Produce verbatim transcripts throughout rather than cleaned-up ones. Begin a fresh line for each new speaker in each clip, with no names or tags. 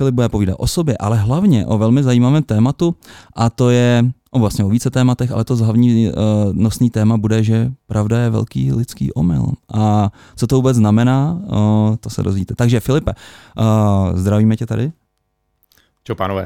Filip bude povídat o sobě, ale hlavně o velmi zajímavém tématu a to je, o vlastně o více tématech, ale to hlavní uh, nosný téma bude, že pravda je velký lidský omyl. A co to vůbec znamená, uh, to se dozvíte. Takže Filipe, uh, zdravíme tě tady.
Čau, pánové.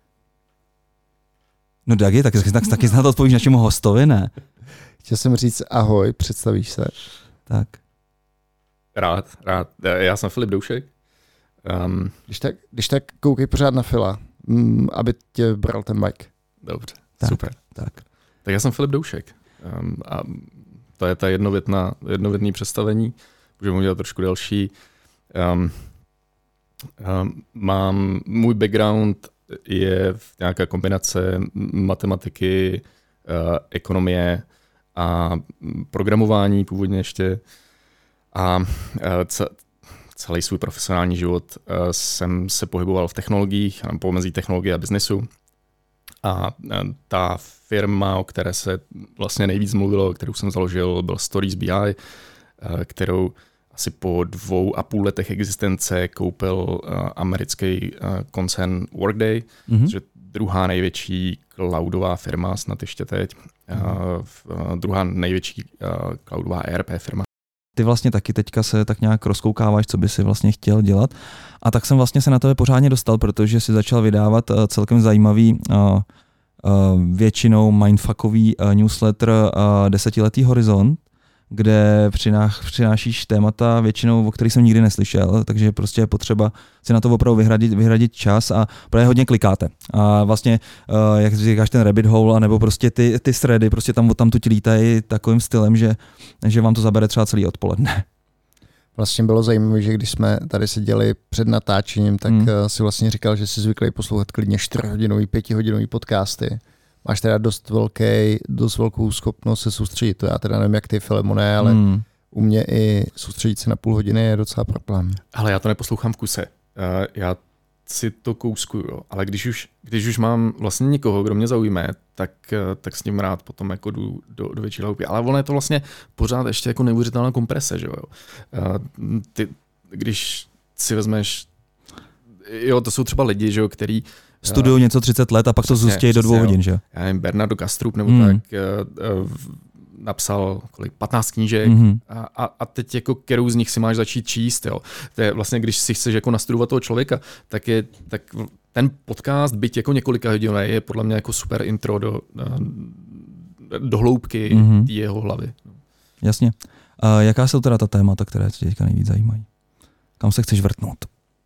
No Dagi, taky, taky, taky snad odpovíš našemu hostovi, ne?
Chtěl jsem říct ahoj, představíš se?
Tak.
Rád, rád. Já jsem Filip Doušek. Um,
když, tak, když tak koukej pořád na Fila, mm, aby tě bral ten mic.
Dobře,
tak,
super.
Tak.
tak já jsem Filip Doušek. Um, a to je ta jednovětná, jednovětný představení. Můžeme udělat trošku delší. Um, um, mám, můj background je v nějaká kombinace matematiky, uh, ekonomie a programování původně ještě. A uh, c- celý svůj profesionální život uh, jsem se pohyboval v technologiích, pomezí technologie a biznesu. A uh, ta firma, o které se vlastně nejvíc mluvilo, kterou jsem založil, byl Stories B I, uh, kterou asi po dvou a půl letech existence koupil uh, americký uh, koncern Workday, mm-hmm. což je druhá největší cloudová firma, snad ještě teď, mm-hmm. uh, uh, druhá největší uh, cloudová E R P firma.
Ty vlastně taky teďka se tak nějak rozkoukáváš, co by si vlastně chtěl dělat. A tak jsem vlastně se na tebe pořádně dostal, protože si začal vydávat uh, celkem zajímavý, uh, uh, většinou mindfuckový uh, newsletter uh, Desetiletý horizont, kde přináš, přinášíš témata většinou, o kterých jsem nikdy neslyšel, takže prostě je potřeba si na to opravdu vyhradit, vyhradit čas a právě hodně klikáte. A vlastně, uh, jak říkáš, ten rabbit hole, anebo prostě ty, ty thready, prostě tam odtamtud lítají takovým stylem, že, že vám to zabere třeba celý odpoledne.
Vlastně bylo zajímavé, že když jsme tady seděli před natáčením, tak hmm. si vlastně říkal, že jsi zvyklý poslouchat klidně čtyřhodinový, pětihodinový podcasty. Máš teda dost velký, dost velkou schopnost se soustředit. To já teda nevím, jak ty, Filemone, ale hmm. u mě i soustředit se na půl hodiny je docela problém.
Ale já to neposlouchám v kuse. Uh, já si to kouskuju, ale když už, když už mám vlastně někoho, kdo mě zaujme, tak, tak s ním rád potom jako jdu do, do větší hloubky. Ale ono je to vlastně pořád ještě jako neuvěřitelná komprese, že jo. Uh, ty, když si vezmeš, jo, to jsou třeba lidi, že jo, který
studují něco třicet let a pak to zůstějí do dvou hodin, že?
Já nevím, Bernardo Kastrup nebo mm. tak uh, uh, napsal kolik, patnáct knížek mm-hmm. a, a teď jako kterou z nich si máš začít číst, jo. To je vlastně, když si chceš jako nastudovat toho člověka, tak je tak ten podcast, byť jako několika hodinový, je podle mě jako super intro do, do hloubky mm-hmm. jeho hlavy.
Jasně. A jaká jsou teda ta témata, které tě teďka nejvíc zajímají? Kam se chceš vrtnout?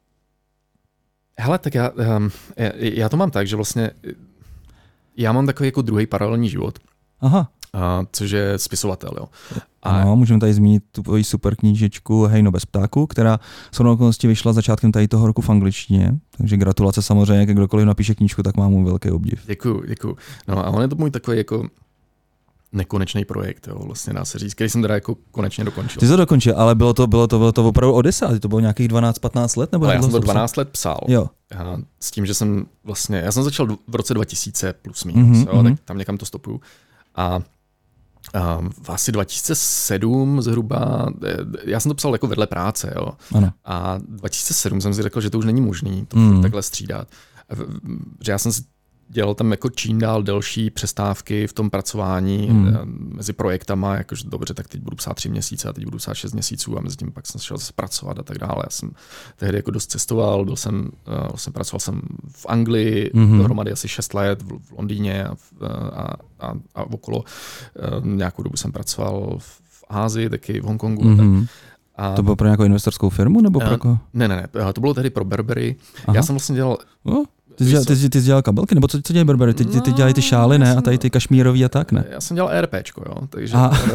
Hele, tak já, já, já to mám tak, že vlastně já mám takový jako druhý paralelní život.
Aha.
A, což je spisovatel, jo. A
no, můžeme tady zmínit tu tvoji super knížečku Hejno bez ptáku, která shodou okolností vyšla začátkem tady toho roku v angličtině, takže gratulace samozřejmě, jak kdokoliv napíše knížku, tak mám mu velký obdiv.
Děkuju, děkuju. No a on je to můj takový jako nekonečný projekt, jo, vlastně dá se říct, který jsem teda jako konečně dokončil.
Ty jsi to dokončil, ale bylo to, bylo to, bylo to opravdu Odysa, to bylo nějakých dvanáct patnáct let? Nebo
ale já jsem to dvanáct let psal.
Jo.
A s tím, že jsem vlastně, já jsem začal v roce dva tisíce plus minus, mm-hmm, jo, tak tam někam to stopuju. A a v asi dva tisíce sedm zhruba, já jsem to psal jako vedle práce, jo.
Ano.
A dva tisíce sedm jsem si řekl, že to už není možný to
mm.
takhle střídat. Že já jsem si dělal tam jako čím dál delší přestávky v tom pracování mm. mezi projektama, jakože dobře, tak teď budu psát tři měsíce a teď budu psát šest měsíců a mezi tím pak jsem šel zase pracovat a tak dále. Já jsem tehdy jako dost cestoval, byl jsem, vlastně pracoval jsem v Anglii, mm. dohromady asi šest let, v, v Londýně a, a, a, a okolo. Nějakou dobu jsem pracoval v Ázii, taky v Hongkongu.
Mm.
Tak. A
to bylo pro nějakou investorskou firmu? Nebo pro jako...
Ne, ne, ne, to bylo tehdy pro Burberry. Aha. Já jsem vlastně dělal...
Oh. Ty jsi, dělal, ty, ty jsi dělal kabelky, nebo co, co dělají Burberry? Ty, ty, ty dělají ty šály, ne? A tady ty kašmírový a tak, ne?
Já jsem dělal RPčko, jo, takže...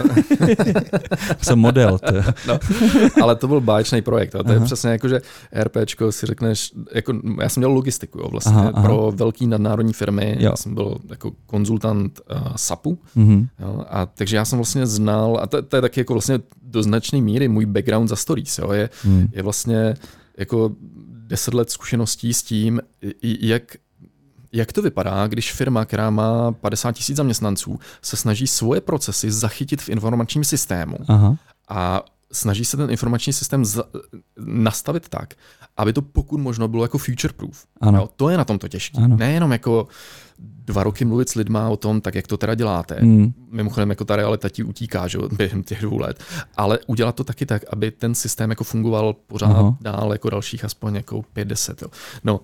jsem model.
No, ale to byl báječný projekt, jo. To aha. je přesně jako, že RPčko si řekneš, jako, já jsem dělal logistiku, jo, vlastně, aha, aha. pro velký nadnárodní firmy, jo. Já jsem byl jako konzultant uh, SAPu, mm-hmm. jo, a takže já jsem vlastně znal, a to, to je taky jako vlastně do značné míry můj background za stories, jo, je, mm. je vlastně jako deset let zkušeností s tím, jak, jak to vypadá, když firma, která má padesát tisíc zaměstnanců, se snaží svoje procesy zachytit v informačním systému. Aha. A snaží se ten informační systém za, nastavit tak, aby to pokud možno bylo jako future proof.
Ano.
Jo, to je na tom to těžké. Nejenom jako dva roky mluvit s lidma o tom, tak jak to teda děláte. Mm. Mimochodem, jako ta realita ti utíká, že, během těch dvou let. Ale udělat to taky tak, aby ten systém jako fungoval pořád Aha. dál jako dalších aspoň jako pět deset. Jo. No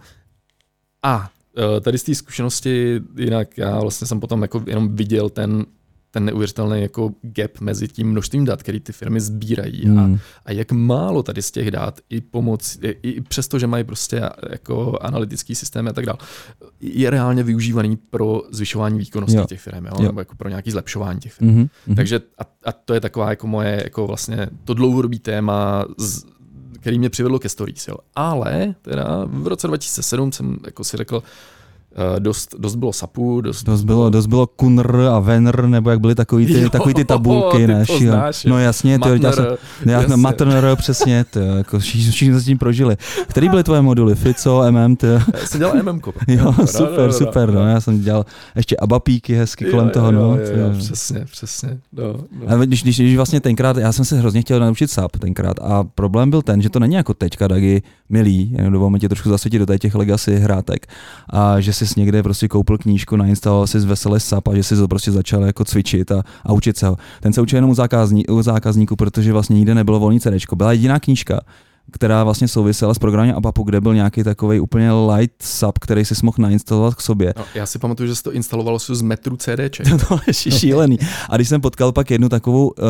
a tady z té zkušenosti, jinak já vlastně jsem potom jako jenom viděl ten ten neuvěřitelný jako gap mezi tím množstvím dat, který ty firmy sbírají hmm. a, a jak málo tady z těch dat i pomoc, i, i přesto, že mají prostě jako analytický systém a tak dále, je reálně využívaný pro zvyšování výkonnosti jo. těch firm, jo? Jo. nebo jako pro nějaké zlepšování těch firm. Mm-hmm. Takže a, a to je taková jako moje jako vlastně to dlouhodobý téma, z, který mě přivedlo ke Stories. Jo? Ale teda v roce dva tisíce sedm jsem jako si řekl, Uh, dost, dost bylo SAPu, dost,
dost, bylo, dost bylo Kunr a Venr, nebo jak byly takový ty, jo, takový ty tabulky.
Ty
ne,
to znáš,
no jasně,
Matner,
já jsem, já, Matner, přesně, ty, jako všichni, všichni se s tím prožili. Který byly tvoje moduly? Fico, M M? Ty?
Já jsem dělal M M ko.
Jo, super, no, no, super, no, já jsem dělal ještě abapíky hezky kolem
jo,
toho.
Jo,
no,
jo, jo, přesně, přesně. No, no.
A když, když, když vlastně tenkrát, já jsem se hrozně chtěl naučit SAP tenkrát a problém byl ten, že to není jako teďka, Dagi, milý, jenom dovolím tě trošku zasvětit do těch legacy hrátek a že jsi někde prostě koupil knížku, nainstaloval si z veselé SAP a že si to prostě začal jako cvičit a, a učit se ho. Ten se učil jenom u, zákazní, u zákazníků, protože vlastně nikde nebylo volný CDčko. Byla jediná knížka, která vlastně souvisela s programem ABAPu, kde byl nějaký takovej úplně light SAP, který si mohl nainstalovat k sobě.
No, já si pamatuju, že se to instalovalo z metru CDček.
To je šílený. A když jsem potkal pak jednu takovou uh,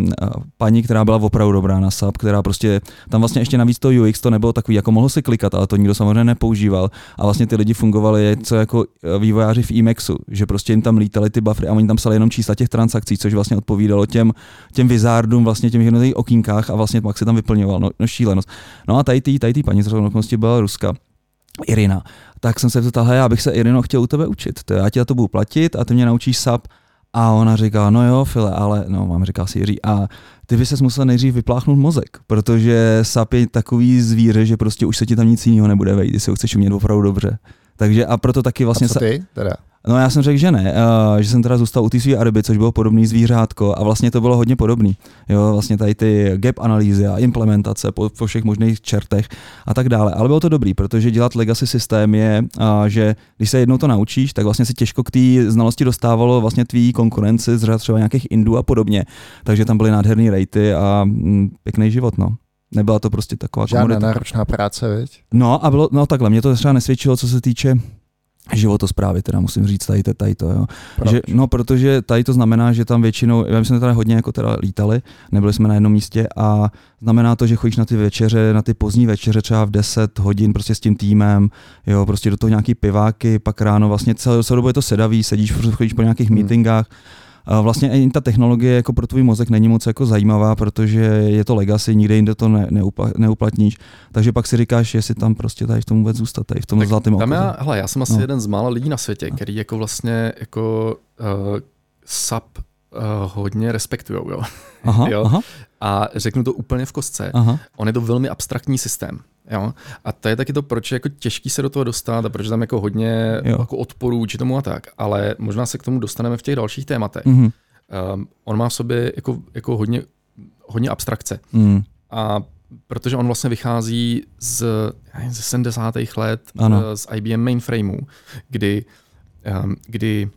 paní, která byla opravdu dobrá na SAP, která prostě, tam vlastně ještě navíc to U X to nebylo takový, jako mohl si klikat, ale to nikdo samozřejmě nepoužíval. A vlastně ty lidi fungovali co jako vývojáři v Emaxu, že prostě jim tam lítali ty buffery a oni tam psali jenom čísla těch transakcí, což vlastně odpovídalo těm, těm wizardům vlastně těm jednotlivých okýnkách a vlastně pak se tam vyplňoval. No, no šílenost. No a tady tý, tady tý paní z rovnosti byla Ruska, Irina. Tak jsem se ptal, hej, já bych se Irino chtěl u tebe učit. To já ti za to budu platit a ty mě naučíš SAP. A ona říká, no jo, File, ale, no, mám říká si Jiří, a ty by ses musel nejdřív vypláchnout mozek, protože SAP je takový zvíře, že prostě už se ti tam nic jiného nebude vejít, ty se ho chceš umět opravdu dobře. Takže a proto taky vlastně...
A co ty teda?
No já jsem řekl, že ne, uh, že jsem teda zůstal u té své Araby, což bylo podobný zvířátko a vlastně to bylo hodně podobný. Jo, vlastně tady ty gap analýzy a implementace po, po všech možných čertech a tak dále. Ale bylo to dobrý, protože dělat legacy systém je, uh, že když se jednou to naučíš, tak vlastně si těžko k té znalosti dostávalo vlastně tvý konkurenci z řad třeba nějakých Indů a podobně. Takže tam byly nádherný rejty a mm, pěkný život, no. Nebyla to prostě taková
žádná
komodita.
náročná práce, viď?
No a bylo, no takhle, mě to třeba nesvědčilo, co se týče životosprávy, teda musím říct tady, tady to, jo. Že, no, protože tady to znamená, že tam většinou, my jsme tady hodně jako teda lítali, nebyli jsme na jednom místě a znamená to, že chodíš na ty večeře, na ty pozdní večeře třeba v deset hodin prostě s tím týmem, jo, prostě do toho nějaký piváky, pak ráno vlastně celou, celou dobu je to sedavý, sedíš, chodíš po nějakých hmm. meetingách. A vlastně i ta technologie jako pro tvůj mozek není moc jako zajímavá, protože je to legacy, nikde jinde to ne, neupla, neuplatníš. Takže pak si říkáš, jestli tam prostě tady v tom vůbec zůstat, tady v tom zlatém okolí.
Já, hele, já jsem asi no. jeden z mála lidí na světě, který jako vlastně jako uh, SAP uh, hodně respektujou, jo.
Aha,
jo?
Aha.
A řeknu to úplně v kostce, aha. On je to velmi abstraktní systém. Jo? A to je taky to, proč je jako těžký se do toho dostat a proč tam jako hodně jako odporů či tomu a tak. Ale možná se k tomu dostaneme v těch dalších tématech. Mm-hmm. Um, on má v sobě jako, jako hodně, hodně abstrakce. Mm. A protože on vlastně vychází z, ze sedmdesátých let ano. z I B M mainframeu, kdy, um, kdy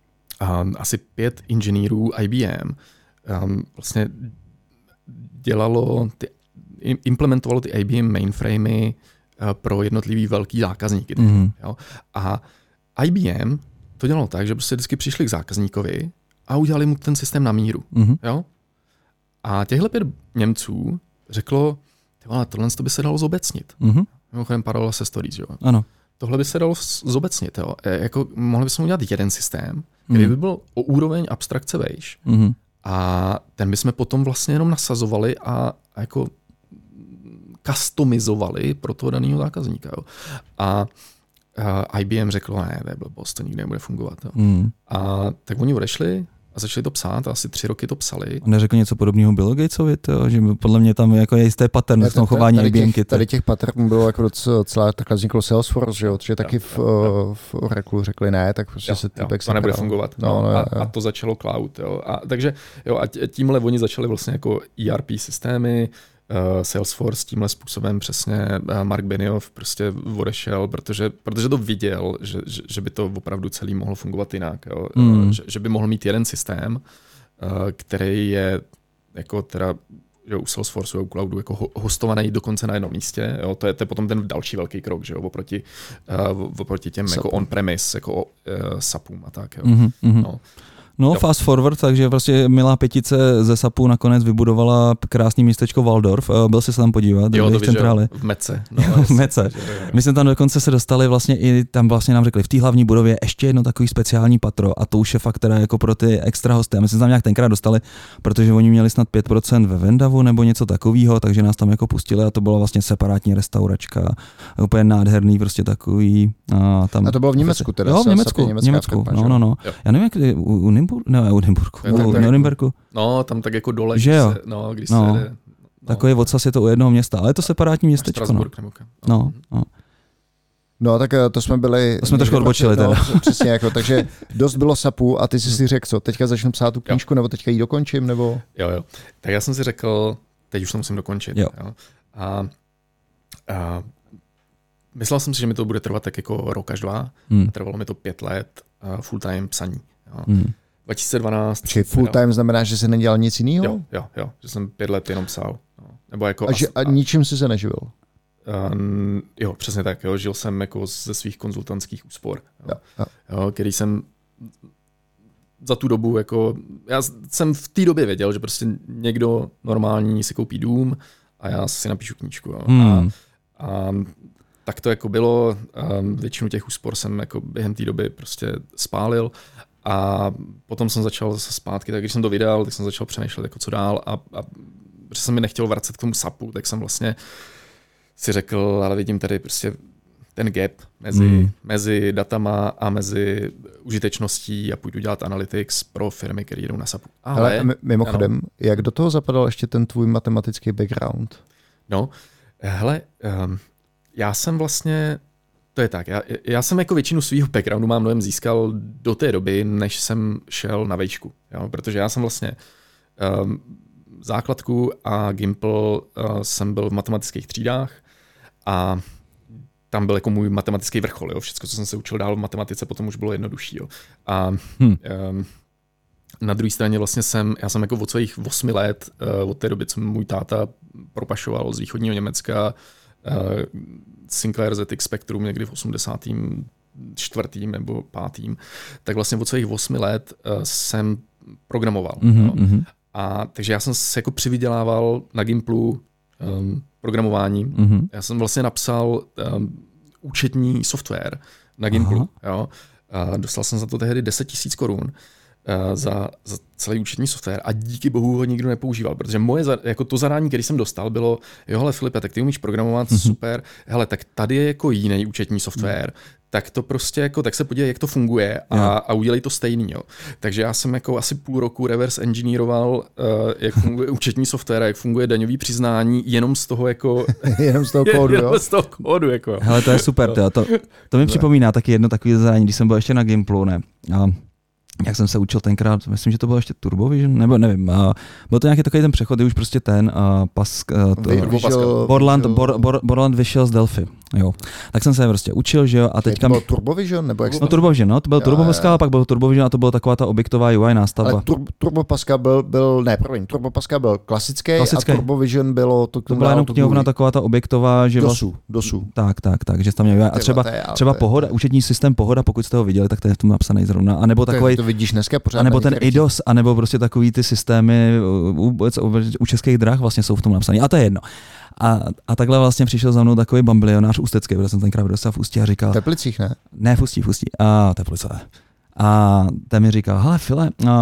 um, asi pět inženýrů I B M um, vlastně dělalo ty implementovalo ty I B M mainframey pro jednotlivý velký zákazníky. Mm. Jo? A I B M to dělalo tak, že prostě vždycky přišli k zákazníkovi a udělali mu ten systém na míru. Mm. Jo? A těchhle pět Němců řeklo, tyhle, tohle by se dalo zobecnit. Mm. Mimochodem paralela se Stories. Jo?
Ano.
Tohle by se dalo zobecnit. Jo? E, jako, mohli bychom udělat jeden systém, který mm. by byl o úroveň abstrakce vejš. Mm. A ten bychom potom vlastně jenom nasazovali a, a jako customizovali pro toho daného zákazníka. Jo. A uh, I B M řeklo, ne, to je blbost, to nikdy nebude fungovat. Jo. Mm. A tak oni odešli a začali to psát a asi tři roky to psali.
A neřekl něco podobného Billu Gatesovi, to, že podle mě tam jako je jisté pattern v tom chování I B M ky.
Tady těch patternů bylo jako docela, takhle vzniklo Salesforce, že jo, že taky v, v Oracle řekli ne, tak prostě
jo,
se
jo,
týpek
to nebude fungovat.
No,
no,
no,
a, a to začalo cloud. Jo. A, takže jo, a tímhle oni začali vlastně jako E R P systémy, uh, Salesforce tímhle způsobem přesně uh, Mark Benioff prostě odešel, protože, protože to viděl, že, že, že by to opravdu celý mohlo fungovat jinak. Jo. Mm. Uh, že, že by mohl mít jeden systém, uh, který je jako teda že u Salesforce, u cloudu jako hostovaný dokonce na jednom místě. Jo. To, je, to je potom ten další velký krok, že jo, oproti, uh, oproti těm jako on-premise, jako uh, SAPům a tak. Jo.
Mm-hmm.
No.
No, jo. Fast forward, takže prostě milá pětice ze SAPu nakonec vybudovala krásný místečko Waldorf. Byl jsi se tam podívat?
Jo, to centrály. V Mece. No,
v Mece. My jsme tam dokonce se dostali vlastně i tam vlastně nám řekli v té hlavní budově ještě jedno takový speciální patro a to už je fakt teda jako pro ty extra hosty. A my jsme tam nějak tenkrát dostali, protože oni měli snad pět procent ve Vendavu nebo něco takového, takže nás tam jako pustili a to byla vlastně separátní restauračka. Úplně nádherný prostě takový. A, tam
a to bylo v Německu teda?
Jo, v Německu. V Německu. No, no, no. Já nevím, jak u Nymburku, ne, u Nymburku, u Norimberku.
No, tam tak jako dole,
že jo?
Se, no, když
no.
se jde. No.
Takový odsaz je to u jednoho města, ale je to separátní městečko. No. No, no.
No, tak to jsme byli...
To jsme trošku odbočili teda.
No, přesně jako, takže dost bylo SAPu a ty jsi si řekl co, teďka začnu psát tu knížku, jo. nebo teďka ji dokončím, nebo...
Jo, jo. Tak já jsem si řekl, teď už to musím dokončit.
Jo.
Jo. A, a myslel jsem si, že mi to bude trvat tak jako rok až dva. Hmm. Trvalo mi to pět let uh, full time psaní. Jo. Hmm. dva tisíce dvanáct.
Čiže full time znamená, že jsi nedělal nic jiného?
Jo, jo, jo, že jsem pět let jenom psal. No. Nebo jako
a, že, a ničím jsi se neživil?
Um, jo, přesně tak. Jo. Žil jsem jako ze svých konzultantských úspor, jo.
Jo, jo.
Jo, který jsem za tu dobu, jako, já jsem v té době věděl, že prostě někdo normální si koupí dům a já si napíšu knížku. Jo.
Hmm.
A, a tak to jako bylo. Um, většinu těch úspor jsem jako během té doby prostě spálil. A potom jsem začal zase zpátky, tak když jsem to vydal, tak jsem začal přemýšlet, jako co dál a, a protože jsem mi nechtěl vracet k tomu SAPu, tak jsem vlastně si řekl, ale vidím tady prostě ten gap mezi, mm. mezi datama a mezi užitečností a půjdu dělat analytics pro firmy, které jdou na SAPu.
Ale, ale mimochodem, ano. Jak do toho zapadal ještě ten tvůj matematický background?
No, hele, um, já jsem vlastně To je tak. Já, já jsem jako většinu svého backgroundu mám mnohem získal do té doby, než jsem šel na vejšku. Jo? Protože já jsem vlastně um, základku a Gimple uh, jsem byl v matematických třídách a tam byl jako můj matematický vrchol. Jo? Všechno, co jsem se učil dál v matematice, potom už bylo jednodušší. Jo? A hmm. um, na druhé straně vlastně jsem, já jsem jako od svých osmi let, uh, od té doby, co můj táta propašoval z východního Německa, uh, Sinclair Z X Spectrum někdy v osmdesátém čtvrtém nebo pátém tak vlastně od svých osmi let uh, jsem programoval.
Mm-hmm,
no.
mm-hmm.
A takže já jsem se jako přivydělával na Gimplu um, programováním.
Mm-hmm.
Já jsem vlastně napsal um, účetní software na Gimplu. Jo. A dostal jsem za to tehdy deset tisíc korun. Za, za celý účetní software a díky bohu ho nikdo nepoužíval, protože moje, jako to zadání, který jsem dostal, bylo, jo, hele Filipe, tak ty umíš programovat, mm-hmm. super, hele, tak tady je jako jiný účetní software, mm. tak to prostě jako, tak se podívej, jak to funguje a, yeah. a udělej to stejný, jo. Takže já jsem jako asi půl roku reverse engineeroval, uh, jak funguje účetní software, jak funguje daňový přiznání, jenom z toho jako...
jenom z toho kódu, jo?
Jenom z toho kódu, jako.
Hele, to je super, to, to, to mi připomíná taky jedno takové zadání, když jsem byl ještě na Gimplu, ne, a jak jsem se učil tenkrát, myslím, že to bylo ještě Turbovision, nebo nevím, uh, byl to nějaký takový ten přechod, kdy už prostě ten uh, pas, uh, to,
vyšel,
Borland, Bor, Bor, Borland vyšel z Delphi, jo. Tak jsem se prostě učil, že jo, a teďka...
To byl Turbovision, nebo jak
No Turbovision, no, to byl Turbo Pascal, a pak byl Turbovision a to byla taková ta objektová U I nástavba.
Ale tur, Turbo Pascal byl, byl, ne, promiň, Turbo Pascal byl klasický, klasický. A Turbovision bylo... To,
to byla jenom knihovna taková ta objektová, že...
Dosu, dosu.
Tak, tak, tak, že tam měl U I. A třeba, třeba Pohoda, účetní systém Pohoda, pokud jste ho viděli, tak to je v tom napsaný zrovna, a nebo takový...
To vidíš dneska pořád.
A nebo ten I D O S, anebo prostě takový ty systémy u, u českých drah vlastně jsou v tom napsaný. A to je jedno. A, a takhle vlastně přišel za mnou takový bambilionář ústecký, protože jsem tenkrát dostal v Ústí a říkal...
V Teplicích, ne?
Ne, v Ústí, v Ústí. A Teplice. A ten mi říkal, hele File, a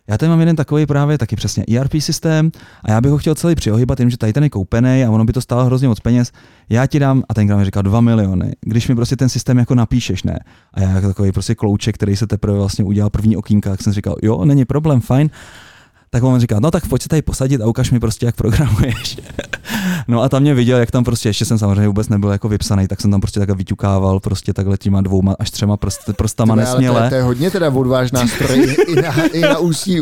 já tady mám jeden takový právě taky přesně E R P systém a já bych ho chtěl celý přiohýbat, jenomže tady ten je koupený a ono by to stálo hrozně moc peněz. Já ti dám, a ten mi říkal dva miliony, když mi prostě ten systém jako napíšeš, ne? A já jako takový prostě klouček, který se teprve vlastně udělal první okýnka, tak jsem říkal, jo, není problém, fajn. Tak on říká, no tak pojď se tady posadit a ukaž mi prostě, jak programuješ. No a tam mě viděl, jak tam prostě, ještě jsem samozřejmě vůbec nebyl jako vypsaný, tak jsem tam prostě takhle vyťukával prostě takhle těma dvouma až třema prost, prostama
Tyhle,
nesměle.
To je, to je hodně teda odvážná stroj i na, i na ústí.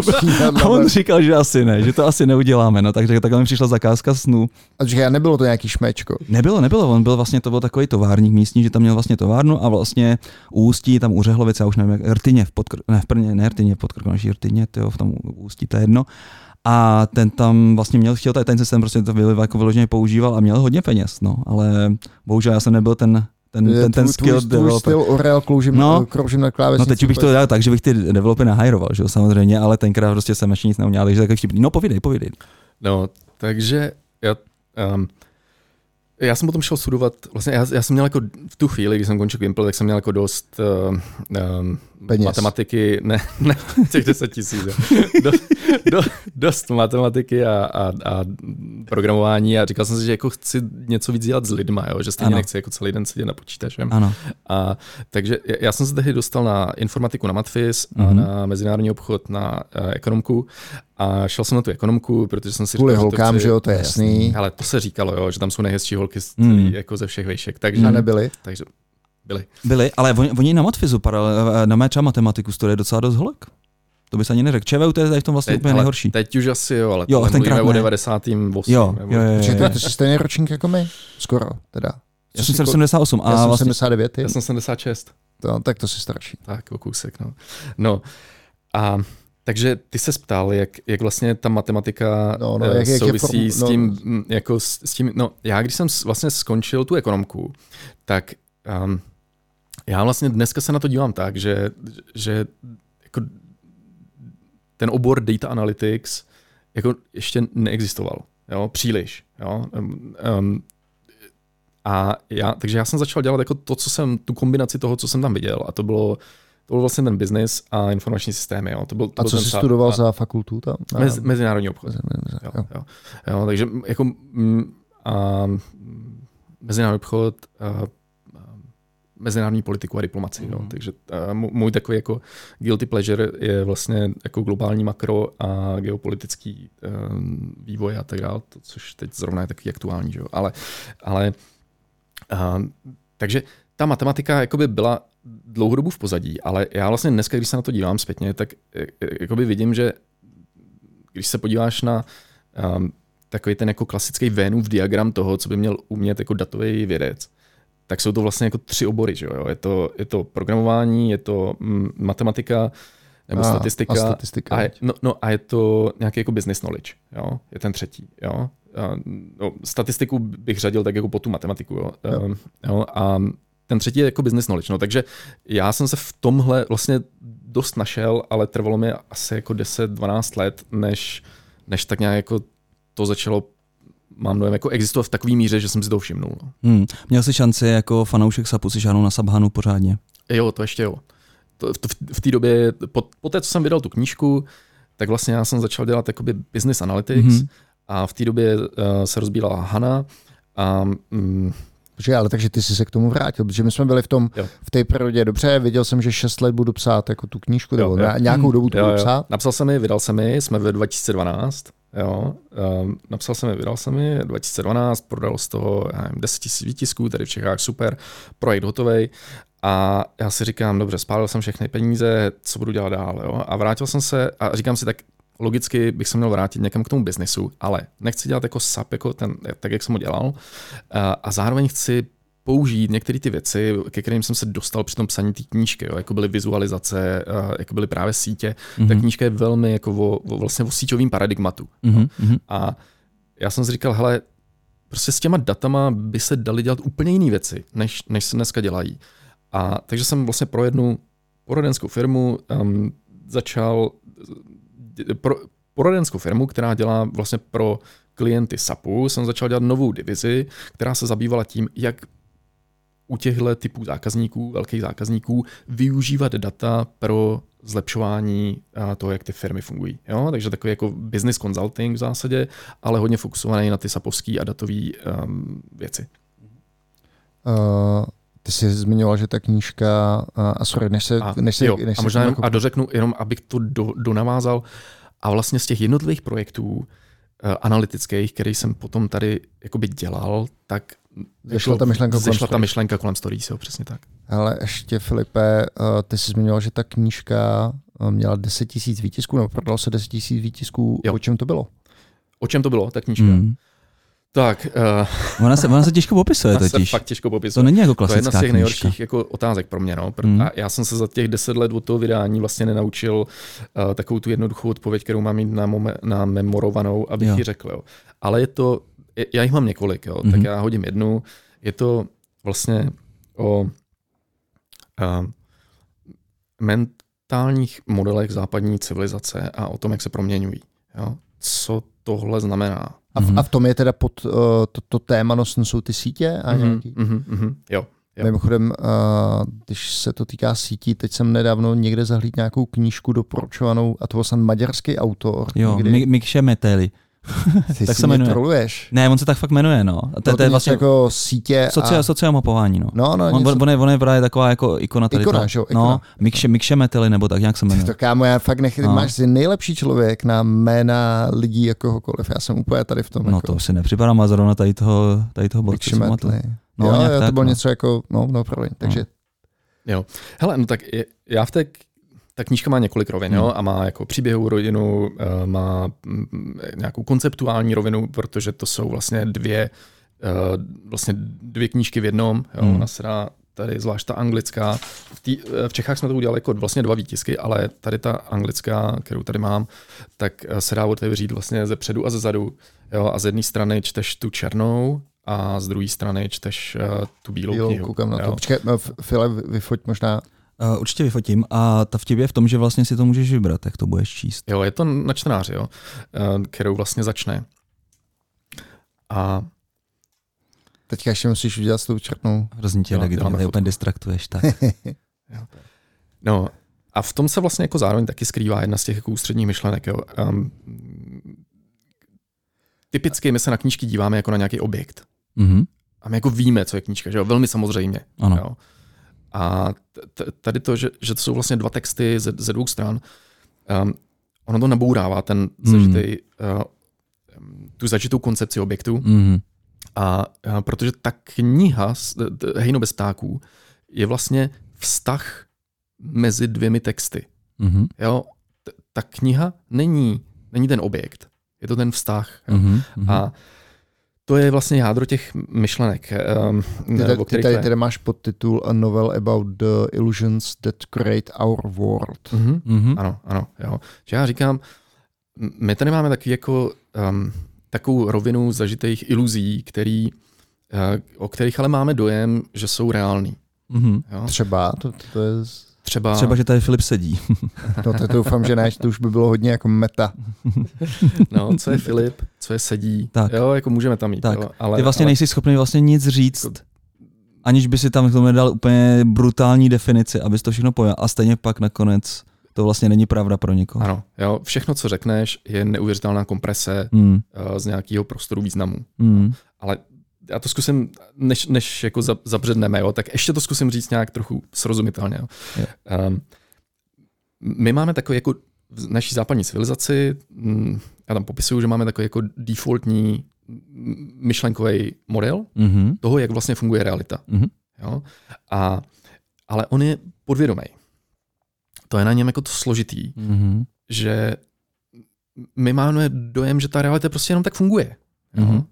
A on říkal, že asi ne, že to asi neuděláme, no takže takhle mi přišla zakázka snů.
A říká, nebylo to nějaký šmečko?
Nebylo, nebylo, on byl vlastně, to byl takový továrník místní, že tam měl vlastně továrnu a vlastně u Ústí, tam u Řehlovic, já už nevím, jak Rtyně, v Podkr- ne v Brně, ne Rtyně, v Podkrkonoší, Rtyně, tyjo, v tom Ústí, to je jedno. A ten tam vlastně měl, chtěl tady ten systém prostě to jako vyloženě používal a měl hodně peněz, no, ale bohužel já jsem nebyl ten, ten,
je,
ten, ten
tvůj,
skill
tvůj
developer.
Tvůj styl Orel kloužím,
no,
kroužím na klávesnici.
No teď bych to dělal tak, že bych ty developy nahajroval, že jo, samozřejmě, ale tenkrát prostě jsem ještě nic neuměl, takže takový vtipný. No povídej, povídej.
No, takže já, um, já jsem potom šel studovat, vlastně já, já jsem měl jako v tu chvíli, když jsem končil Gimpl, tak jsem měl jako dost uh, um, matematiky, ne, ne, těch deset tisíc, do, do, dost matematiky a, a, a programování a říkal jsem si, že jako chci něco víc dělat s lidma, jo? Že stejně ano. nechci jako celý den sedět na počítačem.
Ano.
A, takže já jsem se tehdy dostal na informatiku na Matfis mm-hmm. a na mezinárodní obchod na uh, ekonomku a šel jsem na tu ekonomku, protože jsem si
Kvůli
říkal,
holkám,
že,
že jo, to je jasný.
Ale to se říkalo, jo, že tam jsou nejhezčí holky z,
mm.
jako ze všech vejšek. Takže,
a nebyly?
Takže byly.
Byly, ale oni, oni na Matfizu, na mé třeba matematiku studuje docela dost holek. To bys ani neřekl. ČVUT je tady v tom vlastně teď, úplně nejhorší.
Teď už asi jo, ale
jo,
mluvíme o devadesátém osmém
Jo, jo, jo, jo, jo.
Protože to je stejný ročník jako my. Skoro, teda.
Já jsem sedmdesát osm.
A já jsem vlastně, sedmdesát devět.
Já jsem sedmdesát šest.
To, tak to si starší.
Tak, o kousek, no. No, a takže ty se ptal, jak, jak vlastně ta matematika no, no, jak, souvisí jak form, s tím, no, jako s, s tím, no já když jsem vlastně skončil tu ekonomku, tak um, já vlastně dneska se na to dívám tak, že, že jako ten obor data analytics jako ještě neexistoval, jo, příliš, jo. Um, a já, takže já jsem začal dělat jako to, co jsem, tu kombinaci toho, co jsem tam viděl a to bylo To byl vlastně ten business a informační systémy. Jo. To byl, to
a
byl
co
ten
jsi
sa-
studoval
a,
za fakultu tam?
Mez, mezinárodní obchod.
Mezi, mezi,
jo,
jo.
Jo. Jo, takže jako m, a, mezinárodní obchod, a, a, mezinárodní politiku a diplomaci. Mm. Jo. Takže a, můj takový jako guilty pleasure je vlastně jako globální makro a geopolitický um, vývoj a tak dále, což teď zrovna je takový aktuální. Jo. Ale, ale a, takže ta matematika jakoby byla dlouhou dobu v pozadí, ale já vlastně dneska, když se na to dívám zpětně, tak jakoby vidím, že když se podíváš na um, takový ten jako klasický Venův diagram toho, co by měl umět jako datový vědec, tak jsou to vlastně jako tři obory. Že jo? Je, to, je to programování, je to mm, matematika nebo a, statistika,
a, statistika
a, je, no, no, a je to nějaký jako business knowledge. Jo? Je ten třetí. Jo? A, no, statistiku bych řadil tak jako po tu matematiku. Jo? Jo. Um, jo? A ten třetí je jako business knowledge. No, takže já jsem se v tomhle vlastně dost našel, ale trvalo mi asi jako deset dvanáct let, než, než tak nějak jako to začalo, mám dojem, jako existovat v takový míře, že jsem si to všimnul. No.
Hmm. Měl jsi šanci jako fanoušek Sapu si žádnou na Subhanu pořádně?
Jo, to ještě jo. To, to v, v té době, po, po té, co jsem vydal tu knížku, tak vlastně já jsem začal dělat jakoby business analytics mm-hmm. a v té době uh, se rozbílala Hana a um,
Protože, ale takže ty jsi se k tomu vrátil, protože my jsme byli v tom, jo. v té periodě, dobře, viděl jsem, že šest let budu psát jako tu knížku, nebo jo, jo. nějakou dobu to jo, budu jo. psát.
Napsal jsem ji, vydal jsem ji, jsme ve dva tisíce dvanáct, jo, um, napsal jsem ji, vydal jsem ji, dva tisíce dvanáct, prodal z toho, já nevím, deset tisíc výtisků, tady v Čechách, super, projekt hotovej a já si říkám, dobře, spálil jsem všechny peníze, co budu dělat dál, jo, a vrátil jsem se a říkám si, tak logicky bych se měl vrátit někam k tomu biznesu, ale nechci dělat jako sap, jako ten, tak, jak jsem ho dělal a zároveň chci použít některé ty věci, ke kterým jsem se dostal při tom psaní té knížky, jo, jako byly vizualizace, jako byly právě sítě. Mm-hmm. Ta knížka je velmi jako o, o, vlastně o síťovým paradigmatu. Mm-hmm. A já jsem si říkal, hele, prostě s těma datama by se daly dělat úplně jiné věci, než, než se dneska dělají. A takže jsem vlastně pro jednu poradenskou firmu um, začal pro poradenskou firmu, která dělá vlastně pro klienty Sapu, jsem začal dělat novou divizi, která se zabývala tím, jak u těchto typů zákazníků, velkých zákazníků, využívat data pro zlepšování toho, jak ty firmy fungují. Jo? Takže takový jako business consulting v zásadě, ale hodně fokusovaný na ty sapovský a datové um, věci.
Uh, ty jsi zmiňoval, že ta knížka, uh, a sorry, než se...
A,
než se,
jo,
než
a možná jenom,
jako...
a dořeknu, jenom abych to do, donavázal, a vlastně z těch jednotlivých projektů uh, analytických, který jsem potom tady jakoby dělal, tak
Zešla ta myšlenka kolem
zešla ta myšlenka kolem stories, jo, přesně tak.
Ale ještě, Filipe, ty jsi zmiňoval, že ta knížka měla deset tisíc výtisků, nebo prodalo se deset tisíc výtisků. Jo. O čem to bylo?
O čem to bylo, ta knížka? Mm. Tak. Uh,
ona, se, ona se těžko popisuje totiž.
Se fakt těžko popisuje.
To není jako klasická knížka.
To je jedna z těch nejhorších jako otázek pro mě. No. Mm. A já jsem se za těch deset let od toho vydání vlastně nenaučil uh, takovou tu jednoduchou odpověď, kterou mám mít na, mom- na memorovanou, abych jo. ji řekl. Jo. Ale je to, já jich mám několik, jo, mm-hmm. tak já hodím jednu. Je to vlastně o uh, mentálních modelech západní civilizace a o tom, jak se proměňují. Jo. Co tohle znamená?
A v, a v tom je teda pod uh, to, to téma nosn jsou ty sítě? A
mm-hmm, mm-hmm, mm-hmm, jo. Jo.
Mimochodem, uh, když se to týká sítí, teď jsem nedávno někde zahlídl nějakou knížku doporučovanou, a to byl jsem maďarský autor.
Jo, někdy... Mikše Meteli.
Ty
tak
si
se
mě
jmenuje.
troluješ.
Ne, on se tak fakt jmenuje, no.
To, to, to je vlastně jako sítě
socio,
a...
sociomapování, no.
No, no,
on, on, je, on je právě taková jako ikona tady.
Ikona, že jo, ikona.
No, Mikše, Mikše Meteli, nebo tak nějak se jmenuje.
To kámo, já fakt nechci, no. Máš si nejlepší člověk na jména lidí jako kohokoliv. Já jsem úplně tady v tom.
No
jako...
to si nepřipadá, má zrovna tady toho, tady toho borce.
No,
no,
jo,
jo,
to
tak,
bylo
no.
něco jako, no, no, promiň, takže...
No. Jo, hele, no tak já v té ta knížka má několik rovin, hmm. jo, a má jako příběhovou rodinu, má nějakou konceptuální rovinu, protože to jsou vlastně dvě, vlastně dvě knížky v jednom. Jo, hmm. Ona se dá tady, zvlášť ta anglická. V, tý, v Čechách jsme to udělali jako vlastně dva výtisky, ale tady ta anglická, kterou tady mám, tak se dá otevřít vlastně ze předu a ze zadu. Jo, a z jedné strany čteš tu černou a z druhé strany čteš uh, tu bílou
Bílou,
knihu.
Koukám na to.
Jo.
Počkej, File, vyfoť možná.
Uh, určitě vyfotím a ta vtip je v tom, že vlastně si to můžeš vybrat, jak to budeš číst.
Jo, je to na čtenáři, jo, uh, kterou vlastně začne. A
teďka ještě musíš udělat s tou černou.
Hrozně tě legitimně, úplně distraktuješ. Tak.
No a v tom se vlastně jako zároveň taky skrývá jedna z těch jako ústředních myšlenek. Jo. Um, typicky my se na knížky díváme jako na nějaký objekt.
Mm-hmm.
A my jako víme, co je knížka, že jo? Velmi samozřejmě.
Ano.
Jo. A t- tady to, že, že to jsou vlastně dva texty ze, ze dvou stran, um, ono to nabourává ten zažitý, mm. uh, tu zažitou koncepci objektu.
Mm.
A, a protože ta kniha Hejno bez ptáků je vlastně vztah mezi dvěmi texty.
Mm.
Jo? T- ta kniha není, není ten objekt, je to ten vztah. Jo?
Mm.
A to je vlastně jádro těch myšlenek. Um,
ty, ty, ty tady, tady máš podtitul A Novel About the Illusions That Create Our World.
Mm-hmm. Mm-hmm. Ano, ano. Jo. Že já říkám, my tady máme taky jako um, takovou rovinu zažitých iluzí, který, uh, o kterých ale máme dojem, že jsou reální.
Mm-hmm.
Jo?
Třeba, to, to je...
Třeba...
Třeba, že tady Filip sedí.
No to doufám, že ne, to už by bylo hodně jako meta.
No, co je Filip, co je sedí,
tak.
Jo, jako můžeme tam jít.
Tak.
Jo, ale,
Ty vlastně
ale...
nejsi schopný vlastně nic říct, aniž by si tam k tomu dal úplně brutální definici, abys to všechno pojal. A stejně pak nakonec to vlastně není pravda pro někoho.
Ano, jo, všechno, co řekneš, je neuvěřitelná komprese
hmm.
uh, z nějakého prostoru významu.
Hmm.
Ale já to zkusím, než, než jako zabředneme, jo, tak ještě to zkusím říct nějak trochu srozumitelně. Jo. Um, my máme takový jako v naší západní civilizaci, já tam popisuju, že máme takový jako defaultní myšlenkový model
mm-hmm.
toho, jak vlastně funguje realita.
Mm-hmm.
Jo. A, ale on je podvědomý. To je na něm jako to složitý, mm-hmm. že my máme dojem, že ta realita prostě jenom tak funguje. Jo. Mm-hmm.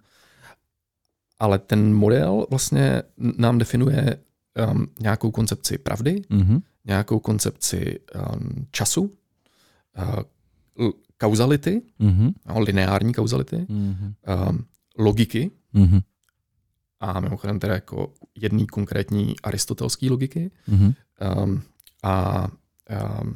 Ale ten model vlastně nám definuje um, nějakou koncepci pravdy, mm-hmm. nějakou koncepci um, času, uh, kauzality, mm-hmm. no, lineární kauzality, mm-hmm. um, logiky mm-hmm. a mimochodem teda jako jedný konkrétní aristotelský logiky mm-hmm. um, a, um,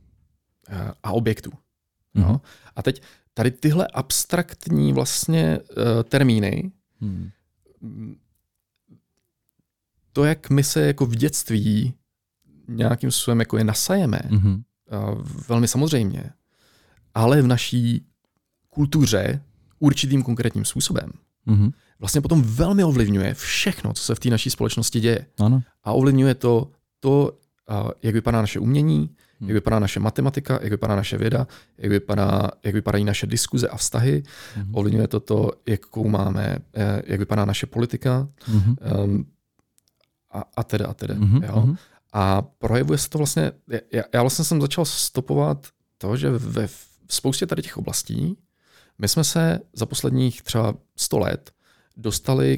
a objektů. Mm-hmm. No. A teď tady tyhle abstraktní vlastně uh, termíny mm. to, jak my se jako v dětství nějakým způsobem jako je nasajeme, mm-hmm. velmi samozřejmě, ale v naší kultuře určitým konkrétním způsobem, mm-hmm. vlastně potom velmi ovlivňuje všechno, co se v té naší společnosti děje.
Ano.
A ovlivňuje to, to, jak vypadá naše umění, hmm. jak vypadá naše matematika, jak vypadá naše věda, jak, vypadá, jak vypadají naše diskuze a vztahy. Hmm. Ovlivňuje to to, jakou máme, jak vypadá naše politika hmm. um, a, a teda a teda. Hmm. Jo? A projevuje se to vlastně, já, já vlastně jsem začal stopovat to, že ve spoustě tady těch oblastí my jsme se za posledních třeba sto let dostali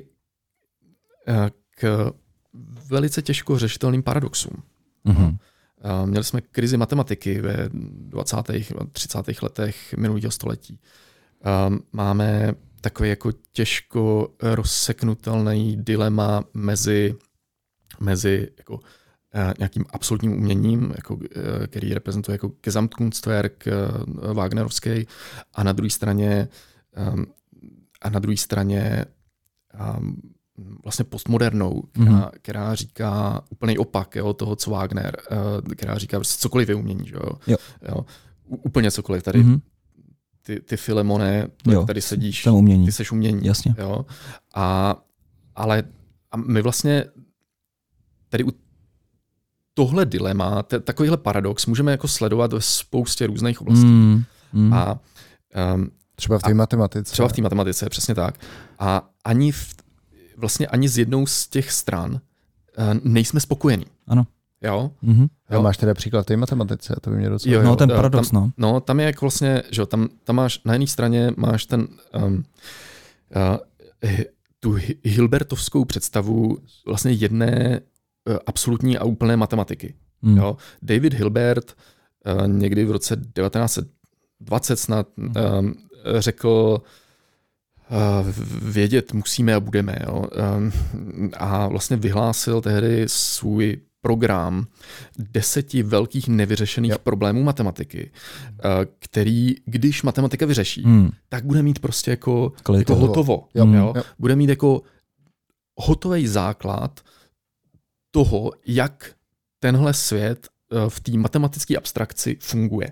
k velice těžko řešitelným paradoxům. Mm-hmm. Měli jsme krizi matematiky ve dvacátých třicátých letech minulého století. Máme takový jako těžko rozseknutelný dilema mezi, mezi jako nějakým absolutním uměním, jako, který reprezentuje jako Gesamtkunstwerk Wagnerovský, a na druhé straně a na druhé straně vlastně postmodernou, která, mm-hmm. která říká úplný opak, jo, toho, co Wagner, která říká prostě cokoliv je umění. Jo? Jo. Jo. Úplně cokoliv. Tady mm-hmm. ty, ty Filemone, jo, tady sedíš, ty seš umění.
Jasně.
Jo? A, ale a my vlastně tady u tohle dilema, t- takovýhle paradox můžeme jako sledovat ve spoustě různých oblastí. Mm, mm. A, um,
třeba v té matematice.
Třeba v té matematice, přesně tak. A ani v, vlastně ani z jednou z těch stran uh, nejsme spokojení.
Ano.
Jo?
Mm-hmm.
Jo? Máš teda příklad v té matematice, to by mě docela...
Jo, jo, no ten paradox,
tam,
no.
No, tam je jako vlastně, že jo, tam, tam máš, na jedné straně máš ten um, uh, tu Hilbertovskou představu vlastně jedné absolutní a úplné matematiky. Hmm. Jo. David Hilbert uh, někdy v roce devatenáct set dvacet snad hmm. um, řekl, uh, vědět musíme a budeme. Jo. Um, a vlastně vyhlásil tehdy svůj program deseti velkých nevyřešených yep. problémů matematiky, uh, který, když matematika vyřeší, hmm. tak bude mít prostě jako, jako hotovo. Yep. Jo. Yep. Bude mít jako hotový základ toho, jak tenhle svět v té matematické abstrakci funguje.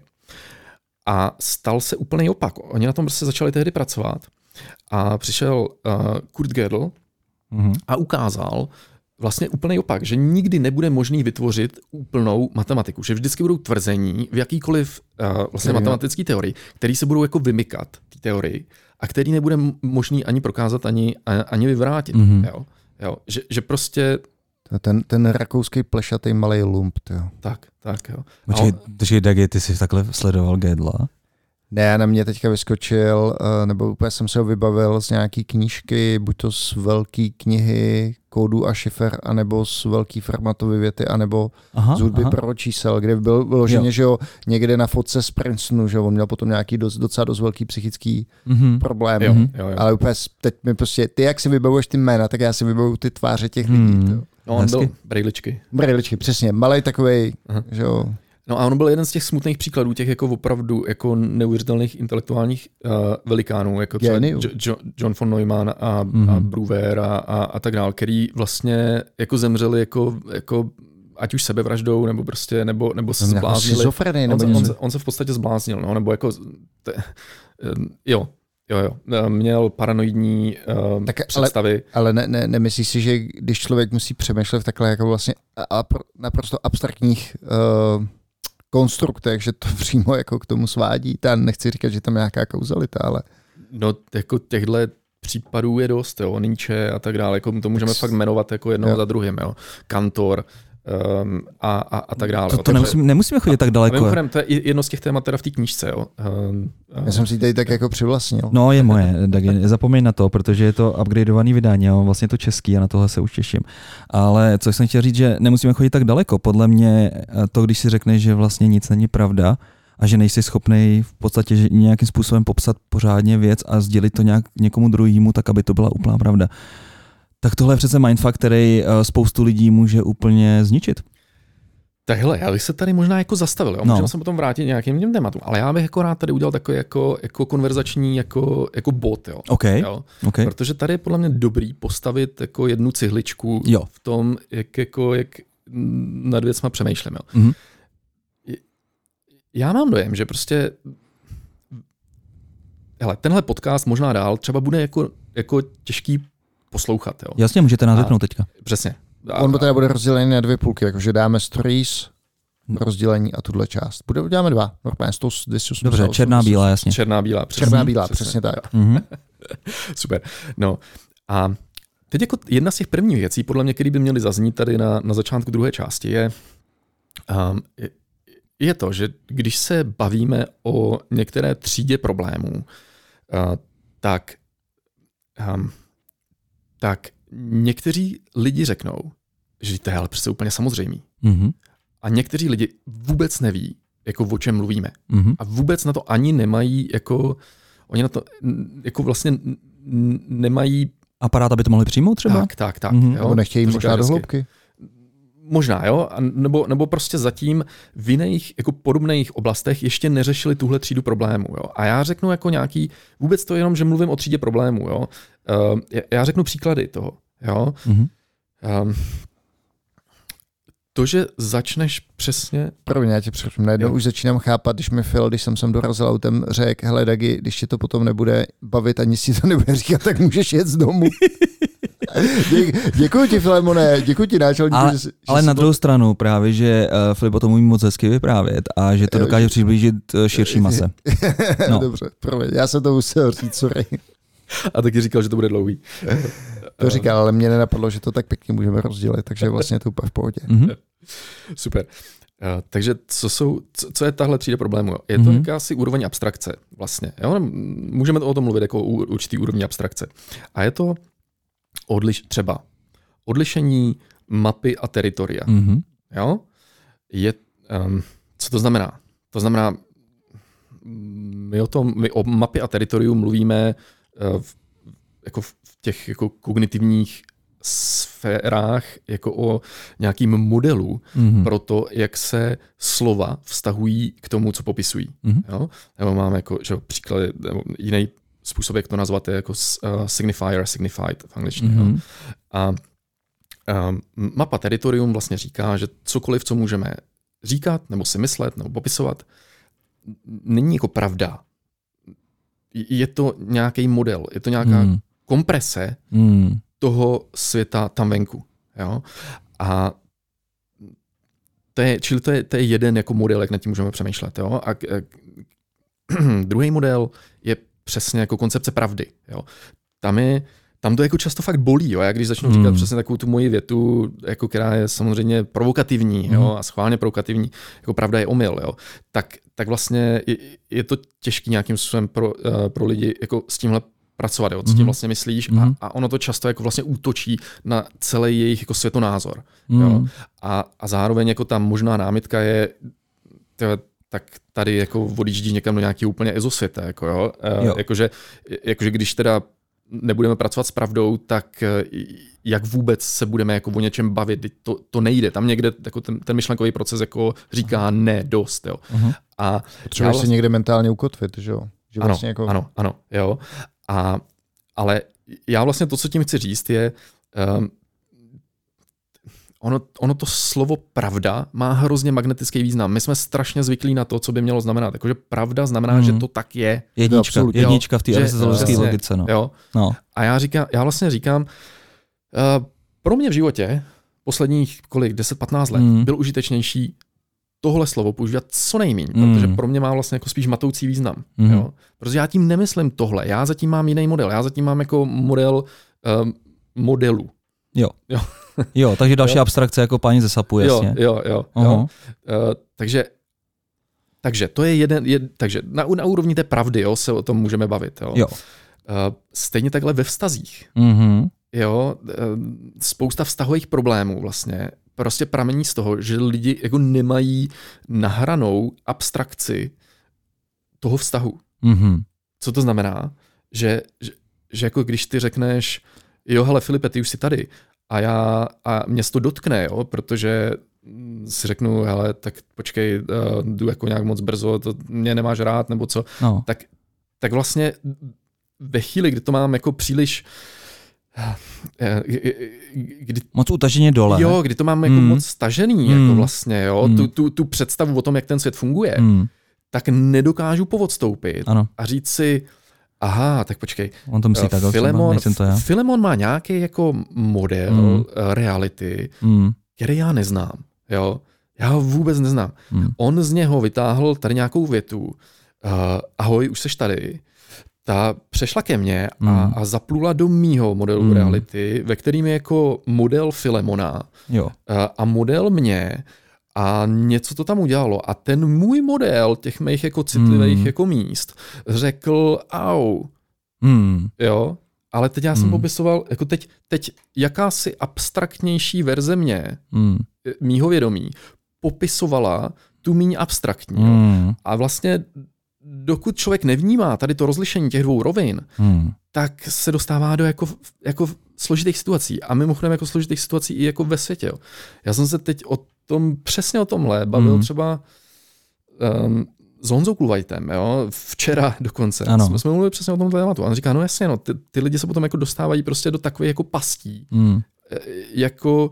A stal se úplný opak. Oni na tom prostě začali tehdy pracovat a přišel uh, Kurt Gödel mm-hmm. a ukázal vlastně úplný opak, že nikdy nebude možný vytvořit úplnou matematiku, že vždycky budou tvrzení v jakýkoliv uh, vlastně matematické teorii, které se budou jako vymykat té teorii a který nebude možný ani prokázat, ani, ani vyvrátit. Mm-hmm. Jo? Jo? Že, že prostě
Ten, ten rakouský plešatý malej lump, jo.
Tak, tak, jo.
Takže, Dagi, ty jsi takhle sledoval Gödela?
Ne, na mě teďka vyskočil, nebo úplně jsem se ho vybavil z nějaký knížky, buď to z velké knihy kódu a šifer, anebo z velký Fermatovy věty, anebo aha, z hudby aha. pro čísel, kde byl vyloženě, že jo, někde na fotce z Princetonu, že jo, on měl potom nějaký doc, docela dost velký psychický mm-hmm. problém. Jo, jo, jo. Ale úplně teď mi prostě, ty jak si vybavuješ ty jména, tak já si vybavuju ty tváře těch lidí. Mm.
No, on byl brejličky.
Brejličky, přesně, malej takovej, aha. že jo.
No a on byl jeden z těch smutných příkladů, těch jako opravdu jako neuvěřitelných intelektuálních uh, velikánů, jako třeba jo, John von Neumann a, mm-hmm. a Brouwer a, a, a tak dále, který vlastně jako zemřeli jako, jako ať už sebevraždou, nebo prostě, nebo, nebo se zbláznili. On, on, on, se, on se v podstatě zbláznil, no, nebo jako, te, jo, Jo, jo. Měl paranoidní um, tak, představy.
Ale, ale ne, ne, nemyslíš si, že když člověk musí přemýšlet v takhle jako vlastně naprosto abstraktních uh, konstruktech, že to přímo jako k tomu svádí? Já nechci říkat, že tam je nějaká kauzalita, ale...
No, jako těchto případů je dost, jo. Nietzsche a tak dále. Jako to můžeme tak fakt jmenovat jako jednoho jo. za druhým, jo. Kantor, Um, a, a, a tak dále.
To, to nemusím, nemusíme chodit tak daleko.
Mimochodem, to je jedno z těch témat teda v té knížce. Jo. Um,
Já jsem si tady tak jako přivlastnil.
No je moje, tak zapomeň na to, protože je to upgradeovaný vydání, jo, vlastně to český a na tohle se už těším. Ale co jsem chtěl říct, že nemusíme chodit tak daleko. Podle mě to, když si řekneš, že vlastně nic není pravda a že nejsi schopnej v podstatě nějakým způsobem popsat pořádně věc a sdělit to nějak někomu druhému, tak aby to byla úplná pravda. Tak tohle je přece mindfuck, který spoustu lidí může úplně zničit.
Tak hele, já bych se tady možná jako zastavil, jo? Můžeme no. se potom vrátit nějakým těm tématům, ale já bych jako rád tady udělal takový jako, jako konverzační jako, jako bod, jo?
Okay.
jo?
Okay.
Protože tady je podle mě dobrý postavit jako jednu cihličku
jo.
v tom, jak, jako, jak nad věcma přemýšlím. Jo?
Mm-hmm.
Já mám dojem, že prostě hele, tenhle podcast možná dál třeba bude jako, jako těžký poslouchat. Jo?
Jasně, můžete nás vypnout teďka.
Přesně.
A, On teda bude rozdělený na dvě půlky, jakože dáme stories, rozdělení a tuhle část. Bude, uděláme dva, normálně sto, dvě osm.
Dobře, černá, bílá, jasně.
Černá, bílá, přesně.
Černá, bílá, přesně, přesně tak.
Mm-hmm.
Super. No a teď jako jedna z těch prvních věcí, podle mě, které by měly zaznít tady na, na začátku druhé části, je, um, je, je to, že když se bavíme o některé třídě problémů, uh, tak, um, tak někteří lidi řeknou, že to je ale přece úplně samozřejmý.
Mm-hmm.
A někteří lidi vůbec neví, jako o čem mluvíme.
Mm-hmm.
A vůbec na to ani nemají, jako, oni na to jako vlastně nemají
aparát, aby to mohli přijmout třeba?
Tak, tak, tak.
Mm-hmm.
Jo?
Nebo nechtějí možná do hloubky?
Možná, jo. A nebo, nebo prostě zatím v jiných jako podobných oblastech ještě neřešili tuhle třídu problémů. Jo? A já řeknu jako nějaký, vůbec to jenom, že mluvím o třídě problémů. Jo? Uh, já řeknu příklady toho. Jo?
Mm-hmm.
Um, to, že začneš přesně...
Prvně, já tě přeším. Najednou jo. už začínám chápat, když mi Phil, když jsem sem dorazil autem, řekl, hele Dagi, když tě to potom nebude bavit, ani si to nebude říkat, tak můžeš jet z domu. Dě, děkuji ti, Filemone, děkuji ti, náčelníku.
Ale,
že,
ale
že
na druhou
to...
stranu právě, že uh, Filip o tom umí moc hezky vyprávět a že to dokáže jo, že... přiblížit uh, širší mase.
No. Dobře, promiň, já jsem to musel říct, sorry.
A taky říkal, že to bude dlouhý.
To říkal, ale mě nenapadlo, že to tak pěkně můžeme rozdělit, takže vlastně je to úplně v pohodě.
Mm-hmm.
Super. Uh, takže co, jsou, co, co je tahle třída problémů? Je to mm-hmm. jakási úroveň abstrakce vlastně. Jo? Můžeme o tom mluvit jako o určitý úrovni abstrakce. A je to odliš, třeba odlišení mapy a teritoria.
Mm-hmm.
Jo? Je, um, co to znamená? To znamená, my o, tom, my o mapě a teritoriu mluvíme uh, v, jako v těch jako kognitivních sférách jako o nějakým modelu mm-hmm. pro to, jak se slova vztahují k tomu, co popisují. Mm-hmm. Jo? Nebo máme jako, že příklady, nebo jiný způsob, jak to nazvat, je jako uh, signifier, signified v angličtině. Mm-hmm. A um, mapa teritorium vlastně říká, že cokoliv, co můžeme říkat, nebo si myslet, nebo popisovat, není jako pravda. Je to nějaký model, je to nějaká mm. komprese mm. toho světa tam venku. Jo? A to je, čili to je, to je jeden jako model, jak nad tím můžeme přemýšlet. Jo? A, a druhý model je přesně jako koncepce pravdy. Jo? Tam, je, tam to jako často fakt bolí. Jo? Já když začnu mm. říkat přesně takovou tu moji větu, jako která je samozřejmě provokativní mm. jo? a schválně provokativní, jako pravda je omyl, jo? Tak, tak vlastně je, je to těžký nějakým způsobem pro, uh, pro lidi jako s tímhle pracovat, jo? Co tím vlastně myslíš mm. a, a ono to často jako vlastně útočí na celý jejich jako světonázor. Mm. Jo? A, a zároveň jako ta možná námitka je tyhle, tak tady jako odjíždí někam do nějakého úplně ezosvěta. Jako, jo? jo. Jakože, jakože když teda nebudeme pracovat s pravdou, tak jak vůbec se budeme jako o něčem bavit, to, to nejde. Tam někde jako ten, ten myšlenkový proces jako říká ne dost. Jo. Uh-huh. A
potřebuješ vlastně... se někde mentálně ukotvit, že jo? Že
ano,
vlastně jako...
ano, ano. Jo. A, ale já vlastně to, co tím chci říct, je um, Ono, ono to slovo pravda má hrozně magnetický význam. My jsme strašně zvyklí na to, co by mělo znamenat. Jakože pravda znamená, hmm. že to tak je.
Jednička, jo, jednička v té aristotelovské logice. No.
Jo.
No.
A já, říkám, já vlastně říkám, uh, pro mě v životě posledních kolik, deset patnáct let hmm. byl užitečnější tohle slovo používat co nejméně, hmm. protože pro mě má vlastně jako spíš matoucí význam. Hmm. Jo? Protože já tím nemyslím tohle. Já zatím mám jiný model. Já zatím mám jako model uh, modelu.
Jo.
Jo.
Jo, takže další jo. abstrakce jako páni ze sapu, jasně.
Jo, jo, jo. jo. Uh, takže, takže to je jeden, jed, takže na, na úrovni té pravdy, jo, se o tom můžeme bavit. Jo.
Jo.
Uh, stejně takhle ve vztazích.
Mm-hmm.
Jo, uh, spousta vztahových problémů vlastně prostě pramení z toho, že lidi jako nemají nahranou abstrakci toho vztahu.
Mm-hmm.
Co to znamená? Že, že, že jako když ty řekneš, jo, hele Filipe, ty už jsi tady, A, já, a mě to dotkne, jo, protože si řeknu, hele, tak počkej, uh, jdu jako nějak moc brzo, to mě nemáš rád, nebo co,
no.
tak, tak vlastně ve chvíli, kdy to mám jako příliš kdy,
moc utaženě dole.
Jo, kdy to mám jako mm. moc stažený, mm. jako vlastně, jo, mm. tu, tu, tu představu o tom, jak ten svět funguje, mm. tak nedokážu poodstoupit
ano.
a říct si, aha, tak počkej,
on to myslí tak,
Filemon,
to já.
Filemon má nějaký jako model mm. reality, mm. který já neznám, jo, já ho vůbec neznám. Mm. On z něho vytáhl tady nějakou větu, uh, ahoj, už seš tady, ta přešla ke mně a, mm. a zaplula do mýho modelu mm. reality, ve kterým je jako model Filemona
jo.
A, a model mě a něco to tam udělalo. A ten můj model těch mých jako citlivých mm. jako míst řekl au.
Mm.
Jo? Ale teď já jsem mm. popisoval, jako teď, teď jakási abstraktnější verze mě, mm. mýho vědomí, popisovala tu míň abstraktní.
Mm.
A vlastně dokud člověk nevnímá tady to rozlišení těch dvou rovin, hmm. tak se dostává do jako, jako složitých situací. A mimochodem jako složitých situací i jako ve světě. Jo. Já jsem se teď o tom, přesně o tomhle bavil hmm. třeba um, s Honzou Kulvajtem, jo, včera dokonce.
Ano.
Jsme, jsme mluvili přesně o tomhle tématu. A on říká, no jasně, no, ty, ty lidi se potom jako dostávají prostě do takových jako pastí,
hmm.
jako,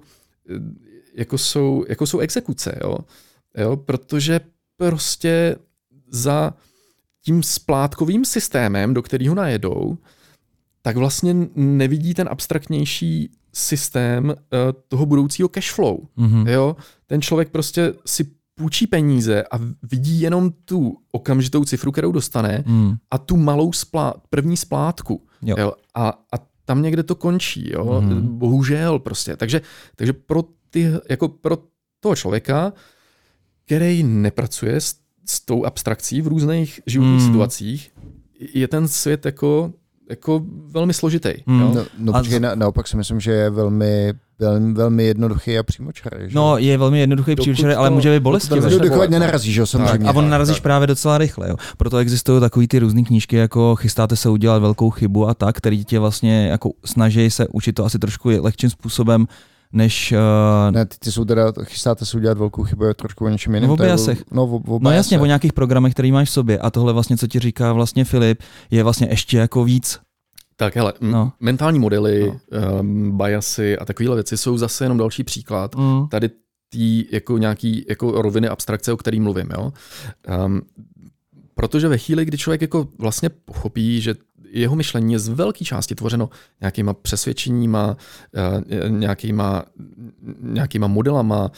jako, jsou, jako jsou exekuce, jo. Jo, protože prostě za tím splátkovým systémem, do kterého najedou, tak vlastně nevidí ten abstraktnější systém uh, toho budoucího cash flow. Mm-hmm. Jo? Ten člověk prostě si půjčí peníze a vidí jenom tu okamžitou cifru, kterou dostane mm. a tu malou splá- první splátku. Jo. Jo? A, a tam někde to končí. Jo? Mm. Bohužel prostě. Takže, takže pro, ty, jako pro toho člověka, který nepracuje s s tou abstrakcí v různých životních hmm. situacích, je ten svět jako, jako velmi složitý. Hmm. Jo?
No, no počkej, na, naopak si myslím, že je velmi, velmi, velmi jednoduchý a přímočarý.
No, je velmi jednoduchý přímočarý, ale může být bolestivý.
Dokud nenarazíš, jo, samozřejmě.
A on narazíš tak. právě docela rychle. Jo. Proto existují takový ty různý knížky, jako chystáte se udělat velkou chybu a tak, který tě vlastně jako snaží se učit to asi trošku lehčím způsobem, než... Uh...
Ne, ty, ty jsou teda, chystáte se udělat velkou chybu, je trošku o něčem jiném.
No, o biasech.
No, o, o
no jasně, o nějakých programech, který máš v sobě. A tohle vlastně, co ti říká vlastně Filip, je vlastně ještě jako víc.
Tak hele, m- no. mentální modely, no. um, biasy a takovéhle věci jsou zase jenom další příklad. Mm. Tady tý jako nějaký jako roviny abstrakce, o který mluvím. Jo? Um, protože ve chvíli, kdy člověk jako vlastně pochopí, že jeho myšlení je z velké části tvořeno nějakýma přesvědčeníma, nějakýma, nějakýma modelama,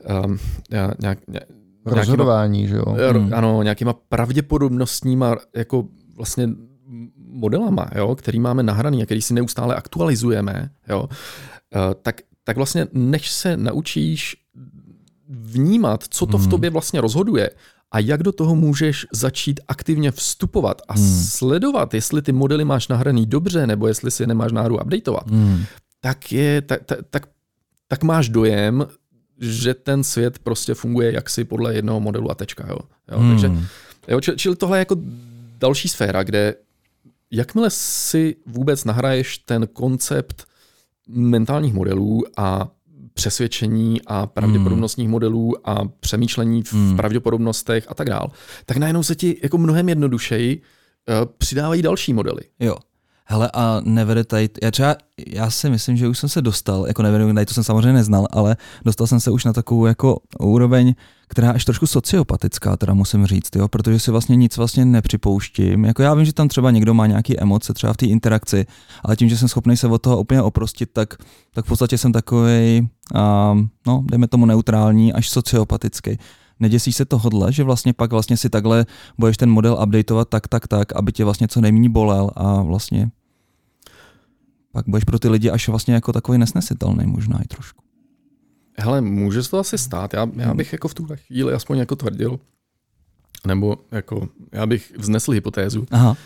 nějak,
rozhodování, že jo?
Ano, nějakýma pravděpodobnostníma jako vlastně modelama, jo, který máme nahraný a který si neustále aktualizujeme, jo, tak, tak vlastně než se naučíš vnímat, co to v tobě vlastně rozhoduje, a jak do toho můžeš začít aktivně vstupovat a hmm. sledovat, jestli ty modely máš nahraný dobře, nebo jestli si je nemáš náhodou updateovat, hmm. tak, je, tak, tak, tak, tak máš dojem, že ten svět prostě funguje jaksi podle jednoho modelu a tečka. Jo? Jo, hmm. takže, jo, čili tohle je jako další sféra, kde jakmile si vůbec nahraješ ten koncept mentálních modelů a přesvědčení a pravděpodobnostních mm. modelů a přemýšlení v mm. pravděpodobnostech a tak dál, tak najednou se ti jako mnohem jednodušeji uh, přidávají další modely.
Jo. Hele, a nevede tady, já třeba, já si myslím, že už jsem se dostal, jako nevede, tady to jsem samozřejmě neznal, ale dostal jsem se už na takovou jako úroveň, která je až trošku sociopatická, teda musím říct, jo, protože si vlastně nic vlastně nepřipouštím. Jako já vím, že tam třeba někdo má nějaké emoce, třeba v té interakci, ale tím, že jsem schopný se od toho úplně oprostit, tak, tak v podstatě jsem takovej, um, no, dejme tomu neutrální, až sociopatický. Neděsíš se tohodle, že vlastně pak vlastně si takhle budeš ten model updateovat tak, tak, tak, aby tě vlastně co nejméně bolel a vlastně pak budeš pro ty lidi až vlastně jako takový nesnesitelný možná i trošku.
Hele, může se to asi stát. Já, já bych jako v tuhle chvíli aspoň jako tvrdil, nebo jako já bych vznesl hypotézu, Aha.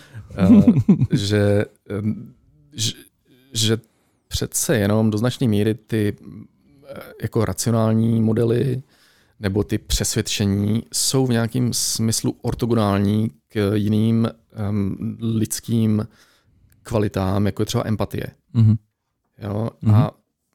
že, že, že přece jenom do značné míry ty jako racionální modely nebo ty přesvědčení jsou v nějakém smyslu ortogonální k jiným um, lidským kvalitám, jako je třeba empatie. Mm-hmm. Jo? Mm-hmm. A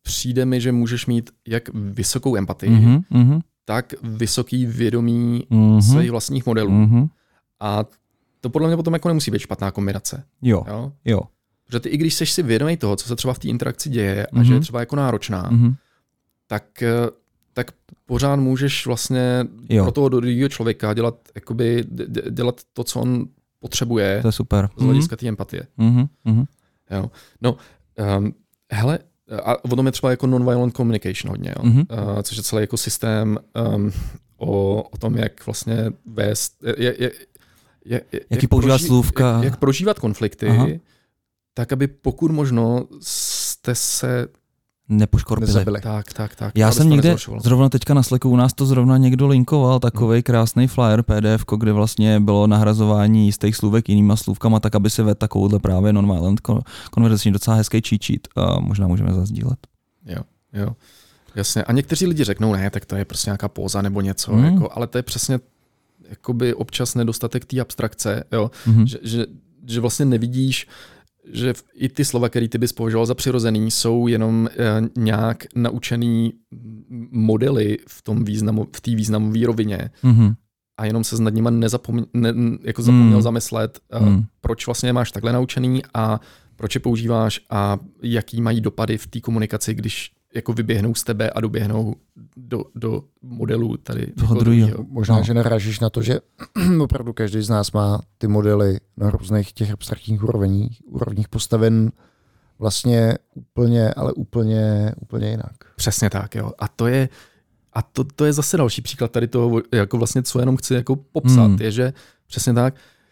přijde mi, že můžeš mít jak vysokou empatii,
mm-hmm.
tak vysoký vědomí
mm-hmm.
svých vlastních modelů.
Mm-hmm.
A to podle mě potom jako nemusí být špatná kombinace.
Jo,
jo.
jo.
Protože ty, i když jsi si vědomý toho, co se třeba v té interakci děje
mm-hmm.
a že je třeba jako náročná,
mm-hmm.
tak, tak pořád můžeš vlastně
jo.
pro toho druhého člověka dělat, jakoby, dělat to, co on potřebuje.
To je super.
Z hlediska té empatie.
Mm-hmm.
Jo. No, um, hele, a o tom je třeba jako non-violent communication hodně, jo?
Mm-hmm.
Uh, což je celý jako systém um, o, o tom, jak vlastně vést, je, je, je, je,
Jaký
jak
používat
proží,
slůvka.
Jak, jak prožívat konflikty, Aha. tak aby pokud možno jste se
nepoškorpili.
Tak, tak, tak.
Já jsem někde, zrovna teďka na Slacku, u nás to zrovna někdo linkoval, takovej krásný flyer P D F, kde vlastně bylo nahrazování jistých slůvek jinýma slůvkama, tak aby se vedl takovouhle právě non-violent konverzační, docela hezký cheat sheet, a možná můžeme zazdílet.
Jo, jo, jasně. A někteří lidi řeknou, ne, tak to je prostě nějaká póza nebo něco,
mm.
jako, ale to je přesně jakoby občas nedostatek té abstrakce, jo,
mm.
že, že, že vlastně nevidíš, že i ty slova, které ty bys považoval za přirozený, jsou jenom uh, nějak naučený modely v tom významu, v té významové rovině
mm-hmm.
a jenom se nad nima nezapomněl, ne, jako zapomněl
mm.
zamyslet, uh,
mm.
proč vlastně máš takhle naučený a proč je používáš a jaký mají dopady v té komunikaci, když jako vyběhnou z tebe a doběhnou do, do modelů tady.
Toho druhého.
Možná, no. že narážíš na to, že opravdu každý z nás má ty modely na různých těch abstraktních úrovních, úrovních postaven vlastně úplně, ale úplně, úplně jinak.
Přesně tak, jo. A to je, a to, to je zase další příklad tady toho, jako vlastně, co jenom chci jako popsat, hmm. je, že přesně tak,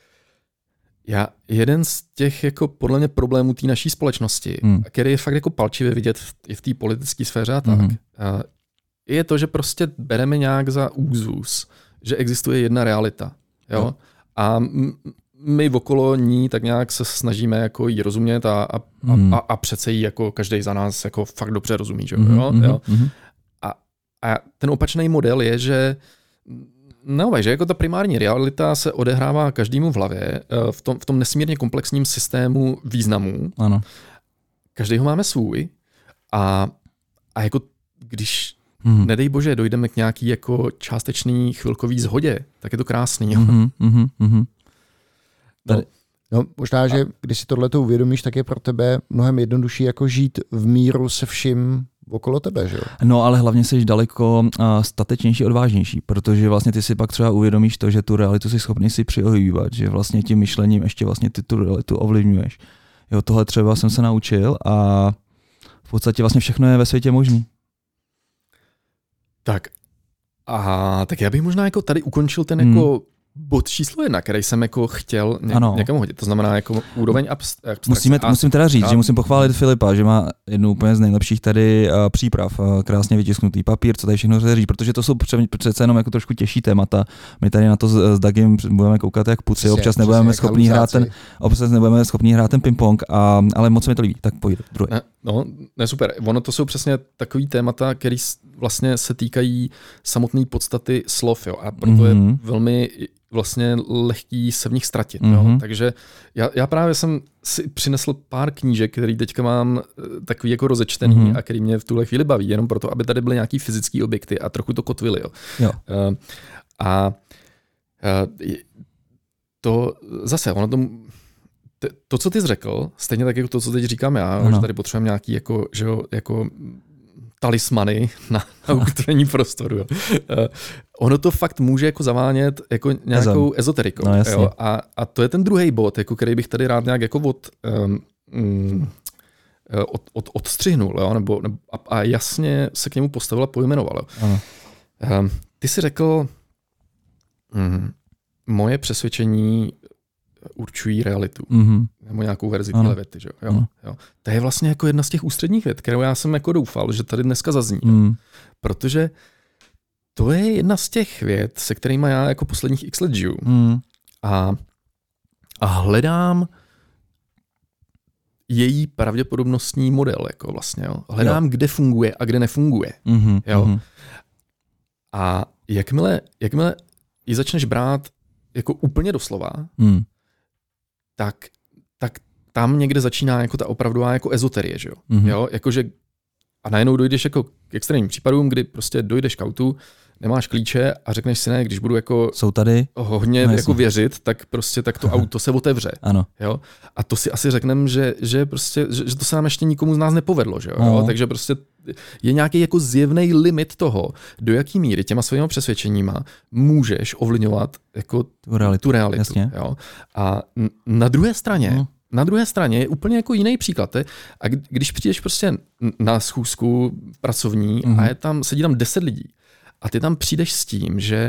já, jeden z těch jako podle mě problémů té naší společnosti, hmm. který je fakt jako palčivě vidět v, i v té politické sféře a tak, hmm. je to, že prostě bereme nějak za úzus, že existuje jedna realita. Jo? Hmm. A my okolo ní tak nějak se snažíme jako jí rozumět a, a, hmm. a, a přece jí jako každý za nás jako fakt dobře rozumí. Že?
Hmm.
Jo? Jo?
Hmm.
A, a ten opačný model je, že No, že jako ta primární realita se odehrává každému v hlavě v tom, v tom nesmírně komplexním systému významů.
Ano.
Každý ho máme svůj a, a jako když,
mm.
nedej bože, dojdeme k nějaký jako částečný chvilkový shodě, tak je to krásný.
Mm-hmm, mm-hmm.
No, no, možná, že když si tohleto uvědomíš, tak je pro tebe mnohem jednodušší jako žít v míru se vším okolo tebe, že jo?
No, ale hlavně jsi daleko uh, statečnější, odvážnější, protože vlastně ty si pak třeba uvědomíš to, že tu realitu jsi schopný si přiohýbat, že vlastně tím myšlením ještě vlastně ty tu realitu ovlivňuješ. Jo, tohle třeba jsem se naučil a v podstatě vlastně všechno je ve světě možný.
Tak a tak já bych možná jako tady ukončil ten
hmm.
jako bod číslo jedna, který jsem jako chtěl ně, někam hodit. To znamená jako úroveň abstrakce.
Musíme,
a,
musím teda říct,
a,
že musím pochválit Filipa, že má jednu úplně z nejlepších tady uh, příprav, uh, krásně vytisknutý papír, co tady všechno chce říct, protože to jsou přece jenom jako trošku těžší témata. My tady na to s, s Dagim budeme koukat jak puci, občas nebudeme schopní hrát ten, občas nebudeme schopní hrát ten ping-pong, a, ale moc mi to líbí. Tak pojď, druhý.
Ne, no, ne, super. Ono to jsou přesně takový témata, který vlastně se týkají samotné podstaty slov, jo, a proto mm-hmm. je velmi vlastně lehký se v nich ztratit. Mm-hmm. Jo. Takže já, já právě jsem si přinesl pár knížek, který teďka mám takový jako rozečtený mm-hmm. a který mě v tuhle chvíli baví, jenom proto, aby tady byly nějaký fyzický objekty a trochu to kotvily. Jo.
Jo.
Uh, a uh, to zase, ono to, to, co ty jsi řekl, stejně tak jako to, co teď říkám já, ano. že tady potřebujeme nějaký jako, že jo, jako talismany na, na ukotvení prostoru. Jo. Uh, ono to fakt může jako zavánět jako nějakou Ezem. ezoterikou.
No,
jo. A, a to je ten druhý bod, jako který bych tady rád nějak jako od, um, um, od, od, odstřihnul, jo, nebo, nebo a, a jasně se k němu postavil a pojmenoval. Jo. Um, ty jsi řekl, um, moje přesvědčení určují realitu.
Mm-hmm.
Nebo nějakou verzi téhle věty. Že? Jo, mm. jo. To je vlastně jako jedna z těch ústředních vět, kterou já jsem jako doufal, že tady dneska zazní.
Mm.
Protože to je jedna z těch vět, se kterými já jako posledních x let žiju.
Mm.
A, a hledám její pravděpodobnostní model. Jako vlastně, jo. Hledám, jo. kde funguje a kde nefunguje.
Mm-hmm.
Jo.
Mm-hmm.
A jakmile, jakmile ji začneš brát jako úplně doslova,
mm. tak, tak tam někde začíná jako ta opravdová jako ezoterie, že jo? Mm-hmm.
jo? Jakože, a najednou dojdeš jako k extrémním případům, kdy prostě dojdeš k autu, nemáš klíče a řekneš si ne, když budu jako
jsou tady
hodně no, jako věřit, tak prostě tak to auto se otevře.
Ano.
Jo? A to si asi řekneme, že, že, prostě, že, že to se nám ještě nikomu z nás nepovedlo. Že jo?
No.
Takže prostě je nějaký jako zjevný limit toho, do jaký míry těma svými přesvědčeníma můžeš ovlivňovat jako
tu realitu.
Tu realitu
Jasně.
jo? A na druhé straně no. Na druhé straně je úplně jako jiný příklad. A když přijdeš prostě na schůzku pracovní mm. a je tam, sedí tam deset lidí a ty tam přijdeš s tím, že,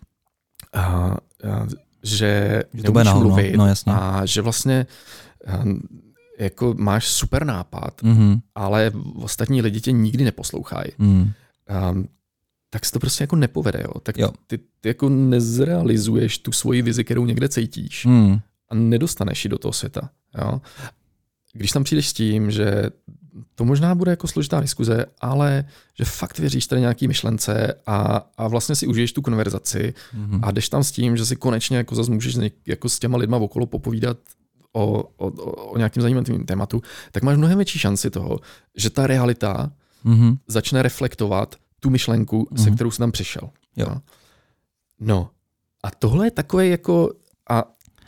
a, a, že neumíš mluvit
no, jasně.
a že vlastně a, jako máš super nápad,
mm. ale
ostatní lidi tě nikdy neposlouchají,
mm.
tak se to prostě jako nepovede. Jo? Tak
jo.
Ty, ty jako nezrealizuješ tu svoji vizi, kterou někde cítíš.
Mm.
A nedostaneš ji do toho světa. Jo? Když tam přijdeš s tím, že to možná bude jako složitá diskuze, ale že fakt věříš tady nějaký myšlence a, a vlastně si užiješ tu konverzaci mm-hmm. a jdeš tam s tím, že si konečně jako zase můžeš jako s těma lidma okolo popovídat o, o, o nějakým zajímavým tématu, tak máš mnohem větší šanci toho, že ta realita mm-hmm. začne reflektovat tu myšlenku, mm-hmm. se kterou jsi tam přišel.
Jo.
Jo? No a tohle je takové jako a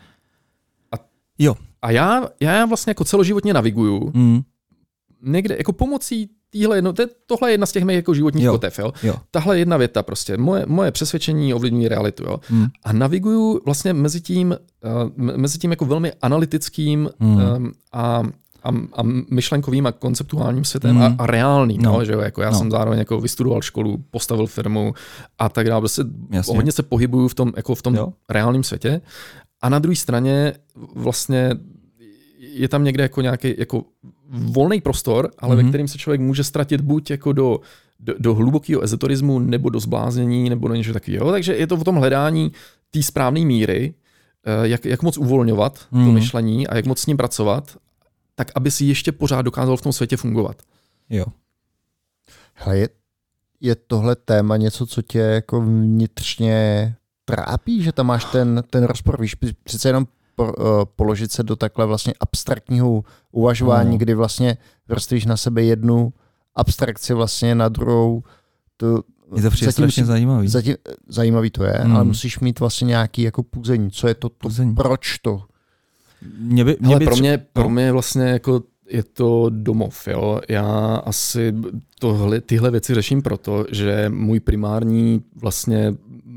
Jo.
A já, já vlastně jako celoživotně naviguju mm. někde jako pomocí týhle, no, tohle je jedna z těch mých jako životních jo. kotev. Jo? Jo. Tahle jedna věta prostě, moje, moje přesvědčení ovlivňují realitu. Jo? Mm. A naviguju vlastně mezi tím, uh, mezi tím jako velmi analytickým mm. um, a, a, a myšlenkovým a konceptuálním světem mm. a, a reálným. No. No, že jo? Jako já no. jsem zároveň jako vystudoval školu, postavil firmu a tak dále. Prostě hodně se pohybuju v tom, jako v tom jo. reálném světě. A na druhé straně vlastně je tam někde jako nějaký jako volný prostor, ale mm-hmm. ve kterým se člověk může ztratit buď jako do, do, do hlubokého ezoterismu, nebo do zbláznění, nebo do něčeho takového. Takže je to v tom hledání té správné míry, jak, jak moc uvolňovat mm-hmm. to myšlení a jak moc s ním pracovat, tak aby si ještě pořád dokázal v tom světě fungovat.
Jo.
Hele, je, je tohle téma něco, co tě jako vnitřně trápí, že tam máš ten, ten rozpor, víš, přece jenom po, uh, položit se do takhle vlastně abstraktního uvažování, no. kdy vlastně vrstvíš na sebe jednu abstrakci vlastně na druhou. To,
je to přijde strašně zajímavý.
Zatím, zajímavý to je, mm. ale musíš mít vlastně nějaký jako půzení. Co je to, to proč to?
Mě by, mě
Hele,
by
pro,
tři...
mě, pro mě vlastně jako je to domov. Jo? Já asi tohle, tyhle věci řeším proto, že můj primární vlastně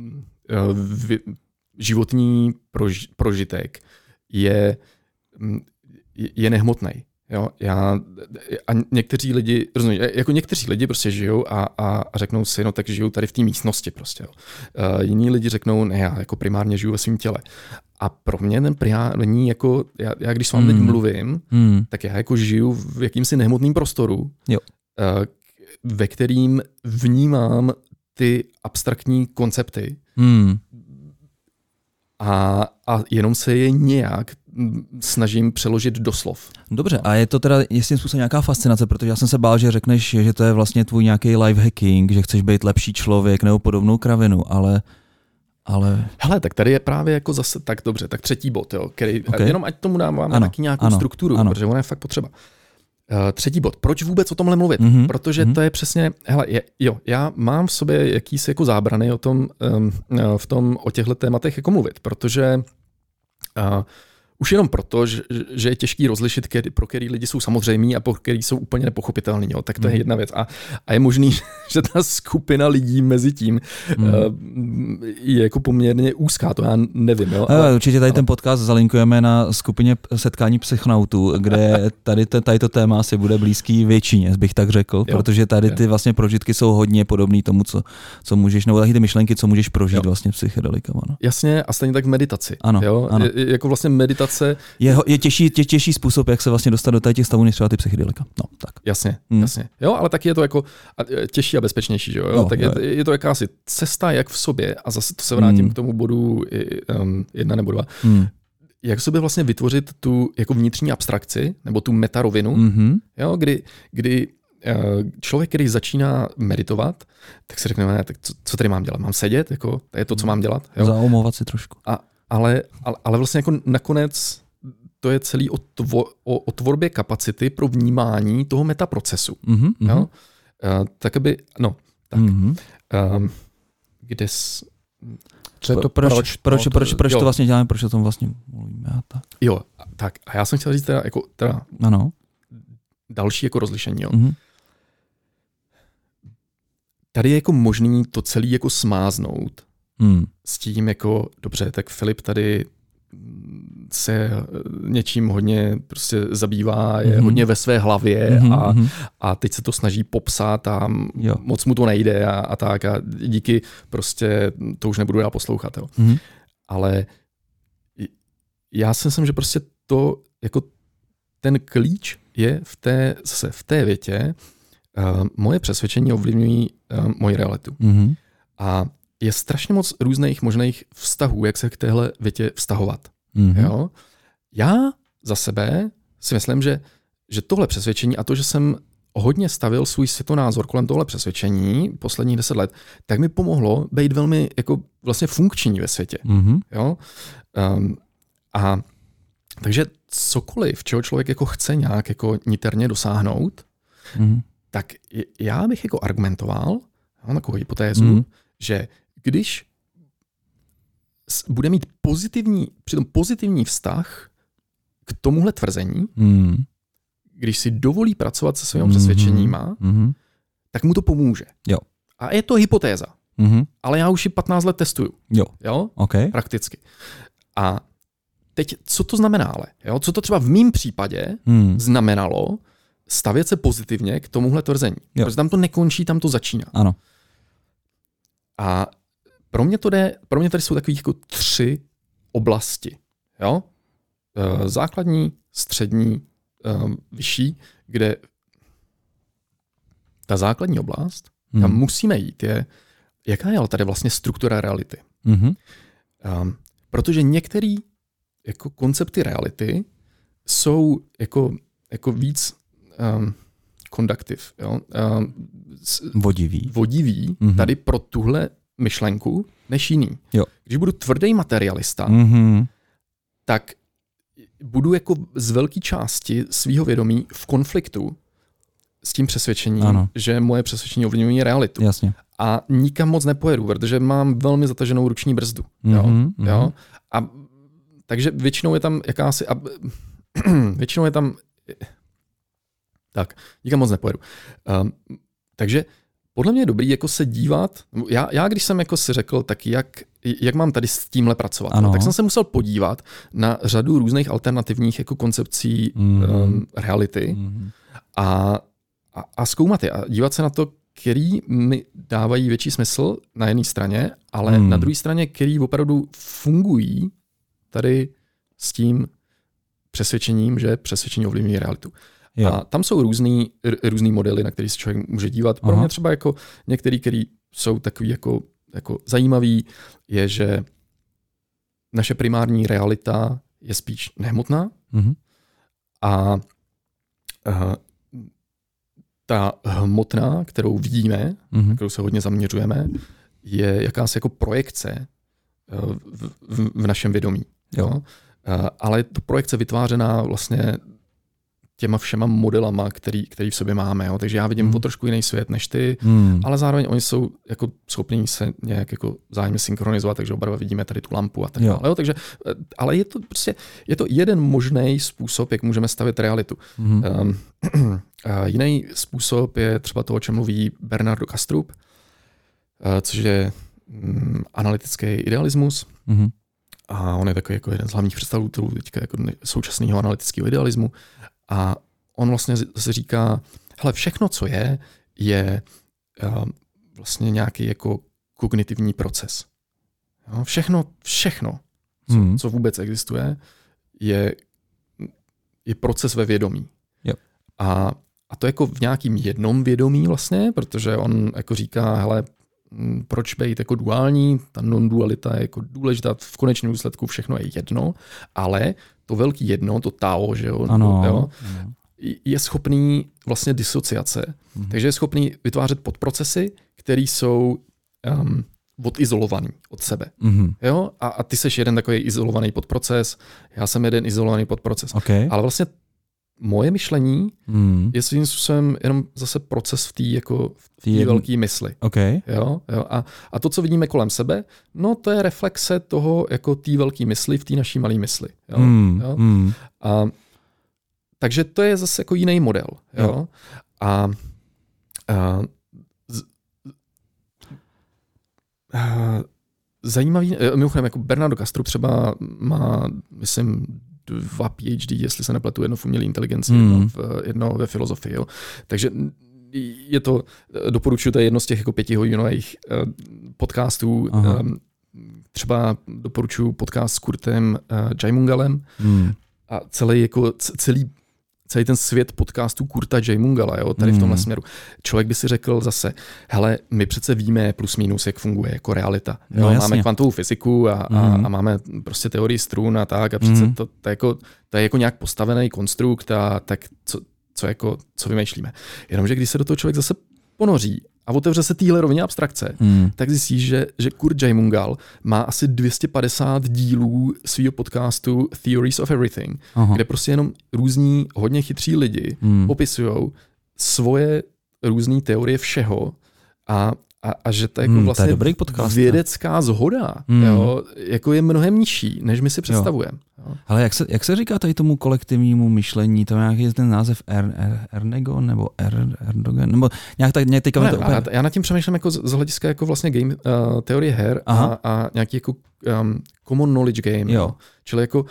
životní prož, prožitek je, je nehmotný. Jo? Já, a někteří lidi, rozumím, jako někteří lidi prostě žijou a, a, a řeknou si, no tak žijou tady v té místnosti prostě. Jo? Uh, jiní lidi řeknou, ne, já jako primárně žiju ve svém těle. A pro mě ten primární, jako, já, já když s vámi mm. teď mluvím, mm. tak já jako žiju v jakýmsi nehmotném prostoru,
jo.
Uh, ve kterým vnímám ty abstraktní koncepty
hmm.
a, a jenom se je nějak snažím přeložit do slov.
Dobře, a je to teda jestli způsobem nějaká fascinace, protože já jsem se bál, že řekneš, že to je vlastně tvůj nějaký life hacking, že chceš být lepší člověk nebo podobnou kravinu, ale... ale...
Hele, tak tady je právě jako zase tak dobře, tak třetí bod, jo, který,
okay.
jenom ať tomu dáváme
ano,
taky nějakou
ano,
strukturu,
ano.
protože ona je fakt potřeba. Uh, třetí bod. Proč vůbec o tomhle mluvit?
Mm-hmm.
Protože mm-hmm. to je přesně, hele, je, jo, já mám v sobě jakýsi jako zábrany o tom, um, v tom, o těchto tématech jako mluvit, protože uh, už jenom proto, že, že je těžký rozlišit, který, pro který lidi jsou samozřejmí a pro který jsou úplně nepochopitelný. Jo. Tak to mm. je jedna věc. A, a je možný, že ta skupina lidí mezi tím mm. uh, je jako poměrně úzká, to já nevím. Jo.
Ale, určitě tady ale... ten podcast zalinkujeme na skupině setkání psychonautů, kde tady, tady to téma asi bude blízký většině, bych tak řekl, jo. Protože tady ty vlastně prožitky jsou hodně podobné tomu, co, co můžeš, nebo taky ty myšlenky, co můžeš prožít jo. vlastně psychedelikama. No.
Jasně, a stejně tak v meditaci.
Ano,
jo.
ano.
Je, jako vlastně meditace
Je, je těžší, tě, těžší způsob, jak se vlastně dostat do těch stavů, než třeba ty psychedelika. No, tak.
Jasně, hmm. jasně. Jo, ale taky je to jako těžší a bezpečnější, že jo? No, tak je, je to jakási cesta, jak v sobě, a zase to se vrátím hmm. k tomu bodu um, jedna nebo dva, hmm. jak v sobě vlastně vytvořit tu jako vnitřní abstrakci, nebo tu metarovinu, hmm. jo, kdy, kdy člověk, který začíná meditovat, tak si řekne, ne, tak co, co tady mám dělat? Mám sedět? Jako, to je to, co mám dělat? Jo?
Zaumovat si trošku.
A Ale, ale, ale vlastně jako nakonec to je celý o, tvo, o, o tvorbě kapacity pro vnímání toho metaprocesu.
Mm-hmm,
jo? Uh, tak aby, no, tak.
Mm-hmm.
Um, kde s...
Co je to
proč,
proč?
proč,
no,
proč,
to,
proč
jo.
to vlastně děláme, proč o tom vlastně mluvíme a tak.
Jo, tak a já jsem chtěl říct teda, jako, teda
ano.
další jako rozlišení. Jo.
Mm-hmm.
Tady je jako možný to celý jako smáznout
Mm.
s tím jako, dobře, tak Filip tady se něčím hodně prostě zabývá, je
mm-hmm.
hodně ve své hlavě
mm-hmm.
a, a teď se to snaží popsat a
jo.
moc mu to nejde a, a tak a díky prostě to už nebudu já poslouchat. Jo.
Mm-hmm.
Ale já si myslím, že prostě to jako ten klíč je v té, zase v té větě, uh, moje přesvědčení ovlivňují uh, moji realitu.
Mm-hmm.
A je strašně moc různých možných vztahů, jak se k téhle větě vztahovat.
Mm-hmm.
Jo? Já za sebe si myslím, že, že tohle přesvědčení a to, že jsem hodně stavil svůj světonázor kolem tohle přesvědčení posledních deset let, tak mi pomohlo být velmi jako vlastně funkční ve světě.
Mm-hmm.
Jo? Um, a takže cokoliv, čeho člověk jako chce nějak jako niterně dosáhnout,
mm-hmm.
tak já bych jako argumentoval, mám takovou hypotézu,
mm-hmm.
že když bude mít pozitivní, přitom pozitivní vztah k tomuhle tvrzení,
mm.
když si dovolí pracovat se svými
mm-hmm.
přesvědčeníma,
mm-hmm.
tak mu to pomůže.
Jo.
A je to hypotéza.
Mm-hmm.
Ale já už ji patnáct let testuju.
Jo.
Jo?
Okay.
Prakticky. A teď, co to znamená ale? Jo? Co to třeba v mém případě
mm.
znamenalo stavět se pozitivně k tomuhle tvrzení? Jo. Protože tam to nekončí, tam to začíná.
Ano.
A pro mě to jde, pro mě tady jsou takových jako tři oblasti. Jo? Základní, střední, vyšší, kde ta základní oblast,
hmm.
tam musíme jít, je, jaká je ale tady vlastně struktura reality.
Mm-hmm.
Um, protože některé jako koncepty reality jsou jako, jako víc um, conductive, jo? Um,
vodivý,
vodivý
mm-hmm.
tady pro tuhle myšlenku než jiný.
Jo.
Když budu tvrdý materialista,
mm-hmm.
tak budu jako z velké části svýho vědomí v konfliktu s tím přesvědčením, ano. že moje přesvědčení ovlivňují realitu.
Jasně.
A nikam moc nepojedu, protože mám velmi zataženou ruční brzdu.
Mm-hmm.
Jo? Jo? A takže většinou je tam jakási... A, většinou je tam... Tak, nikam moc nepojedu. Um, takže podle mě je dobrý jako se dívat, já, já když jsem jako si řekl, tak jak, jak mám tady s tímhle pracovat, no, tak jsem se musel podívat na řadu různých alternativních jako koncepcí mm-hmm. um, reality mm-hmm. a, a, a zkoumat je a dívat se na to, který mi dávají větší smysl na jedné straně, ale mm. na druhé straně, který opravdu fungují tady s tím přesvědčením, že přesvědčení ovlivňují realitu. Jo. A tam jsou různý, r, různý modely, na který se člověk může dívat. Pro Aha. mě třeba jako některý, který jsou takový jako, jako zajímavý, je, že naše primární realita je spíš nehmotná
mm-hmm.
a, a ta hmotná, kterou vidíme, mm-hmm. kterou se hodně zaměřujeme, je jakási jako projekce v, v, v našem vědomí. Jo. Jo? Ale je to projekce vytvářená vlastně těma všema modelama, který, který v sobě máme. Jo? Takže já vidím mm. o trošku jiný svět než ty, mm. ale zároveň oni jsou jako schopní se nějak jako vzájemně synchronizovat, takže oba vidíme tady tu lampu a tak dále. Jo? Takže, ale je to prostě je to jeden možný způsob, jak můžeme stavět realitu. Mm. Um, jiný způsob je třeba to, o čem mluví Bernardo Kastrup, uh, což je um, analytický idealismus. Mm. A on je takový jako jeden z hlavních představitelů teďka jako současného analytického idealismu. A on vlastně se říká, hele, všechno, co je, je uh, vlastně nějaký jako kognitivní proces. Jo? Všechno, všechno, co, mm. co vůbec existuje, je, je proces ve vědomí.
Yep.
A, a to jako v nějakým jednom vědomí vlastně, protože on jako říká, hele, proč být jako duální, ta non-dualita je jako důležitá, v konečném důsledku všechno je jedno, ale to velký jedno, to Tao, že jo,
ano,
jo
ano.
je schopný vlastně disociace, mm. takže je schopný vytvářet podprocesy, které jsou um, odizolovaný od sebe. Mm. Jo? A, a ty seš jeden takový izolovaný podproces, já jsem jeden izolovaný podproces.
Okay.
Ale vlastně moje myšlení
hmm.
je svým způsobem jenom zase proces v té jako v té
jedn...
velké mysli.
Okay.
Jo, jo. A, a to, co vidíme kolem sebe, no to je reflexe toho jako té velké mysli v té naší malé mysli. Jo,
hmm.
jo.
Hmm.
A, takže to je zase jako jiný model. Jo. Jo. A, a, z, a zajímavý, mimochodem jako Bernardo Castro třeba má, myslím, dva PhD, jestli se nepletu, jedno v umělé inteligenci,
hmm.
jedno, v, jedno ve filozofii. Jo. Takže je to, doporučuji, to je jedno z těch jako pětihodinových uh, podcastů. Um, třeba doporučuji podcast s Kurtem uh, Jaimungalem hmm. a celý, jako, celý, celý ten svět podcastů Kurta Jaimungala, jo, tady hmm. v tomhle směru. Člověk by si řekl zase, hele, my přece víme plus minus, jak funguje jako realita. Jo, no, máme kvantovou fyziku a, a, hmm. a máme prostě teorii strun a tak a přece hmm. to, to, je jako, to je jako nějak postavený konstrukt a tak co, co, jako, co vymýšlíme. Jenomže když se do toho člověk zase ponoří a otevře se téhle rovině abstrakce, hmm. tak zjistí, že, že Kurt Jaimungal má asi dvě stě padesát dílů svého podcastu Theories of Everything, Aha. kde prostě jenom různí hodně chytří lidi hmm. popisují svoje různé teorie všeho a A, a že to je jako hmm, vlastně
to je podcast,
vědecká zhoda hmm. jo, jako je mnohem nižší, než my si představujeme.
Ale jak se, jak se říká tady tomu kolektivnímu myšlení, to je nějaký ten název er, er, Ernegon nebo er, Erdogan, nebo nějak tak, nějak teďka
ne,
to úplně...
já, já nad tím přemýšlím jako z, z hlediska jako vlastně game, uh, teorie her a, a nějaký jako um, common knowledge game. Jo. Čili jako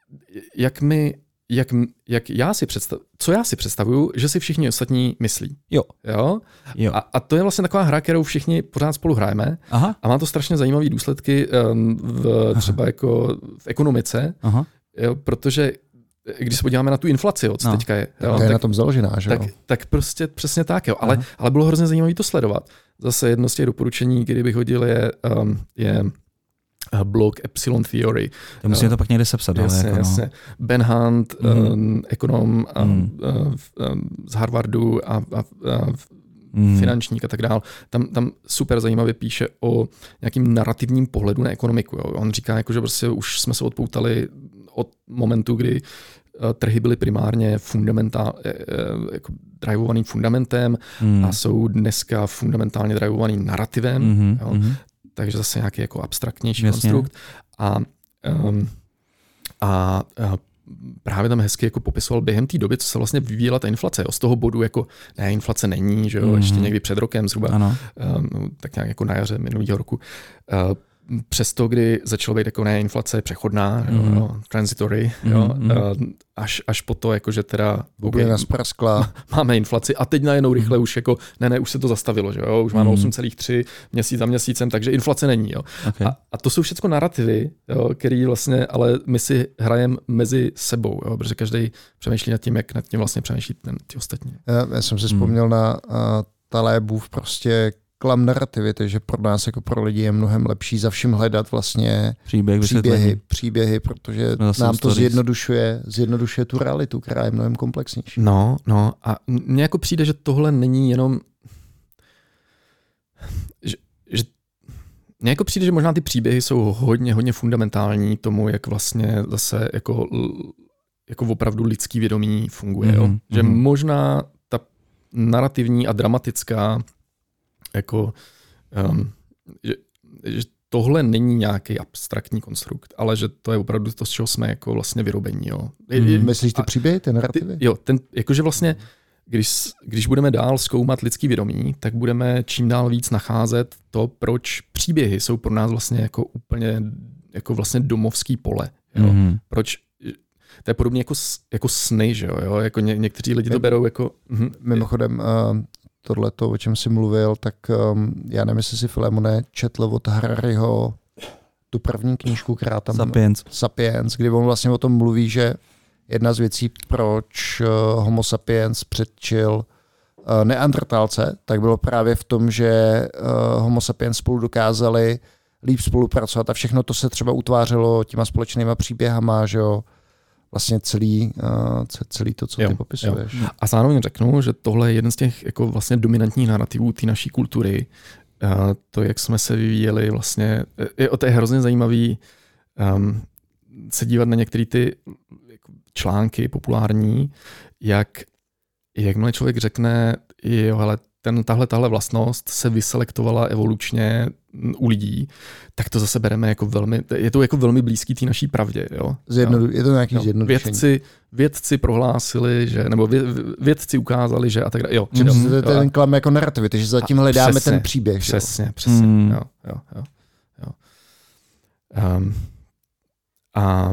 jak my Jak, jak já si představ, co já si představuju, že si všichni ostatní myslí.
Jo.
jo?
jo.
A, a to je vlastně taková hra, kterou všichni pořád spolu hrajeme.
Aha.
A má to strašně zajímavé důsledky um, v, třeba jako v ekonomice,
Aha.
Jo, protože když se podíváme na tu inflaci, jo, co no. teďka je. Jo,
to je
tak,
na tom založená, že
tak,
jo?
tak prostě přesně tak, jo. Ale, ale bylo hrozně zajímavé to sledovat. Zase jedno z těch doporučení, kdybych hodil, je, um, je blog Epsilon Theory.
Já musím to pak někde sepsat.
Jasně,
jako
jasně.
No.
Ben Hunt, mm. um, ekonom a,
mm.
um, z Harvardu a, a, a
mm.
finančník a tak dál. Tam, tam super zajímavě píše o nějakým narrativním pohledu na ekonomiku. Jo. On říká, jako, že prostě už jsme se odpoutali od momentu, kdy trhy byly primárně fundamentál, jako drivovaný fundamentem mm. a jsou dneska fundamentálně drivovaný narrativem.
Mm-hmm.
Jo.
Mm-hmm.
Takže zase nějaký jako abstraktnější
Jasně.
konstrukt. A, um, a, a právě tam hezky jako popisoval během té doby, co se vlastně vyvíjela ta inflace. Jo. Z toho bodu jako, ne, inflace není, že jo, mm-hmm. ještě někdy před rokem zhruba, um, tak nějak jako na jaře minulého roku. Uh, Přesto, kdy začalo být jako ne, inflace přechodná, mm. jo, transitory, jo, mm. až, až po to, jako, že teda
okay,
máme inflaci a teď najednou rychle mm. už jako, ne, ne, už se to zastavilo, že jo, už máme mm. osm celá tři měsíc za měsícem, takže inflace není. Jo.
Okay.
A, a to jsou všechno narrativy, jo, který vlastně, ale my si hrajeme mezi sebou, jo, protože každý přemýšlí nad tím, jak nad tím vlastně přemýšlí ten, ty ostatní.
Já, já jsem si vzpomněl mm. na uh, Talébův prostě klam narrativy, takže pro nás jako pro lidi je mnohem lepší za vším hledat vlastně
Příběh,
příběhy, příběhy, protože no, nám to zjednodušuje, zjednodušuje tu realitu, která je mnohem komplexnější.
No, no a mně jako přijde, že tohle není jenom že, že mně jako přijde, že možná ty příběhy jsou hodně, hodně fundamentální tomu, jak vlastně zase jako, jako opravdu lidský vědomí funguje. Mm-hmm. Jo? Že možná ta narrativní a dramatická jako, um, že, že tohle není nějaký abstraktní konstrukt, ale že to je opravdu to, z čeho jsme jako vlastně vyrobení. Jo.
Mm, myslíš ty příběhy, ty narrativy?
Ty, jo, ten, jakože vlastně, když, když budeme dál zkoumat lidský vědomí, tak budeme čím dál víc nacházet to, proč příběhy jsou pro nás vlastně jako úplně jako vlastně domovský pole. Jo. Mm. Proč to je podobně jako, jako sny, že jo? Jako ně, někteří lidi to berou jako... Uh,
Mimochodem, uh, tohleto, o čem jsi mluvil, tak um, já nevím, jestli si Filemone četl od Harariho tu první knížku, která tam...
Sapiens.
Sapiens, kdy on vlastně o tom mluví, že jedna z věcí, proč uh, Homo sapiens předčil uh, neandertálce, tak bylo právě v tom, že uh, Homo sapiens spolu dokázali líp spolupracovat a všechno to se třeba utvářelo těma společnýma příběhama, že jo, vlastně celý, uh, celý to, co jo, ty popisuješ.
Jo. A zároveň řeknu, že tohle je jeden z těch jako vlastně dominantních narrativů té naší kultury. Uh, to, jak jsme se vyvíjeli vlastně, je, to je hrozně zajímavý. Um, se dívat na některé ty články populární, jak jakmile člověk řekne, jo, hele, ten, tahle, tahle vlastnost se vyselektovala evolučně u lidí, tak to zase bereme jako velmi, je to jako velmi blízký té naší pravdě. Jo?
Zjednodu, je to nějaký
jo.
zjednodušení.
Vědci, vědci prohlásili, že, nebo vě, vědci ukázali, že a tak dále. Jo,
mm, to je ten klam jako narrativity, že zatím hledáme přesně, ten příběh.
Přesně, jo? přesně. Mm. Jo, jo, jo, jo. Um, a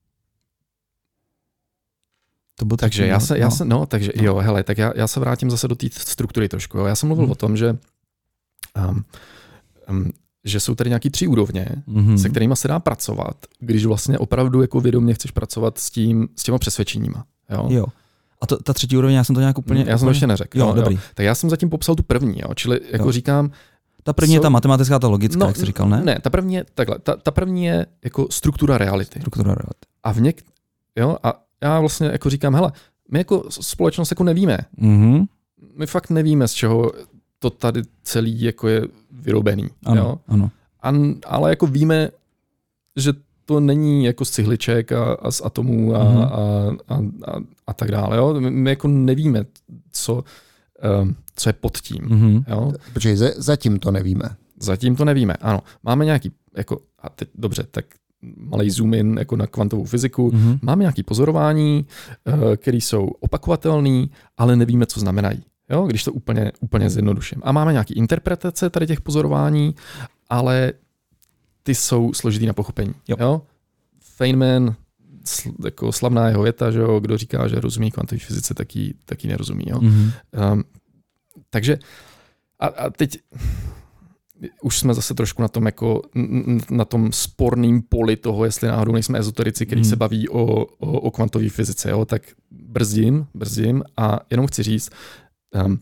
To bylo
takže
taky,
já se,
no.
já se, no, takže no. jo, hele, tak já, já se vrátím zase do té struktury trošku. Jo. Já jsem mluvil hmm. o tom, že, um, um, že jsou tady nějaký tři úrovně, hmm. se kterými se dá pracovat, když vlastně opravdu jako vědomě chceš pracovat s tím, s těma přesvědčeníma. Jo.
jo. A to, ta třetí úroveň, já jsem to nějak úplně...
Já jsem to ještě neřekl.
Jo,
no,
dobrý.
Jo. Tak já jsem zatím popsal tu první, jo. Čili jako
jo.
říkám...
Ta první co... je ta matematická, ta logická,
no,
jak jsi říkal, ne?
Ne, ta první je takhle. Ta, ta první je jako struktura reality.
Struktura reality.
A v něk... Jo, a já vlastně jako říkám, hele, my jako společnost jako nevíme.
Mm-hmm.
My fakt nevíme, z čeho to tady celý jako je vyrobený.
Ano,
jo?
ano.
A, ale jako víme, že to není jako z cihliček a, a z atomů a, mm-hmm. a, a, a, a tak dále. Jo? My, my jako nevíme, co, um, co je pod tím.
Mm-hmm.
Jo?
Počkej, zatím to nevíme.
Zatím to nevíme, ano. Máme nějaký, jako, a teď, dobře, tak malý zoom in jako na kvantovou fyziku. Mm-hmm. Máme nějaké pozorování, které jsou opakovatelné, ale nevíme, co znamenají. Jo? Když to úplně, úplně zjednoduším. A máme nějaké interpretace tady těch pozorování, ale ty jsou složitý na pochopení. Jo. Jo? Feynman, sl, jako slavná jeho věta, že jo? Kdo říká, že rozumí kvantové fyzice, taky, taky nerozumí. Jo? Mm-hmm. Um, takže a, a teď už jsme zase trošku na tom jako na tom sporným poli toho, jestli náhodou nejsme ezoterici, který hmm. se baví o, o, o kvantové fyzice, jo? Tak brzdím, brzdím a jenom chci říct, um,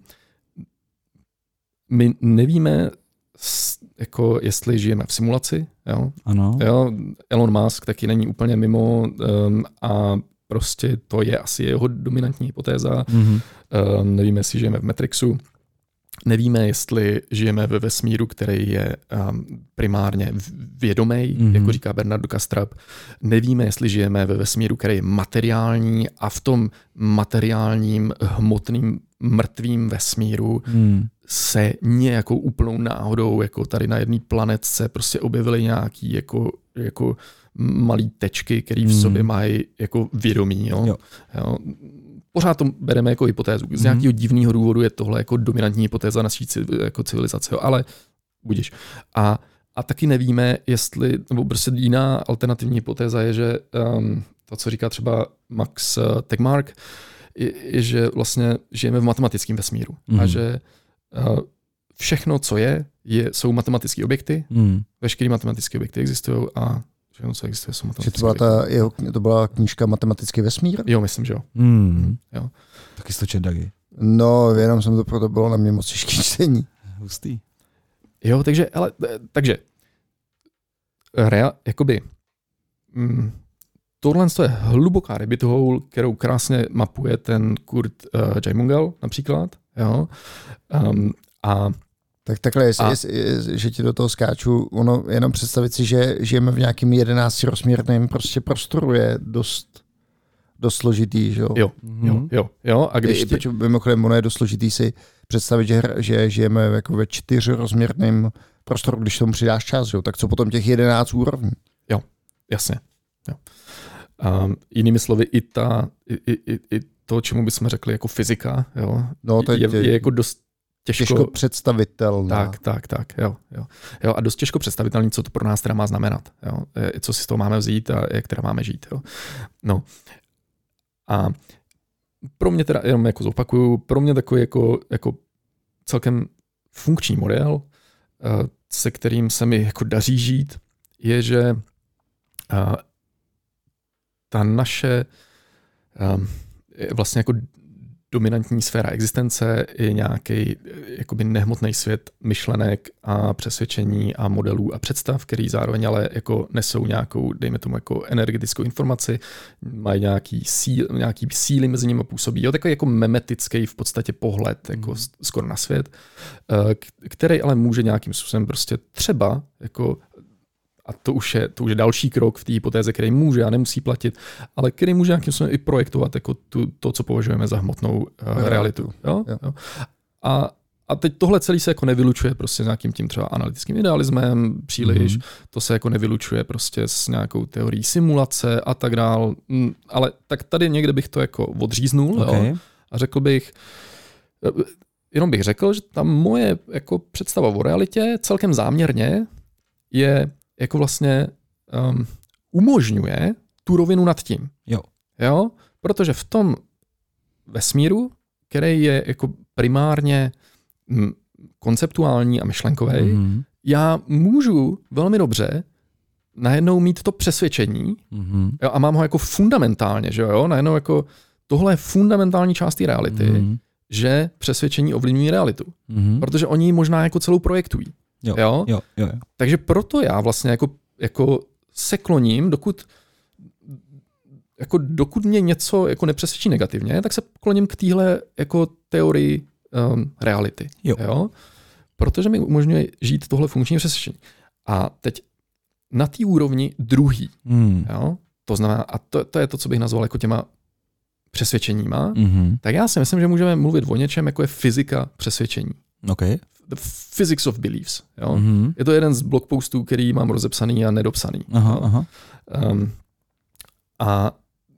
my nevíme, jako jestli žijeme v simulaci, jo?
Ano.
Jo? Elon Musk taky není úplně mimo um, a prostě to je asi jeho dominantní hypotéza. Hmm. Um, nevíme, jestli žijeme v Matrixu. Nevíme, jestli žijeme ve vesmíru, který je um, primárně vědomý, mm-hmm. jako říká Bernardo Kastrap. Nevíme, jestli žijeme ve vesmíru, který je materiální a v tom materiálním, hmotným, mrtvým vesmíru mm. se nějakou úplnou náhodou, jako tady na jedné planetce, prostě objevily nějaký jako, jako malý tečky, které v sobě mm. mají jako vědomí. Jo? Jo. Jo? Pořád to bereme jako hypotézu. Z nějakého divného důvodu je tohle jako dominantní hypotéza naší jako civilizace, jo? Ale budiš. A, a taky nevíme, jestli, nebo prostě jiná alternativní hypotéza je, že um, to, co říká třeba Max Tegmark, je, je, že vlastně žijeme v matematickém vesmíru. Mm. A že uh, všechno, co je, je jsou matematické objekty, mm. veškeré matematické objekty existují a všechno, co existuje, jsou matematické
to byla, ta, jeho, to byla knížka Matematický vesmír?
Jo, myslím, že jo.
Mm.
jo.
Taky jsi to čet, Dagi.
No, jenom jsem to, proto bylo na mě moc těžký čtení.
Hustý.
Jo, takže, ale, takže, rea, jakoby, mm, tohle je hluboká rabbit hole, kterou krásně mapuje ten Kurt uh, Jaimungal například, jo, um, a
Tak takhle, jestli, a... jestli, jestli, že ti do toho skáču, ono jenom představit si, že žijeme v nějakým jedenáctirozměrném prostě prostoru je dost, dost složitý, že jo?
Jo, jo, jo, jo. A když
ti... Mimochodem, ono je dost složitý si představit, že, že žijeme jako ve čtyřrozměrném prostoru, když tomu přidáš čas, jo? Tak co potom těch jedenáct úrovní?
Jo, jasně. Jo. Um, jinými slovy, i, ta, i, i, i to, čemu bychom řekli jako fyzika, jo?
No, to je,
je, je jako dost Těžko,
těžko představitelná.
Tak, tak, tak, jo, jo. jo. A dost těžko představitelný, co to pro nás teda má znamenat. Jo. Co si z toho máme vzít a jak teda máme žít. Jo. No. A pro mě teda, jenom jako zopakuju, pro mě takový jako, jako celkem funkční model, se kterým se mi jako daří žít, je, že ta naše vlastně jako dominantní sféra existence je nějaký jakoby nehmotný svět myšlenek a přesvědčení a modelů a představ, který zároveň ale jako nesou nějakou, dejme tomu, jako energetickou informaci, mají nějaký, síl, nějaký síly mezi nimi působí. Jo, takový jako memetický v podstatě pohled jako mm. skoro na svět, který ale může nějakým způsobem prostě třeba jako a to už je, to už je další krok v té hypotéze, který může a nemusí platit, ale který může nějakým způsobem i projektovat jako tu, to, co považujeme za hmotnou uh, realitu. Jo? Jo. Jo. A, a teď tohle celé se jako nevylučuje prostě s nějakým tím třeba analytickým idealismem příliš, mm-hmm. to se jako nevylučuje prostě s nějakou teorií simulace a tak dál, ale tak tady někde bych to jako odříznul, okay. jo? A řekl bych, jenom bych řekl, že ta moje jako představa o realitě celkem záměrně je jako vlastně um, umožňuje tu rovinu nad tím.
Jo.
Jo? Protože v tom vesmíru, který je jako primárně m, konceptuální a myšlenkový, mm-hmm. já můžu velmi dobře najednou mít to přesvědčení mm-hmm. jo, a mám ho jako fundamentálně, že jo? Najednou jako tohle je fundamentální část té reality, mm-hmm. že přesvědčení ovlivňují realitu. Mm-hmm. Protože oni ji možná jako celou projektují.
Jo,
jo?
Jo, jo, jo.
Takže proto já vlastně jako, jako se kloním, dokud, jako dokud mě něco jako nepřesvědčí negativně, tak se kloním k téhle jako teorii um, reality.
Jo.
Jo? Protože mi umožňuje žít tohle funkční přesvědčení. A teď na té úrovni druhý. Mm. Jo? To znamená, a to, to je to, co bych nazval jako těma přesvědčeníma, mm-hmm. tak já si myslím, že můžeme mluvit o něčem, jako je fyzika přesvědčení.
Okay.
The physics of beliefs. Jo? Mm-hmm. Je to jeden z blogpostů, který mám rozepsaný a nedopsaný.
Aha, aha.
Um, a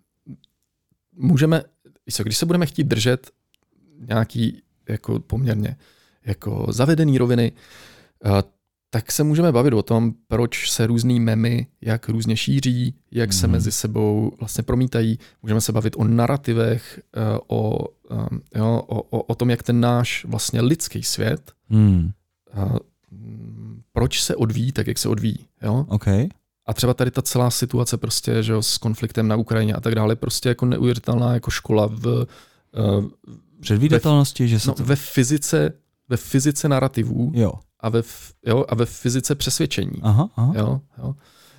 můžeme, když se budeme chtít držet nějaký jako poměrně jako zavedený roviny, uh, tak se můžeme bavit o tom, proč se různý memy jak různě šíří, jak mm-hmm. se mezi sebou vlastně promítají. Můžeme se bavit o narrativech, uh, o, um, jo, o, o, o tom, jak ten náš vlastně lidský svět, mm. uh, proč se odvíjí tak, jak se odvíjí. Jo?
Okay.
A třeba tady ta celá situace prostě, že jo, s konfliktem na Ukrajině a tak dále, prostě jako neuvěřitelná jako škola v uh,
předvídatelnosti, že se
no,
to...
ve fyzice, ve fyzice narrativů.
Jo.
A ve, jo, a ve fyzice přesvědčení.
Aha, aha.
Jo, jo.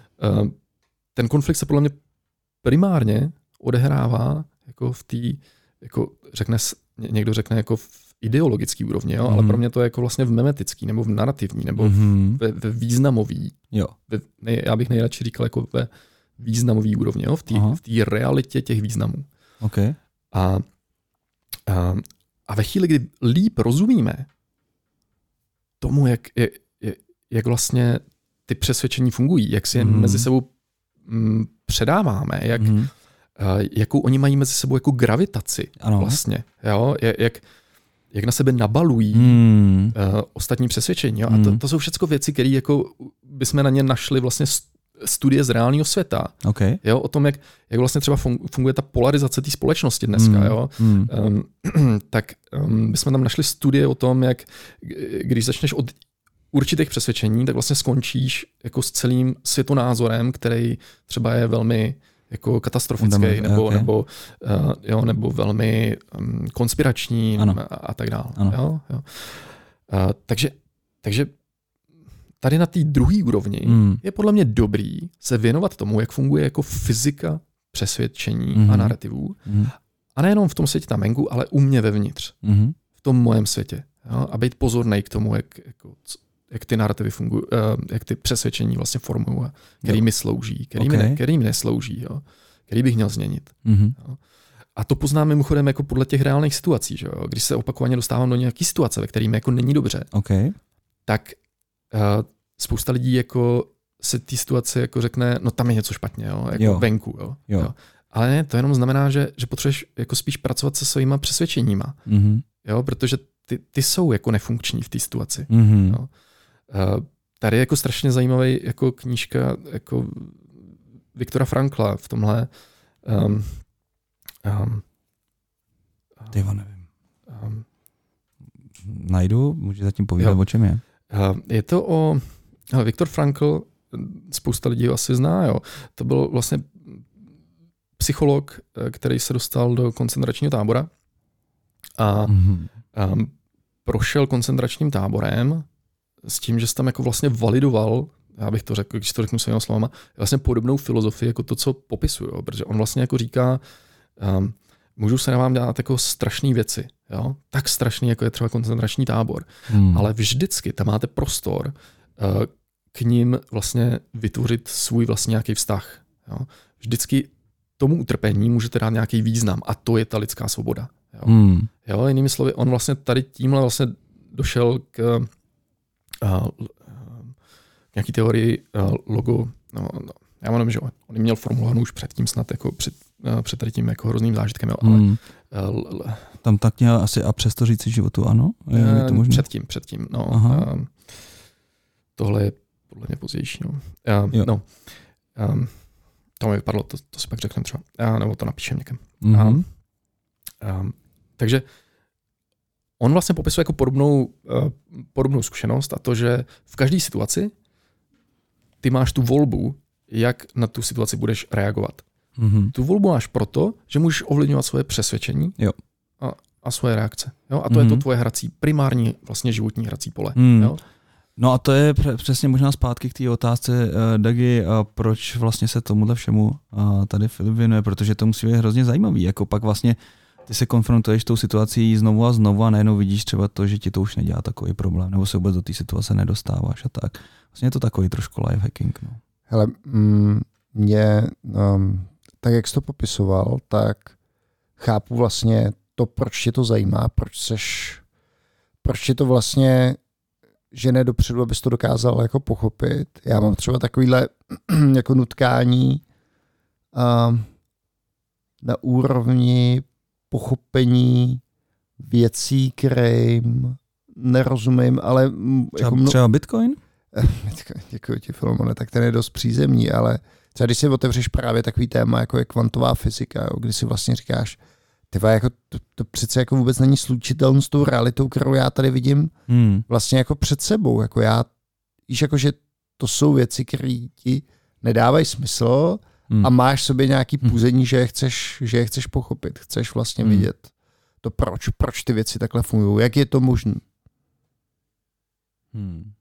Ten konflikt se podle mě primárně odehrává jako v té, jako řekne, někdo řekne jako v ideologické úrovni, jo, mm. ale pro mě to je jako vlastně v memetický, nebo v narrativní, nebo mm. ve, ve významový. Jo. Ve, ne, já bych nejradši říkal jako ve významový úrovni, jo, v té realitě těch významů.
Okay.
A, a, a ve chvíli, kdy líp rozumíme tomu, jak, jak, jak vlastně ty přesvědčení fungují, jak si je mm. mezi sebou mm, předáváme, jak, mm. uh, jakou oni mají mezi sebou jako gravitaci ano. vlastně, jo? Jak, jak na sebe nabalují mm. uh, ostatní přesvědčení. Jo? A to, to jsou všechno věci, které jako bychom na ně našli vlastně studie z reálného světa.
Okay.
Jo? O tom, jak, jak vlastně třeba funguje ta polarizace té společnosti dneska. Mm. Jo? Mm. Um, tak um, bychom tam našli studie o tom, jak když začneš od určitých přesvědčení, tak vlastně skončíš jako s celým světonázorem, který třeba je velmi jako katastrofický Udame, nebo, okay. nebo, uh, jo, nebo velmi um, konspirační a, a tak dále. Jo? Jo? Uh, takže, takže tady na té druhé úrovni mm. je podle mě dobrý se věnovat tomu, jak funguje jako fyzika přesvědčení mm. a narrativů. Mm. A nejenom v tom světě tam venku, ale u mě vevnitř. Mm. V tom mojem světě. Jo? A být pozornej k tomu, jak, jako, jak ty narrativy fungují, uh, jak ty přesvědčení vlastně formují, který jo. mi slouží, který, okay. mi ne, který mi neslouží, jo? Který bych měl změnit. Mm. Jo? A to poznáme mimochodem jako podle těch reálných situací. Že jo? Když se opakovaně dostávám do nějaké situace, ve které mi jako není dobře,
okay.
tak Uh, spousta lidí jako se té situace jako řekne, no tam je něco špatně, jo, jako jo. venku. Jo,
jo.
Jo. Ale ne, to jenom znamená, že, že potřebuješ jako spíš pracovat se svýma přesvědčeníma, mm-hmm. jo, protože ty, ty jsou jako nefunkční v té situaci. Mm-hmm. Jo. Uh, tady je jako strašně zajímavý jako knížka jako Viktora Frankla v tomhle. Um, um,
Tyvo, nevím. Um, Najdu, můžu zatím povídat, jo. o čem je.
Je to o... Viktor Frankl, spousta lidí ho asi zná, jo. To byl vlastně psycholog, který se dostal do koncentračního tábora a mm-hmm. um, prošel koncentračním táborem s tím, že se tam jako vlastně validoval, já bych to řekl, když to řeknu svými slovama, vlastně podobnou filozofii jako to, co popisuju, protože on vlastně jako říká, um, můžu se na vám dělat jako strašné věci, jo? Tak strašný, jako je třeba koncentrační tábor. Hmm. Ale vždycky tam máte prostor, k ním vlastně vytvořit svůj vlastně nějaký vztah. Jo. Vždycky tomu utrpení můžete dát nějaký význam a to je ta lidská svoboda. Jo. Hmm. Jo, jinými slovy, on vlastně tady tímhle vlastně došel k uh, nějaký teorii uh, logo, no, no, já nevím, že on měl formulovanou už předtím snad jako před, uh, před tady tím jako hrozným zážitkem, jo, ale
hmm. uh, tam tak měl asi a přesto říct si životu, ano? Je, je to možné?
Předtím, předtím, no. Uh, tohle je podle mě pozdější, no. Uh, no. Um, to mi vypadlo, to, to si pak řekneme třeba, uh, nebo to napíšem někam. Mm-hmm. Um, um, takže on vlastně popisuje jako podobnou, uh, podobnou zkušenost a to, že v každé situaci ty máš tu volbu, jak na tu situaci budeš reagovat. Mm-hmm. Tu volbu máš proto, že můžeš ovlivňovat svoje přesvědčení
jo.
A, a svoje reakce. Jo? A to mm-hmm. je to tvoje hrací, primární vlastně životní hrací pole.
Mm.
Jo?
No a to je přesně možná zpátky k té otázce, uh, Dagi, uh, proč vlastně se tomuhle všemu uh, tady Filip věnuje, protože to musí být hrozně zajímavý. Jako pak vlastně ty se konfrontuješ s tou situací znovu a znovu a najednou vidíš třeba to, že ti to už nedělá takový problém, nebo se vůbec do té situace nedostáváš a tak. Vlastně je to takový trošku lifehacking. No.
Hele, mm, mě, um, tak jak jsi to popisoval, tak chápu vlastně to, proč tě to zajímá, proč seš, proč tě to vlastně žene dopředu, abys to dokázal jako pochopit. Já mám třeba takovýhle jako nutkání um, na úrovni pochopení věcí, kterým nerozumím, ale...
Třeba, jako mno... třeba Bitcoin?
Děkuji ti, Filomone, tak ten je dost přízemní, ale třeba když si otevřeš právě takový téma, jako je kvantová fyzika, jo, kdy si vlastně říkáš, tyva, jako to, to přece jako vůbec není slučitelné s tou realitou, kterou já tady vidím hmm. vlastně jako před sebou. Jako já, víš, jako, že to jsou věci, které ti nedávají smysl hmm. a máš sobě nějaký půzení, že je chceš, že je chceš pochopit, chceš vlastně hmm. vidět to proč, proč ty věci takhle fungují, jak je to možné.
Hmm.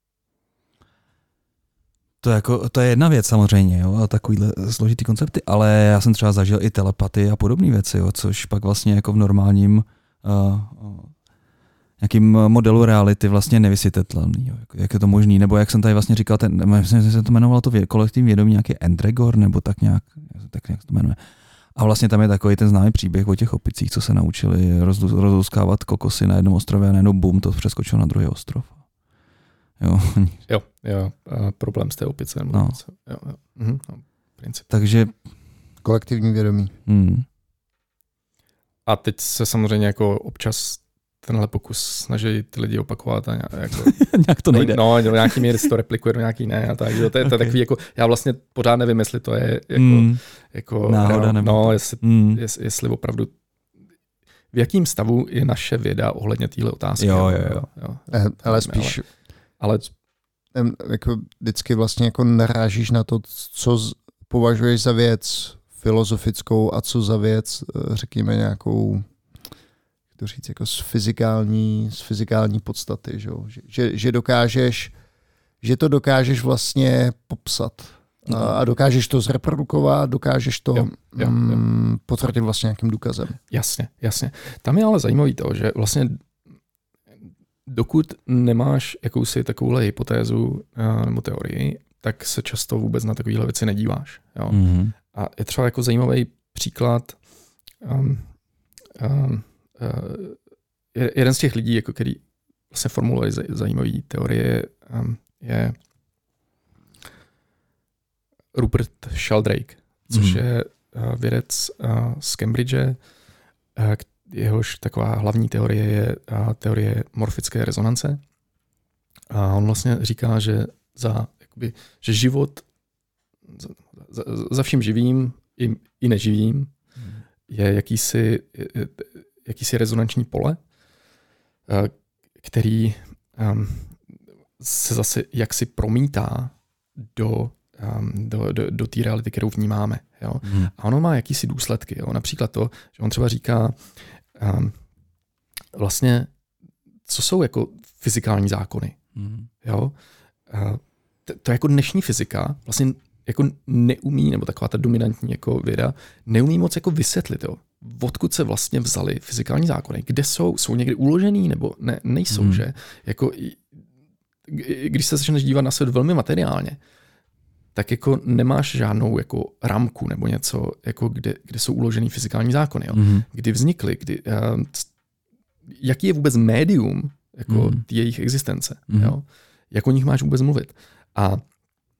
To, jako, to je jedna věc samozřejmě, jo, a takovýhle složitý koncepty, ale já jsem třeba zažil i telepatii a podobné věci, jo, což pak vlastně jako v normálním uh, uh, nějakým modelu reality vlastně nevysvětlitelný, jo, jak je to možný, nebo jak jsem tady vlastně říkal, ten, myslím, že se to jmenovalo to kolektivní vědomí, nějaký Endregor, nebo tak nějak, tak nějak to jmenuje. A vlastně tam je takový ten známý příběh o těch opicích, co se naučili rozlouskávat kokosy na jednom ostrově a najednou bum, to přeskočilo na druhý ostrov. Jo,
jo, jo a problém z té opice. Nebo
no.
Jo, jo. Mhm, no, princip.
Takže
kolektivní vědomí.
Hmm.
A teď se samozřejmě jako občas tenhle pokus snaží ty lidi opakovat a nějak, jako,
nějak to nejde.
No, do nějaký míry si to replikuje, do nějaký ne a tak. To je, to je okay. Takový jako, já vlastně pořád nevím, jestli to je jako, mm. jako
náhoda, nebo
no, jestli, mm. jestli, jestli opravdu v jakém stavu je naše věda ohledně téhle otázky.
Jo, jo, jo.
jo.
Eh, ale spíš
ale,
ale jako vždycky vlastně jako narážíš na to, co z, považuješ za věc filozofickou a co za věc, řekněme, nějakou, jak to říct, jako z fyzikální, z fyzikální podstaty, že, že, že dokážeš, že to dokážeš vlastně popsat a, a dokážeš to zreprodukovat, dokážeš to jo, jo, mm, jo. potvrdit vlastně nějakým důkazem.
Jasně, jasně. Tam je ale zajímavý to, že vlastně dokud nemáš jakousi takovouhle hypotézu nebo teorii, tak se často vůbec na takovéhle věci nedíváš. Jo? Mm-hmm. A je třeba jako zajímavý příklad. Um, um, uh, jeden z těch lidí, jako který vlastně formuluje zajímavé teorie, um, je Rupert Sheldrake, což mm-hmm. je uh, vědec uh, z Cambridge, uh, jehož taková hlavní teorie je uh, teorie morfické rezonance. A on vlastně říká, že za jakoby, že život za, za, za vším živým i, i neživým hmm. je jakýsi, je, jakýsi rezonanční pole, který um, se zase jaksi promítá do, um, do, do, do té reality, kterou vnímáme. Jo? Hmm. A ono má jakýsi důsledky. Jo? Například to, že on třeba říká um, vlastně, co jsou jako fyzikální zákony. Hmm. Jo? Uh, to jako dnešní fyzika vlastně jako neumí, nebo taková ta dominantní jako věda, neumí moc jako vysvětlit, jo. Odkud se vlastně vzaly fyzikální zákony, kde jsou, jsou někdy uložený, nebo ne, nejsou, hmm. že? Jako, když se začneš dívat na svět velmi materiálně, tak jako nemáš žádnou jako rámku nebo něco, jako kde, kde jsou uložený fyzikální zákony. Jo? Mm-hmm. Kdy vznikly, kdy, uh, jaký je vůbec médium jako mm-hmm. jejich existence. Mm-hmm. Jo? Jak o nich máš vůbec mluvit. A, uh,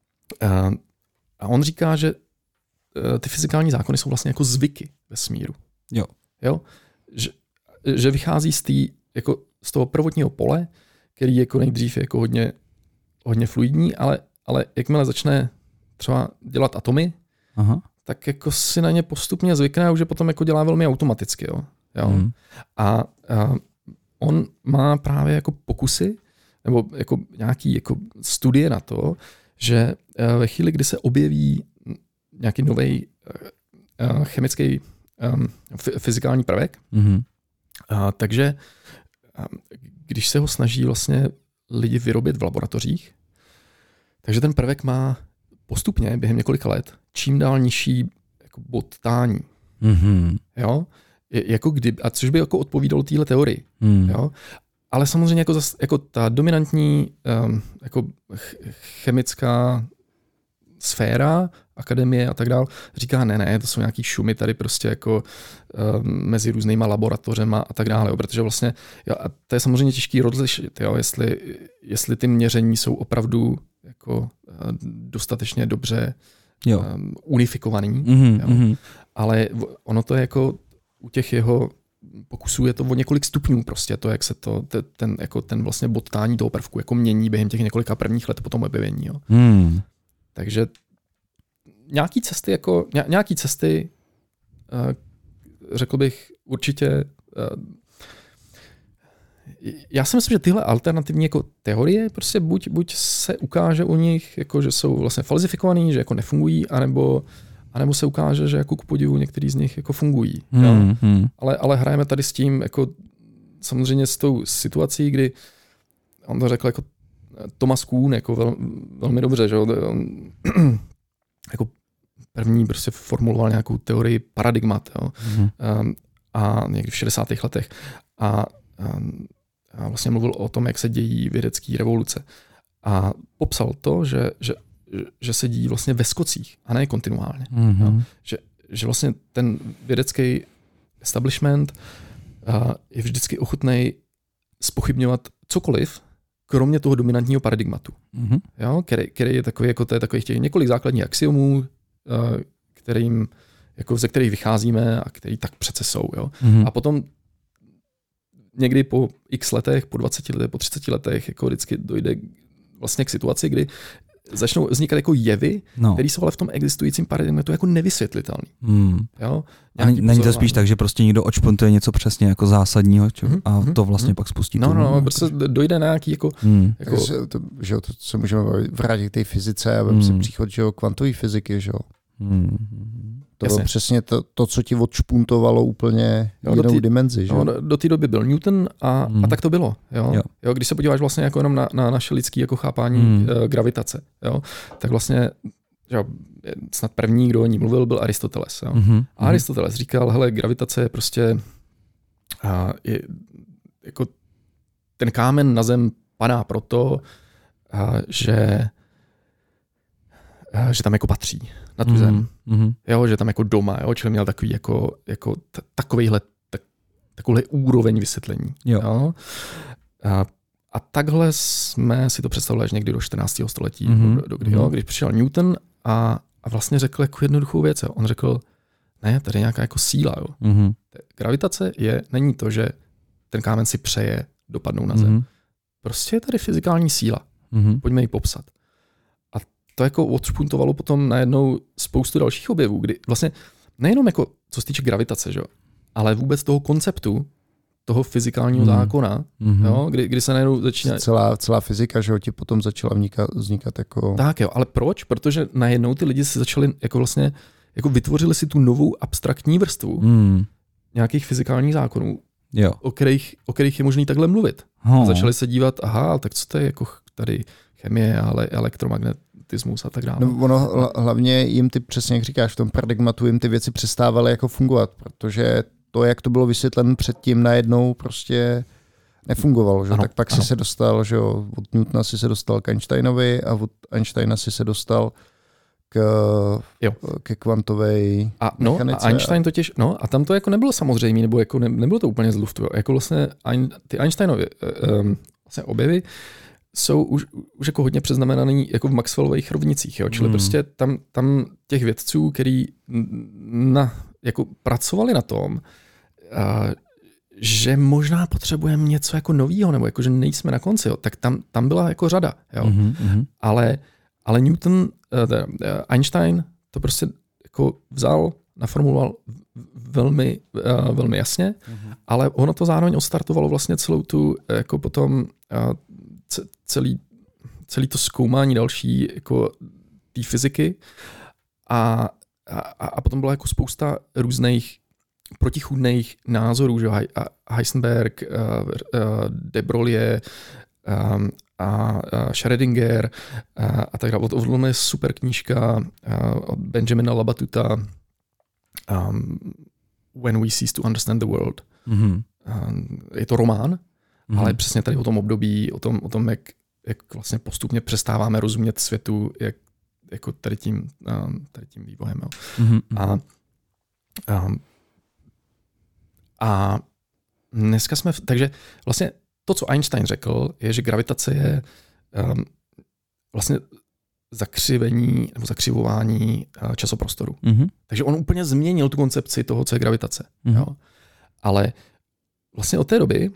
a on říká, že uh, ty fyzikální zákony jsou vlastně jako zvyky vesmíru.
Jo.
Jo? Že, že vychází z, tý, jako z toho prvotního pole, který jako nejdřív je jako hodně, hodně fluidní, ale, ale jakmile začne třeba dělat atomy, aha. tak jako si na ně postupně zvykne a už je potom jako dělá velmi automaticky. Jo? Jo? Hmm. A, a on má právě jako pokusy nebo jako nějaký jako studie na to, že ve chvíli, kdy se objeví nějaký nový chemický um, fyzikální prvek, hmm. a, takže a, když se ho snaží vlastně lidi vyrobit v laboratořích, takže ten prvek má postupně během několika let čím dál nižší jako bod tání. Mm-hmm. Jo? Je, jako kdy, a což by jako odpovídalo téhle teorii. Mm. Jo? Ale samozřejmě jako, zas, jako ta dominantní um, jako chemická sféra, akademie a tak dál, říká ne, ne, to jsou nějaký šumy tady prostě jako um, mezi různýma laboratořema a tak dále, jo? Protože vlastně, jo, a to je samozřejmě těžký rozlišit, jo? Jestli, jestli ty měření jsou opravdu jako dostatečně dobře jo. Um, unifikovaný. Mm-hmm, jo. Mm-hmm. Ale ono to je jako u těch jeho pokusů je to o několik stupňů prostě, to, jak se to, ten, jako ten vlastně bod tání toho prvku jako mění během těch několika prvních let po tom objevení. Jo. Mm. Takže nějaký cesty, jako, nějaký cesty, uh, řekl bych určitě, uh, já si myslím, že tyhle alternativní jako teorie prostě buď, buď se ukáže u nich, jako, že jsou vlastně falzifikovaný, že jako nefungují, anebo, anebo se ukáže, že jako ku podivu některý z nich jako fungují. Hmm, hmm. Ale, ale hrajeme tady s tím jako samozřejmě s tou situací, kdy on to řekl jako Thomas Kuhn jako vel, velmi dobře, že on jako první prostě formuloval nějakou teorii paradigmat, jo? Hmm. Um, a někdy v šedesátých letech. A um, a vlastně mluvil o tom, jak se dějí vědecké revoluce. A popsal to, že, že, že se dějí vlastně ve skocích a ne kontinuálně. Mm-hmm. No, že, že vlastně ten vědecký establishment uh, je vždycky ochotný zpochybňovat cokoliv, kromě toho dominantního paradigmatu. Mm-hmm. Jo, který, který je takový, jako to je takových těch několik základních axiomů, uh, kterým, jako ze kterých vycházíme a který tak přece jsou. Jo. Mm-hmm. A potom někdy po x letech, po dvaceti letech, po třiceti letech, jako vždycky dojde vlastně k situaci, kdy začnou vznikat jako jevy, no. které jsou ale v tom existujícím paradigmatu jako nevysvětlitelný. Hmm. Jo?
A není to spíš tak, že prostě někdo odšpuntuje něco přesně jako zásadního čo? a hmm. to vlastně hmm. pak spustí.
No, no, no, prostě dojde na nějaký jako... Hmm. jako...
Takže to, že jo, to se můžeme vrátit k té fyzice a vem hmm. si příchod, že jo, kvantové fyziky, že jo. Hmm. To Jasně. bylo přesně to, to, co ti odšpuntovalo úplně jo, jinou tý, dimenzi. Že?
No, do té doby byl Newton a, hmm. a tak to bylo. Jo? Jo. Jo, když se podíváš vlastně jako jenom na, na naše lidské jako chápání hmm. uh, gravitace, jo? Tak vlastně že, snad první, kdo o ní mluvil, byl Aristoteles. Jo? Hmm. A Aristoteles říkal, hele, gravitace je prostě uh, je, jako ten kámen na zem padá proto, uh, že, uh, že tam jako patří. Na tu zem. Mm-hmm. Jo, že tam jako doma, jo, čili měl takový jako, jako t- takovejhle, tak, takovýhle úroveň vysvětlení. Jo. Jo. A, a takhle jsme si to představili až někdy do čtrnáctého století, mm-hmm. do, do kdy, jo, když přišel Newton a, a vlastně řekl jako jednoduchou věc. Jo. On řekl, ne, tady je nějaká jako síla. Jo. Mm-hmm. Gravitace je, není to, že ten kámen si přeje dopadnout na zem. Mm-hmm. Prostě je tady fyzikální síla. Mm-hmm. Pojďme ji popsat. To jako odšpuntovalo potom najednou spoustu dalších objevů, kdy vlastně nejenom jako co se týče gravitace, že? Ale vůbec toho konceptu, toho fyzikálního mm. zákona, mm-hmm. jo? Kdy, kdy se najednou začíná...
Celá, celá fyzika, že ti potom začala vznikat, vznikat jako...
Tak jo, ale proč? Protože najednou ty lidi si začali jako vlastně, jako vytvořili si tu novou abstraktní vrstvu mm. nějakých fyzikálních zákonů, jo. O, kterých, o kterých je možný takhle mluvit. Oh. Začali se dívat, aha, tak co to je jako tady chemie, ale elektromagnet, a tak dále.
No, ono hlavně jim ty, přesně jak říkáš, v tom paradigmatu jim ty věci přestávaly jako fungovat, protože to, jak to bylo vysvětleno předtím, najednou prostě nefungovalo, že?
Ano,
Tak pak
ano.
si se dostal, že jo, od Newtona si se dostal k Einsteinovi a od Einsteina si se dostal k,
jo.
ke kvantové
a, no,
mechanice.
A Einstein totiž, no a tam to jako nebylo samozřejmé, nebo jako ne, nebylo to úplně z luftu. Jako vlastně ein, ty Einsteinovy um, vlastně objevy jsou už, už jako hodně přeznamenaný jako v Maxwellových rovnicích. Jo? Čili mm. prostě tam, tam těch vědců, který na, jako pracovali na tom, uh, že možná potřebujeme něco jako novýho, nebo jako, že nejsme na konci, jo? Tak tam, tam byla jako řada. Jo?
Mm-hmm.
Ale, ale Newton, uh, teda, uh, Einstein to prostě jako vzal, naformuloval velmi, uh, velmi jasně, mm-hmm. ale ono to zároveň ostartovalo vlastně celou tu jako potom uh, celý, celý to zkoumání další jako té fyziky a, a, a potom byla jako spousta různých protichůdných názorů, že Heisenberg, uh, uh, de Broglie um, a uh, Schrödinger uh, a tak dále. Od je super knížka uh, od Benjamina Labatuta um, When We Cease to Understand the World.
Mm-hmm.
Um, je to román, mm-hmm. ale přesně tady o tom období, o tom, o tom jak, jak vlastně postupně přestáváme rozumět světu, jak jako tady tím, um, tady tím vývojem. Jo.
Mm-hmm.
A, um, a dneska jsme, v, takže vlastně to, co Einstein řekl, je, že gravitace je um, vlastně zakřivení nebo zakřivování uh, časoprostoru.
Mm-hmm.
Takže on úplně změnil tu koncepci toho, co je gravitace. Mm-hmm. Jo. Ale vlastně od té doby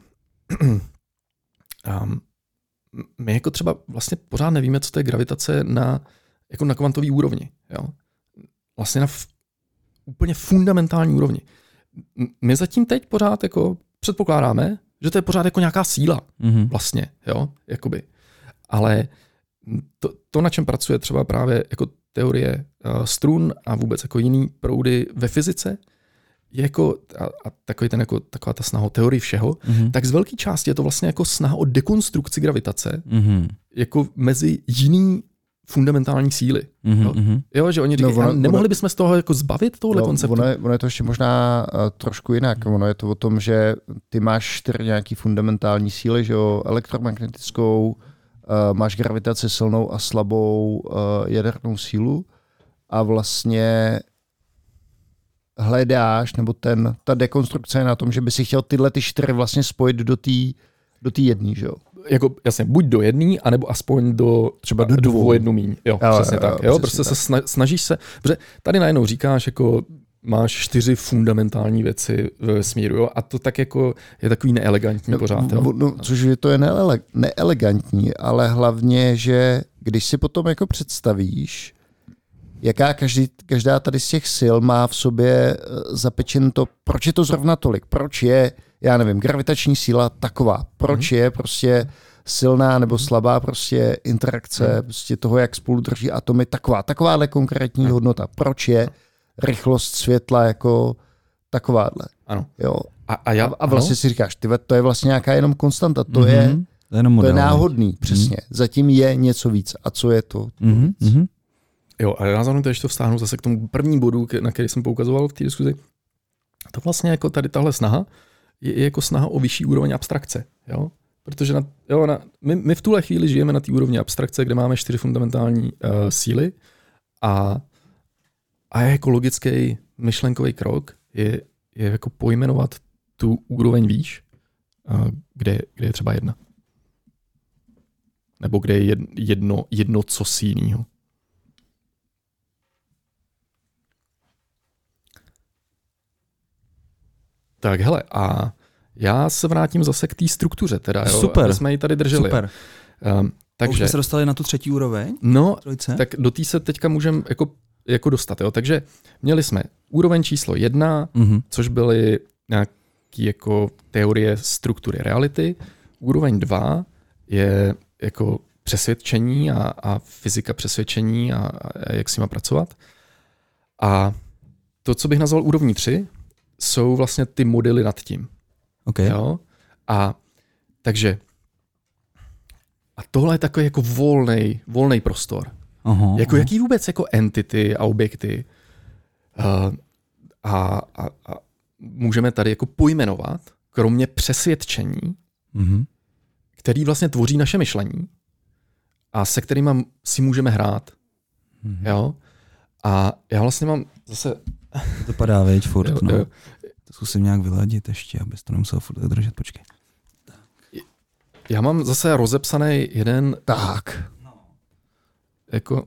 um, my jako třeba vlastně pořád nevíme, co to je gravitace na, jako na kvantové úrovni. Jo. Vlastně na f, úplně fundamentální úrovni. My zatím teď pořád jako předpokládáme, že to je pořád jako nějaká síla mm-hmm. vlastně, jo, jakoby. Ale to, to, na čem pracuje třeba právě jako teorie uh, strun a vůbec jako jiný proudy ve fyzice, je jako, a, a takový ten jako, taková ta snaha o teorii všeho, mm-hmm. tak z velké části je to vlastně jako snaha o dekonstrukci gravitace mm-hmm. jako mezi jiný fundamentální síly. Mm-hmm. Jo? jo, že oni říkají, no, nemohli ono, bychom z toho jako zbavit tohle no, konceptu?
Ono je, ono je to ještě možná uh, trošku jinak. Ono je to o tom, že ty máš čtyři nějaký fundamentální síly, že jo, elektromagnetickou, uh, máš gravitaci silnou a slabou uh, jadernou sílu a vlastně hledáš, nebo ten, ta dekonstrukce je na tom, že by si chtěl tyhle ty čtyři vlastně spojit do té do té jedné, že jo?
Jako jasně, buď do jedné, anebo aspoň do třeba do dvou jednu míň. Jo, jo, přesně jo, tak. Jo, jo prostě tak. Se snažíš se, protože tady najednou říkáš, jako máš čtyři fundamentální věci ve vesmíru, jo, a to tak jako je takový neelegantní no, pořád. Jo?
No, což je to je neele, neelegantní, ale hlavně, že když si potom jako představíš, jaká každý, každá tady z těch sil má v sobě zapečen to, proč je to zrovna tolik, proč je, já nevím, gravitační síla taková, proč je prostě silná nebo slabá prostě interakce prostě toho, jak spolu drží atomy, taková, takováhle konkrétní hodnota, proč je rychlost světla jako takováhle.
Ano.
Jo.
A, a, já,
a vlastně ano? si říkáš, tyhle, to je vlastně nějaká jenom konstanta, to,
mm-hmm.
je,
to, je,
to je náhodný, přesně. Mm-hmm. Zatím je něco víc. A co je to? to
mm-hmm.
Jo, a já zároveň to ještě vstáhnu zase k tomu první bodu, na který jsem poukazoval v té diskuzi. To vlastně jako tady tahle snaha je, je jako snaha o vyšší úroveň abstrakce. Jo? Protože na, jo, na, my, my v tuhle chvíli žijeme na té úrovni abstrakce, kde máme čtyři fundamentální uh, síly a, a jako logický myšlenkový krok je, je jako pojmenovat tu úroveň výš, uh, kde, kde je třeba jedna. Nebo kde je jedno, jedno cosi jinýho. Tak hele, a já se vrátím zase k té struktuře, teda, jo,
super.
Aby jsme ji tady drželi.
Super.
Um, takže,
už jsme se dostali na tu třetí úroveň?
No,
trojce?
Tak do té se teďka můžeme jako, jako dostat. Jo. Takže měli jsme úroveň číslo jedna, mm-hmm. což byly nějaké jako teorie struktury reality. Úroveň dva je jako přesvědčení a, a fyzika přesvědčení a, a jak s nima pracovat. A to, co bych nazval úrovní tři, jsou vlastně ty modely nad tím.
Okay.
Jo? A takže a tohle je takový jako volnej, volnej prostor. Aha, jako aha. Jaký vůbec jako entity a objekty uh, a, a, a můžeme tady jako pojmenovat, kromě přesvědčení, mm-hmm. který vlastně tvoří naše myšlení a se kterými si můžeme hrát. Mm-hmm. Jo? A já vlastně mám zase...
To padá, veď, furt,
jo,
no.
Jo.
To zkusím nějak vyladit ještě, abys to nemusel furt držet, počkej.
Já mám zase rozepsaný jeden...
Tak.
Jako...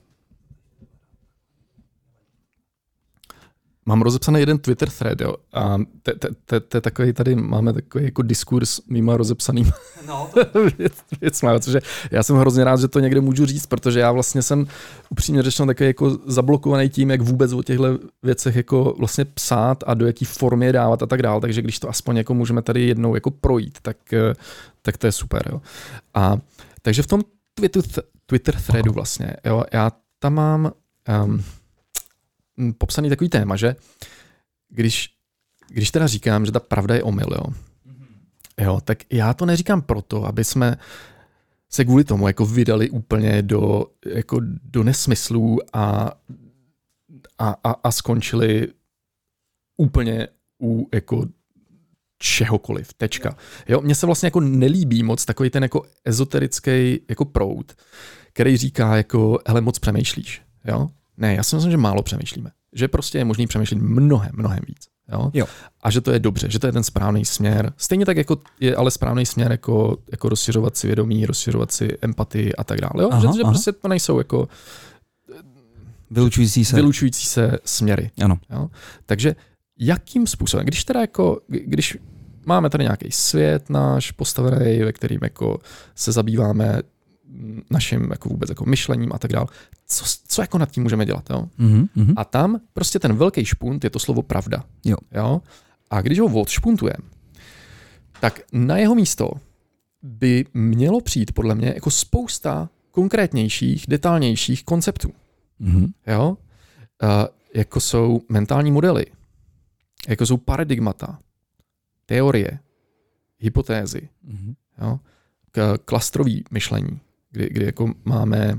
Mám rozepsaný jeden Twitter thread, jo. A to je takový, tady máme takový jako diskurs mýma rozepsaným no. věc, věcma, protože já jsem hrozně rád, že to někde můžu říct, protože já vlastně jsem upřímně řečeno takový jako zablokovaný tím, jak vůbec o těchto věcech jako vlastně psát a do jaký formy je dávat a tak dál, takže když to aspoň jako můžeme tady jednou jako projít, tak, tak to je super, jo. A takže v tom Twitter, Twitter threadu vlastně, jo, já tam mám... Um, popsaný takový téma, že když, když teda říkám, že ta pravda je omyl, jo, jo, tak já to neříkám proto, aby jsme se kvůli tomu jako vydali úplně do, jako do nesmyslů a, a, a, a skončili úplně u jako čehokoliv, tečka. Jo, mně se vlastně jako nelíbí moc takový ten jako ezoterický jako proud, který říká jako, hele, moc přemýšlíš, jo. Ne, já si myslím, že málo přemýšlíme. Že prostě je možný přemýšlet mnohem, mnohem víc. Jo?
Jo.
A že to je dobře, že to je ten správný směr. Stejně tak jako je ale správný směr jako, jako rozšiřovat si vědomí, rozšiřovat si empatii a tak dále. Jo? Aha, že, že prostě to nejsou jako
vylučující se,
vylučující se směry.
Ano.
Jo? Takže jakým způsobem, když teda jako, když máme tady nějaký svět náš postavený, ve kterým jako se zabýváme naším jako vůbec jako myšlením a tak dále. Co, co jako nad tím můžeme dělat? Jo? Mm-hmm. A tam prostě ten velký špunt je to slovo pravda.
Jo.
Jo? A když ho odšpuntujeme, tak na jeho místo by mělo přijít podle mě jako spousta konkrétnějších, detailnějších konceptů. Mm-hmm. Jo? Uh, jako jsou mentální modely, jako jsou paradigmata, teorie, hypotézy, mm-hmm. jo? K klastrový myšlení, kdy, kdy jako máme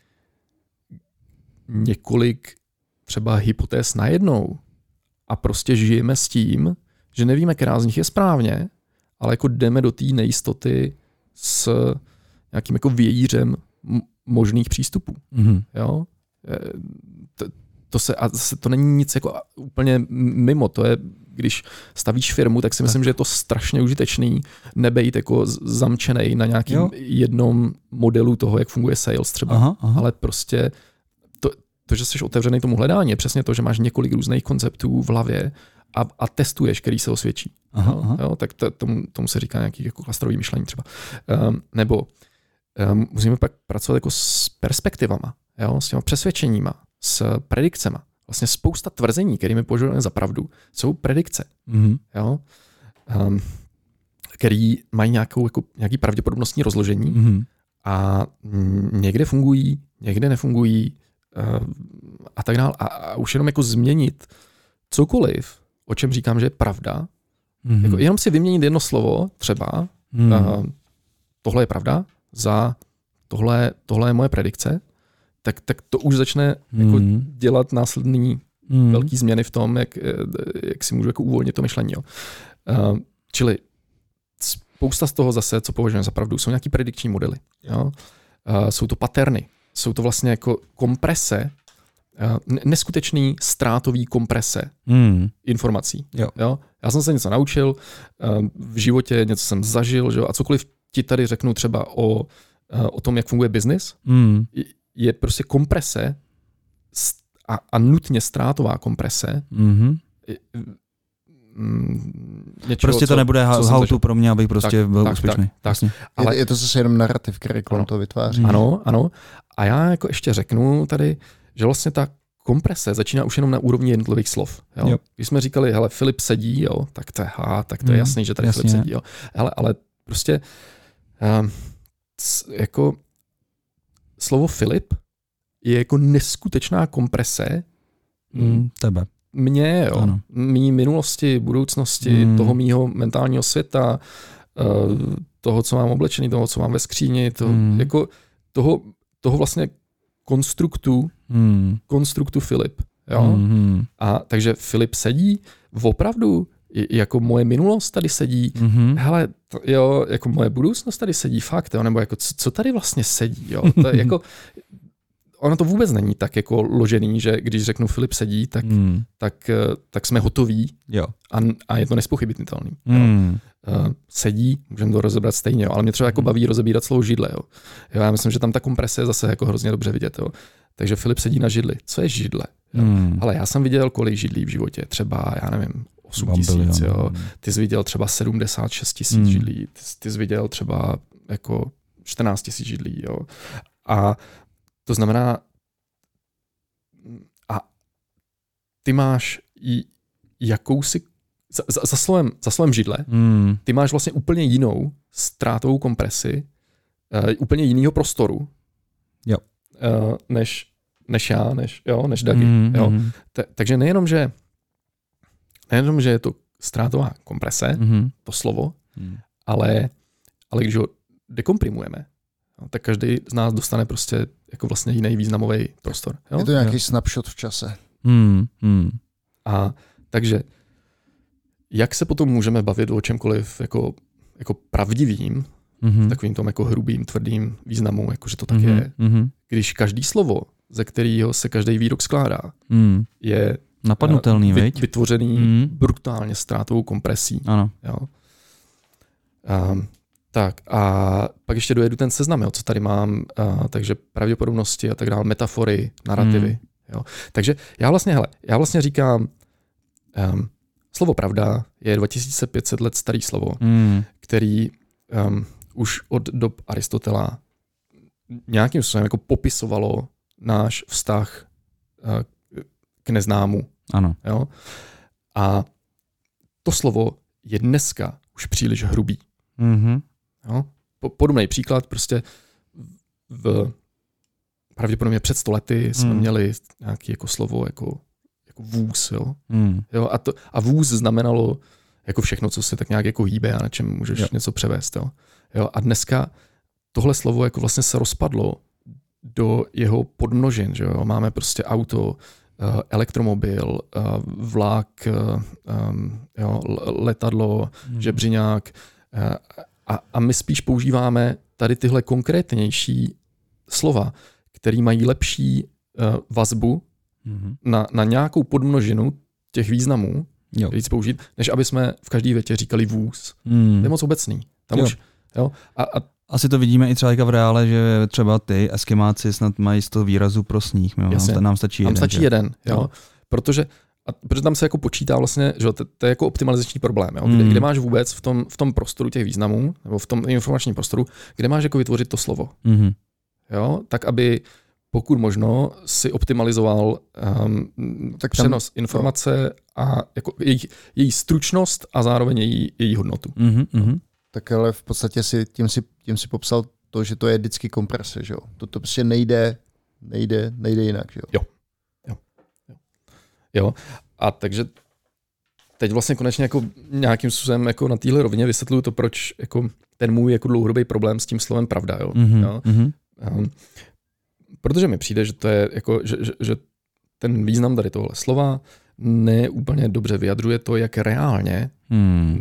několik třeba hypotéz najednou a prostě žijeme s tím, že nevíme, která z nich je správně, ale jako jdeme do té nejistoty s nějakým jako vějířem možných přístupů. Mm-hmm. Jo? To, to, se, a to není nic jako úplně mimo, to je, když stavíš firmu, tak si myslím, tak. že je to strašně užitečný nebejt jako zamčenej na nějakým jo. jednom modelu toho, jak funguje sales třeba, aha, aha. ale prostě to, to, že jsi otevřený tomu hledání, je přesně to, že máš několik různých konceptů v hlavě a, a testuješ, který se osvědčí. Aha, jo? Aha. Jo? Tak to, tomu, tomu se říká nějaký jako klastrový myšlení třeba. Um, nebo um, musíme pak pracovat jako s perspektivama, jo? S těma přesvědčeníma, s predikcema. Vlastně spousta tvrzení, kterými považujeme za pravdu, jsou predikce, mm-hmm. jo? Um, který mají nějakou, jako, nějaký pravděpodobnostní rozložení mm-hmm. a někde fungují, někde nefungují uh, a tak dále. A, a už jenom jako změnit cokoliv, o čem říkám, že je pravda, mm-hmm. jako jenom si vyměnit jedno slovo, třeba mm-hmm. uh, tohle je pravda, za tohle, tohle je moje predikce, Tak, tak to už začne jako mm. dělat následný mm. velký změny v tom, jak, jak si můžu jako uvolnit to myšlení. Jo. Uh, čili spousta z toho zase, co považujeme za pravdu, jsou nějaký predikční modely. Jo. Uh, jsou to paterny, jsou to vlastně jako komprese, uh, neskutečný ztrátový komprese mm. informací. Jo. Jo. Já jsem se něco naučil, uh, v životě něco jsem zažil, že jo, a cokoliv ti tady řeknu třeba o, uh, o tom, jak funguje biznis, mm. je prostě komprese a, a nutně ztrátová komprese. Mm-hmm. Něčeho,
prostě to
co,
nebude how to pro mě, abych prostě tak, byl
tak,
úspěšný.
Tak, tak.
Ale je to zase jenom narrativ, který kolem toho vytváří.
Ano, ano. A já jako ještě řeknu tady, že vlastně ta komprese začíná už jenom na úrovni jednotlivých slov. Jo? Jo. Když jsme říkali, hele, Filip sedí, jo, tak to je, ha, tak to je jasný, že tady jasně. Filip sedí. Jo. Hele, ale prostě um, c, jako slovo Filip je jako neskutečná komprese
mm, tebe.
Mě, jo. Ano. Mý minulosti, budoucnosti, mm. toho mýho mentálního světa, toho, co mám oblečený, toho, co mám ve skříni, toho, mm. jako toho, toho vlastně konstruktu, mm. konstruktu Filip. Jo? Mm. A takže Filip sedí, opravdu jako moje minulost tady sedí, mm-hmm. hele, to, jo, jako moje budoucnost tady sedí fakt, jo, nebo jako co, co tady vlastně sedí, jo, to je jako, ono to vůbec není tak jako ložený, že když řeknu Filip sedí, tak, mm. tak, tak jsme hotoví
jo.
A, a je to nespochybnitelný.
Mm.
Uh, sedí, můžeme to rozebrat stejně, jo, ale mě třeba jako baví rozebírat slovo židle, jo. Jo, já myslím, že tam ta komprese je zase jako hrozně dobře vidět, jo. Takže Filip sedí na židli. Co je židle? Mm. Ale já jsem viděl kolik židlí v životě, třeba, já nevím, osm tisíc, jo. Ty jsi viděl třeba sedmdesát šest tisíc mm. židlí, ty, ty jsi viděl třeba jako čtrnáct tisíc židlí, jo. A to znamená, a ty máš jakousi, za, za, za, slovem, za slovem židle, mm. ty máš vlastně úplně jinou ztrátovou kompresi, uh, úplně jinýho prostoru,
jo.
Uh, než, než já, než, jo, než Dagi. Mm, jo. Mm. Ta, takže nejenom, že nejenom, že je to ztrátová komprese, mm. to slovo, mm. ale, ale když ho dekomprimujeme, no, tak každý z nás dostane prostě jako vlastně jiný významový prostor. Jo?
Je to nějaký
jo.
snapshot v čase.
Mm, mm.
A takže jak se potom můžeme bavit o čemkoliv jako, jako pravdivým, mm-hmm. takovým tom jako hrubým, tvrdým významu, jakože to tak mm-hmm. je, mm-hmm. když každý slovo, ze kterého se každý výrok skládá, mm. je
napadnutelný,
vy,
veď?
vytvořený mm. brutálně ztrátovou kompresí.
Ano.
Jo? Um, tak a pak ještě dojedu ten seznam, jo, co tady mám, uh, takže pravděpodobnosti a tak dále, metafory, narrativy. Mm. Jo? Takže já vlastně, hele, já vlastně říkám, um, slovo pravda je dva tisíce pět set let starý slovo, mm. který um, už od dob Aristotela nějakým způsobem jako popisovalo náš vztah uh, k neznámu.
Ano.
Jo? A to slovo je dneska už příliš hrubý.
Mm-hmm.
Jo? Podobný příklad, prostě v pravděpodobně před sto lety jsme mm. měli nějaké jako slovo jako, jako vůz. Jo? Mm. Jo? A, to, a vůz znamenalo jako všechno, co se tak nějak jako hýbe a na čem můžeš jo. něco převést. Jo? Jo? A dneska tohle slovo jako vlastně se rozpadlo do jeho podmnožin. Že jo? Máme prostě auto, elektromobil, vlak, jo, letadlo, mm. žebřiňák a, a my spíš používáme tady tyhle konkrétnější slova, které mají lepší vazbu mm. na, na nějakou podmnožinu těch významů, víc použít, než aby jsme v každé větě říkali vůz. Mm. To je moc obecný. Tam
jo.
Už, jo, a, a
asi to vidíme i třeba v reále, že třeba ty Eskimáci snad mají sto výrazů pro sníh. Jo? Nám, nám stačí jeden.
Nám stačí
že?
jeden, jo. jo. Protože, a, protože tam se jako počítá vlastně, že to, to je jako optimalizační problém, jo? Kde, mm. kde máš vůbec v tom, v tom prostoru těch významů, nebo v tom informačním prostoru, kde máš jako vytvořit to slovo. Mm. Jo? Tak, aby pokud možno si optimalizoval um, tak přenos tam, informace to... a jako její, její stručnost a zároveň její, její hodnotu.
Mm-hmm, mm-hmm.
Tak ale v podstatě si tím, si tím si popsal to, že to je vždycky komprese, že jo? To, to prostě nejde, nejde, nejde jinak, že jo?
Jo. jo. Jo. Jo. A takže teď vlastně konečně jako nějakým způsobem jako na téhle rovině vysvětluju to, proč jako ten můj jako dlouhodobý problém s tím slovem pravda, jo? Mm-hmm. jo? Mm-hmm. Um, protože mi přijde, že to je jako, že, že, že ten význam tady tohle slova ne úplně dobře vyjadřuje to, jak reálně mm.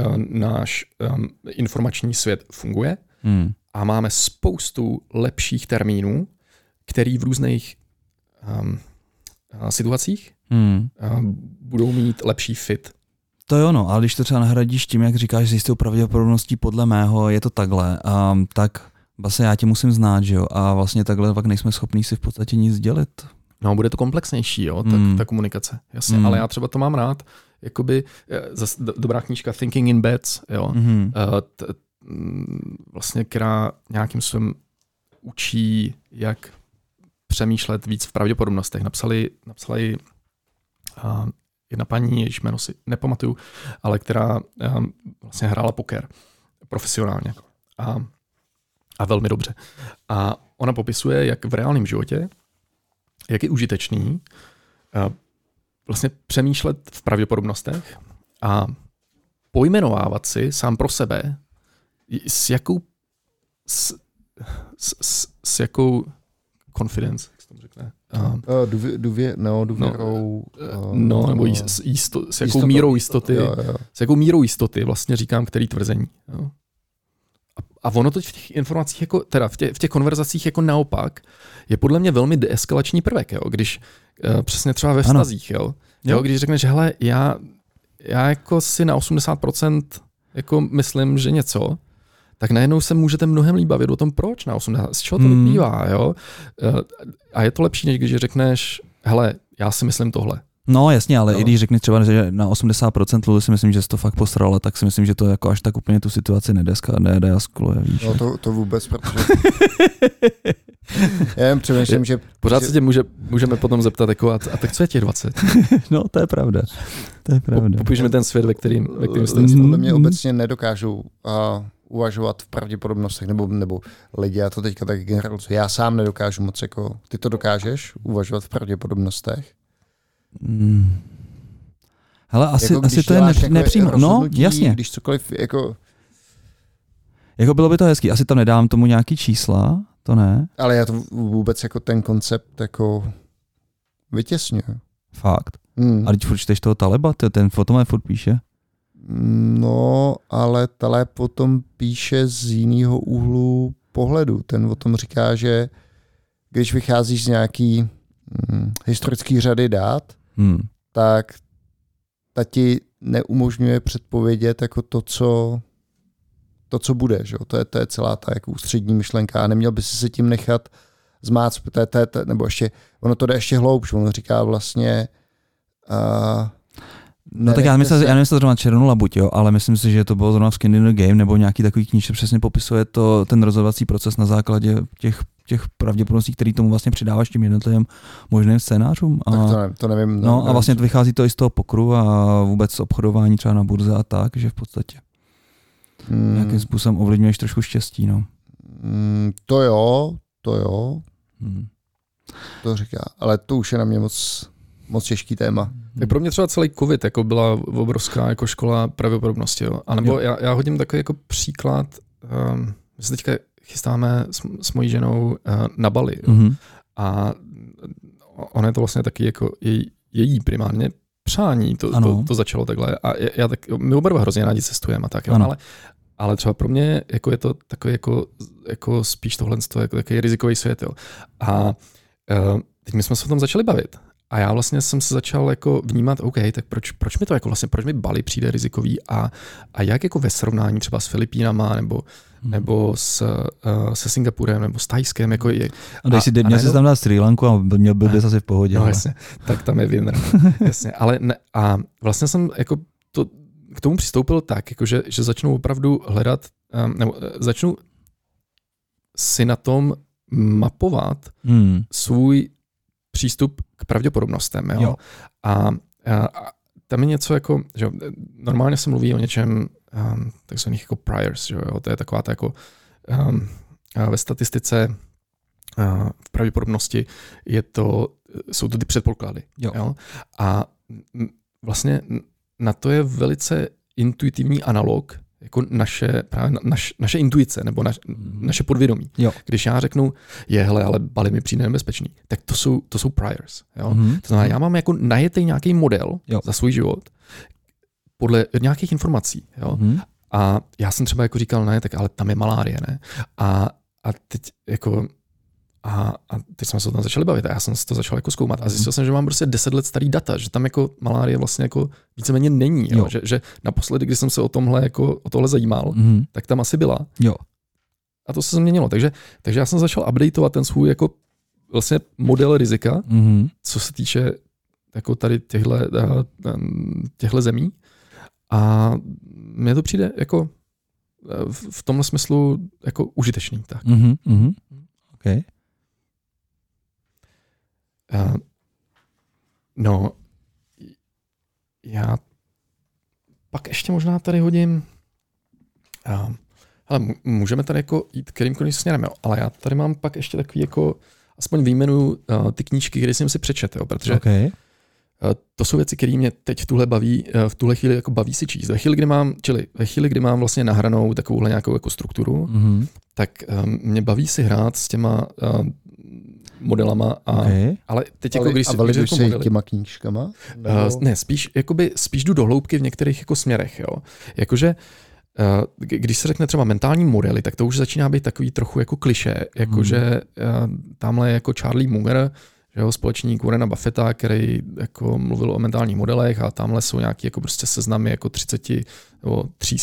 náš um, informační svět funguje hmm. a máme spoustu lepších termínů, který v různých um, situacích hmm. um, budou mít lepší fit.
To jo, no, ale když to třeba nahradíš tím, jak říkáš, že s jistou pravděpodobností podle mého je to takhle, um, tak vlastně já tě musím znát, že jo, a vlastně takhle pak nejsme schopní si v podstatě nic dělit.
No, bude to komplexnější, jo, tak, hmm. ta komunikace, jasně, hmm. ale já třeba to mám rád, jakoby, zase dobrá knížka Thinking in Bets, jo, mm-hmm. t, t, vlastně, která nějakým způsobem učí, jak přemýšlet víc v pravděpodobnostech. Napsali, napsali uh, jedna paní, jejíž jméno si nepamatuju, ale která um, vlastně hrála poker profesionálně a, a velmi dobře. A ona popisuje, jak v reálném životě, jak je užitečný uh, vlastně přemýšlet v pravděpodobnostech a pojmenovávat si sám pro sebe, s jakou s, s, s, s jakou confidence, jak se to řekne, Uh,
Důvě, důvě, no, důvěrou.
No, uh, no nebo jist, jisto, s jakou jistotou, mírou jistoty, jo, jo. s jakou mírou jistoty vlastně říkám který tvrzení. Jo. A, a ono to v těch informacích, jako, teda v těch, v těch konverzacích jako naopak, je podle mě velmi deeskalační prvek, jo, když uh, přesně třeba ve vztazích, jo, jo. Jo, když řekneš, hele, já, já jako si na osmdesát procent jako myslím, že něco, tak najednou se můžete mnohem líp bavit o tom, proč na osmdesát, z čeho to
Hmm.
vyplývá, jo. A je to lepší, než když řekneš, hele, já si myslím tohle.
No jasně, ale
no.
i když řekneš třeba, že na osmdesát procent lidí si myslím, že jsi to fakt posral, tak si myslím, že to jako až tak úplně tu situaci nedeska, nedeaskuluje, víš.
No to, to vůbec, protože... Já jen přemýšlím, že...
Pořád
že...
se tě může, můžeme potom zeptat, jako, a, a tak co je těch dvacet?
No to je pravda, to je pravda.
Popiš mi ten svět, ve kterým, ve kterým jste.
Podle mě obecně nedokážou uh, uvažovat v pravděpodobnostech, nebo, nebo lidi, já to teďka tak generalizuji. Já sám nedokážu moc, jako... Ty to dokážeš uvažovat v pravděpodobnostech?
Hmm. Hele, asi,
jako
asi to je ne, nepřímo. No, jasně.
Když cokoliv, jako...
Jako bylo by to hezký, asi to nedám tomu nějaký čísla, to ne.
Ale já to vůbec jako ten koncept jako vytěsňuji.
Fakt.
Hmm.
A teď furt čteš toho Taleba, ten fotomé furt píše.
No, ale Taleb potom píše z jiného úhlu pohledu. Ten o tom říká, že když vycházíš z nějaký hm, historický řady dát,
Hmm.
tak ta ti neumožňuje předpovědět jako to, co, to, co bude. Že? To, je, to je celá ta jako ústřední myšlenka a neměl by si se tím nechat zmát, nebo ještě, ono to jde ještě hloubš, ono říká vlastně uh,
No tak já myslím, se... já nevím, zrovna Černou labuť, jo, ale myslím si, že to bylo zrovna v Skin in the Game nebo nějaký takový knížce přesně popisuje to, ten rozhodovací proces na základě těch, těch pravděpodobností, který tomu vlastně přidáváš tím jednotlivým možným scénářům. A,
tak to, ne, to nevím.
No
nevím,
a vlastně to vychází to i z toho pokru a vůbec obchodování třeba na burze a tak, že v podstatě hmm. nějakým způsobem ovlivňuješ trošku štěstí. No.
Hmm, to jo, to jo.
Hmm.
To říká, ale to už je na mě moc, moc těžký téma.
Tak pro mě třeba celý covid jako byla obrovská jako škola pravděpodobnosti. Jo. A nebo já, já hodím takový jako příklad, um, my se teďka chystáme s, s mojí ženou uh, na Bali. Jo. Mm-hmm. A ono je to vlastně taky jako její, její primárně přání, to, to, to začalo takhle. A já tak, my oba hrozně rádi cestujeme a tak, jo, ale, ale třeba pro mě jako je to takový jako, jako spíš tohle jako takový rizikový svět. Jo. A uh, teď my jsme se o tom začali bavit. A já vlastně jsem se začal jako vnímat, OK, tak proč, proč mi to jako vlastně, proč mi Bali přijde rizikový a, a jak jako ve srovnání třeba s Filipínama nebo, hmm. nebo s, uh, se Singapurem nebo s Thajskem. Jako je,
a dej si, a, měl jsi tam dát Srí Lanku a měl byl bys asi v pohodě.
No jasně, tak tam je winner. Jasně, ale ne, a vlastně jsem jako to, k tomu přistoupil tak, jako že, že začnu opravdu hledat, um, nebo začnu si na tom mapovat hmm. svůj přístup k pravděpodobnostem. Jo? Jo. A, a, a tam je něco jako, že normálně se mluví o něčem um, takzvaných jako priors, že jo? To je taková ta jako um, ve statistice uh, v pravděpodobnosti je to, jsou to ty předpoklady. Jo. Jo? A vlastně na to je velice intuitivní analog jako naše, právě naš, naše intuice nebo naš, naše podvědomí. Jo. Když já řeknu, je hele, ale Bali mi přijde nebezpečný, tak to jsou, to jsou priors. Jo? Mm-hmm. To znamená, já mám jako najetý nějaký model jo. za svůj život podle nějakých informací. Jo? Mm-hmm. A já jsem třeba jako říkal, ne, tak ale tam je malárie, ne? A, a teď jako A, a teď jsme se o tom začali bavit a já jsem si to začal jako zkoumat a zjistil jsem, že mám prostě deset let starý data, že tam jako malárie vlastně jako víceméně není, jo? Jo. Že, že naposledy, když jsem se o tomhle jako o tohle zajímal, mm-hmm. tak tam asi byla. Jo. A to se změnilo, takže, takže já jsem začal updateovat ten svůj jako vlastně model rizika, mm-hmm. co se týče jako tady těchto těchto zemí a mně to přijde jako v tomhle smyslu jako užitečný. Tak.
Mm-hmm. Okay.
Uh, no, já pak ještě možná tady hodím, uh, hele, můžeme tady jako jít kterýmkoliv směrem, jo, ale já tady mám pak ještě takový jako, aspoň vyjmenuju uh, ty knížky, které jsem si přečetl, jo, protože okay. uh, to jsou věci, které mě teď v tuhle baví, uh, v tuhle chvíli jako baví si číst. Ve chvíli, kdy mám, čili ve chvíli, kdy mám vlastně nahranou takovouhle nějakou jako strukturu, mm-hmm. tak um, mě baví si hrát s těma uh, modelama. A,
okay.
Ale teď jako když
si... A validuješ
jako
se
modely,
těma knížkama?
Nebo... Uh, ne, spíš, jakoby, spíš jdu do hloubky v některých jako směrech. Jo. Jakože uh, když se řekne třeba mentální modely, tak to už začíná být takový trochu jako klišé. Jakože uh, tamhle jako Charlie Munger, že jo, společník Warrena Buffetta, který jako mluvil o mentálních modelech a tamhle jsou nějaký jako prostě seznamy jako třicet nebo tři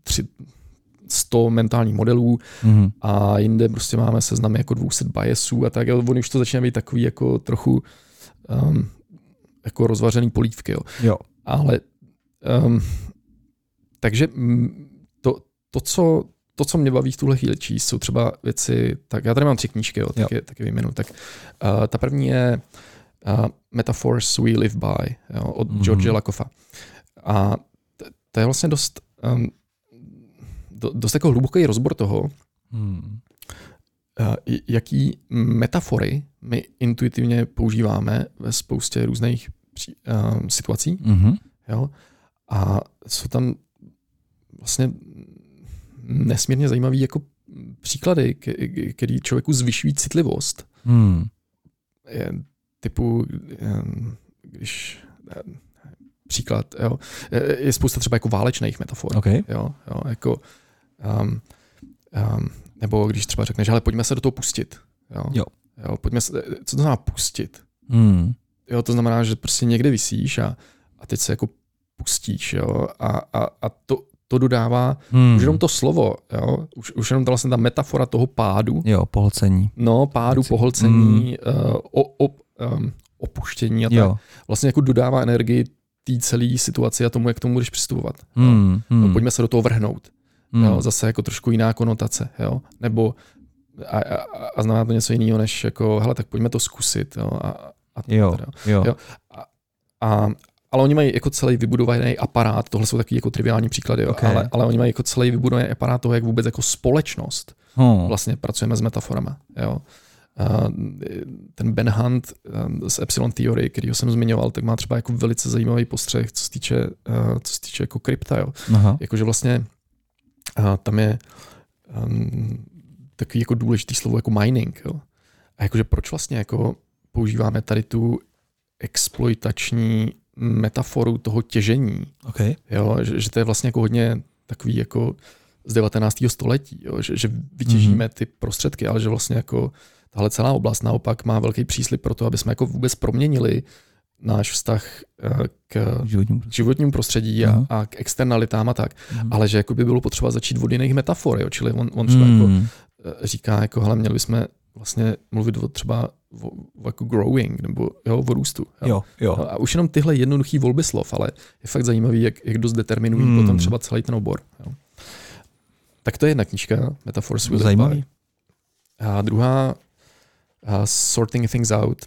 sto mentálních modelů mm. a jinde prostě máme seznamy jako dvě stě biasů a tak. Oni už to začíná být takový jako trochu um, jako rozvařený polívky. Jo.
Jo.
Ale um, takže to, to, co To, co mě baví v tuhle chvíli číst, jsou třeba věci, tak já tady mám tři knížky, jo, taky, taky výjmenu. Tak, uh, ta první je uh, Metaphors We Live By, jo, od mm-hmm. George Lakoffa. A to, to je vlastně dost, um, do, dost jako hluboký rozbor toho, mm. uh, jaký metafory my intuitivně používáme ve spoustě různých uh, situací. Mm-hmm. Jo, a jsou tam vlastně nesmírně zajímavý jako příklady, který člověku zvyšují citlivost. Hmm. Je, typu, když příklad, jo, je spousta třeba jako válečných metafor.
Okay.
Jo, jo, jako, um, um, nebo když třeba řekneš, ale pojďme se do toho pustit. Jo,
jo.
Jo, pojďme se, co to znamená pustit?
Hmm.
Jo, to znamená, že prostě někde visíš a, a teď se jako pustíš. Jo, a, a, a to to dodává, hmm. už jenom to slovo, jo? Už, už jenom ta, vlastně ta metafora toho pádu.
Jo, pohlcení.
No, pádu, Věci. pohlcení, hmm. uh, o, o, um, opuštění a tak. Jo. Vlastně jako dodává energii té celé situaci a tomu, jak k tomu budeš přistupovat.
Hmm. Hmm.
No, pojďme se do toho vrhnout. Hmm. Jo? Zase jako trošku jiná konotace. Jo? Nebo a, a, a znamená to něco jiného, než jako, hele, tak pojďme to zkusit. Jo? A, a
jo.
Teda,
Jo.
Jo? A, a ale oni mají jako celý vybudovaný aparát, tohle jsou takový jako triviální příklady, jo, okay. ale, ale oni mají jako celý vybudovaný aparát toho, jak vůbec jako společnost hmm. vlastně pracujeme s metaforama. Jo. Ten Ben Hunt z Epsilon Theory, kterýho jsem zmiňoval, tak má třeba jako velice zajímavý postřeh, co se týče, co se týče jako krypta. Jo. Jakože vlastně tam je um, takový jako důležitý slovo jako mining. Jo. A jakože proč vlastně jako používáme tady tu exploitační metaforu toho těžení.
Okay. Jo,
že, že to je vlastně jako hodně takový jako z devatenáctého století, jo, že, že vytěžíme mm-hmm. ty prostředky, ale že vlastně jako tahle celá oblast naopak má velký příslib pro to, aby jsme jako vůbec proměnili náš vztah k
životnímu,
životnímu prostředí a, a k externalitám a tak. Mm-hmm. Ale že jako by bylo potřeba začít od jiných metafor, jo, čili on, on třeba mm. jako říká, jako hele, měli bychom vlastně mluvit o třeba o, o jako growing, nebo jo, o růstu. Jo.
Jo, jo.
A už jenom tyhle jednoduchý volby slov, ale je fakt zajímavý, jak, jak dost determinují hmm. potom třeba celý ten obor. Jo. Tak to je jedna knížka, Metaphors We Live By. A druhá, uh, Sorting Things Out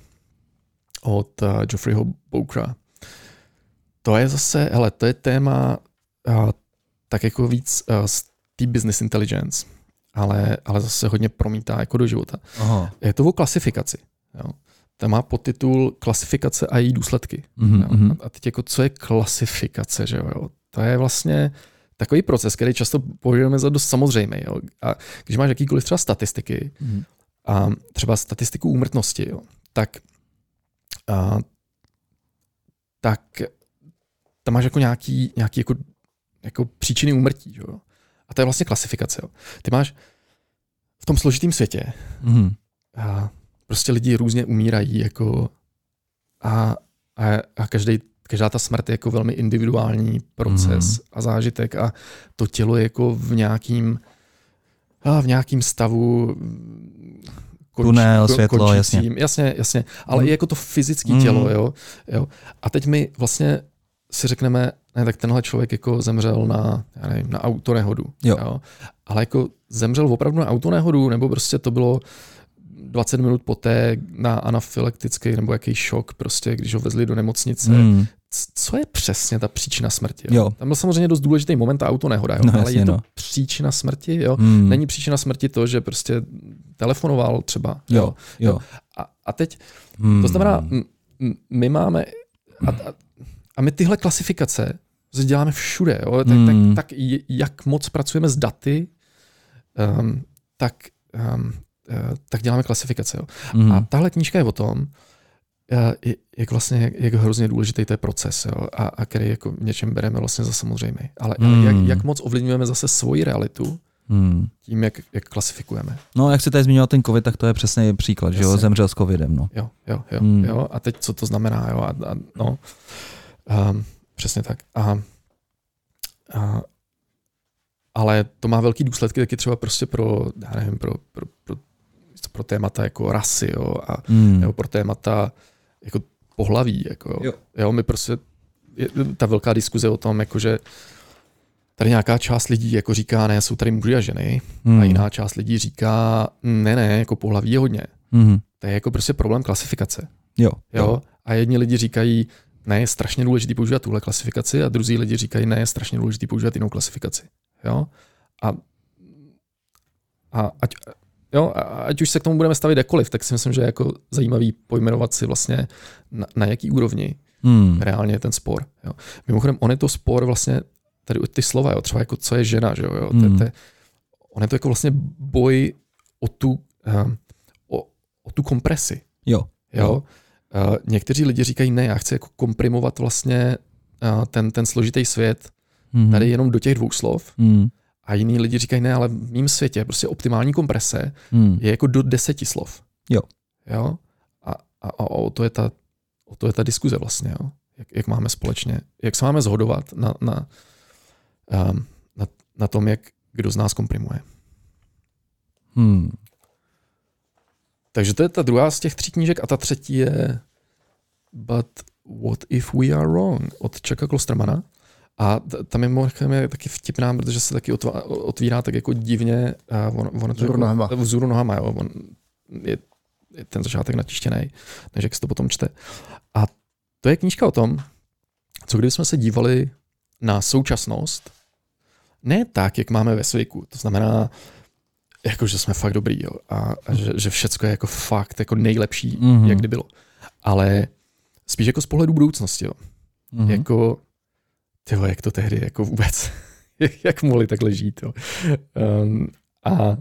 od uh, Geoffreyho Bowkera. To je zase, hele, to je téma uh, tak jako víc uh, z té business intelligence, ale, ale zase hodně promítá jako do života. Aha. Je to o klasifikaci. Jo. To má podtitul Klasifikace a její důsledky. Mm-hmm. A teď jako, co je klasifikace? Že jo? To je vlastně takový proces, který často považujeme za dost samozřejmý. Jo? A když máš jakýkoliv třeba statistiky, mm-hmm. a třeba statistiku úmrtnosti, jo? tak a, tak tam máš jako nějaký, nějaký jako, jako příčiny úmrtí. Jo? A to je vlastně klasifikace. Jo? Ty máš v tom složitém světě mm-hmm. a prostě lidi různě umírají jako a, a, a každý, každá ta smrt je jako velmi individuální proces mm-hmm. a zážitek a to tělo je jako v nějakým a v nějakým stavu
konč, tunel, světlo,
končícím.
jasně.
Jasně, jasně, ale mm. i jako to fyzické mm. tělo, jo, jo. A teď my vlastně si řekneme, ne, tak tenhle člověk jako zemřel na, já nevím, na autonehodu, jo. Jo. Ale jako zemřel opravdu na autonehodu, nebo prostě to bylo dvacet minut poté na anafylaktický nebo jaký šok, prostě, když ho vezli do nemocnice. Mm. Co je přesně ta příčina smrti? Jo? Jo. Tam byl samozřejmě dost důležitý moment ta autonehoda, jo? No, ale jasně, je to no. příčina smrti? Jo? Mm. Není příčina smrti to, že prostě telefonoval třeba. Jo. Jo? Jo. A, a teď, mm. to znamená, m, my máme, a, a, a my tyhle klasifikace děláme všude. Jo? Tak, mm. tak, tak jak moc pracujeme s daty, um, tak um, tak děláme klasifikace. Jo.
Mm.
A tahle knížka je o tom, jak vlastně, jak, jak hrozně důležitý to je proces, jo, a, a který jako v něčem bereme vlastně za samozřejmé. Ale,
Mm.
ale jak, jak moc ovlivňujeme zase svoji realitu
mm.
tím, jak, jak klasifikujeme.
No, jak jsi tady zmiňoval ten covid, tak to je přesně příklad, Jasně. že jo, zemřel s covidem, no.
Jo, jo, jo,
mm.
jo. A teď co to znamená, jo, a, a no, um, přesně tak. A, a, ale to má velký důsledky taky třeba prostě pro, já nevím, pro, pro, pro, pro témata jako rasy, jo, a
mm.
nebo pro témata jako pohlaví, jako jo. jo. My prostě, je, ta velká diskuze o tom, jakože tady nějaká část lidí jako říká, ne, jsou tady muži a ženy, mm. a jiná část lidí říká, ne, ne, jako pohlaví je hodně.
Mm.
To je jako prostě problém klasifikace.
Jo.
jo. A jedni lidi říkají, ne, je strašně důležitý používat tuhle klasifikaci, a druzí lidi říkají, ne, je strašně důležitý používat jinou klasifikaci. Jo. A, a ať, jo, a ať už se k tomu budeme stavit jakkoliv, tak si myslím, že je jako zajímavý pojmenovat si vlastně na, na jaký úrovni hmm. reálně je ten spor. Jo. Mimochodem, on je to spor vlastně, tady ty slova, jo, třeba jako co je žena, že jo, jo hmm. te, te, on je to jako vlastně boj o tu, um, o, o tu kompresi.
Jo.
jo. Uh, někteří lidi říkají, ne, já chci jako komprimovat vlastně uh, ten, ten složitý svět hmm. tady jenom do těch dvou slov. Hmm. A jiní lidi říkají, ne, ale v mým světě prostě optimální komprese hmm. je jako do deseti slov.
Jo.
Jo? A, a, a o, to je ta, o to je ta diskuze vlastně, jo? Jak, jak máme společně, jak se máme shodovat na, na, um, na, na tom, jak kdo z nás komprimuje.
Hmm.
Takže to je ta druhá z těch tří knížek a ta třetí je But What If We Are Wrong od Chucka Klostermana. A tam je, je taky vtipná, protože se taky otvírá tak jako divně. On, on
vzhůru jako, nohama.
Vzhůru nohama, jo. On je, je ten začátek natištěný, než jak se to potom čte. A to je knížka o tom, co když jsme se dívali na současnost, ne tak, jak máme ve svěku. To znamená, jako, že jsme fakt dobrý, jo. A, a že, že všecko je jako fakt jako nejlepší, mm-hmm. jak kdy bylo. Ale spíš jako z pohledu budoucnosti, jo. Mm-hmm. Jako tyjo, jak to tehdy jako vůbec, jak mohli takhle žít. Jo. Um, a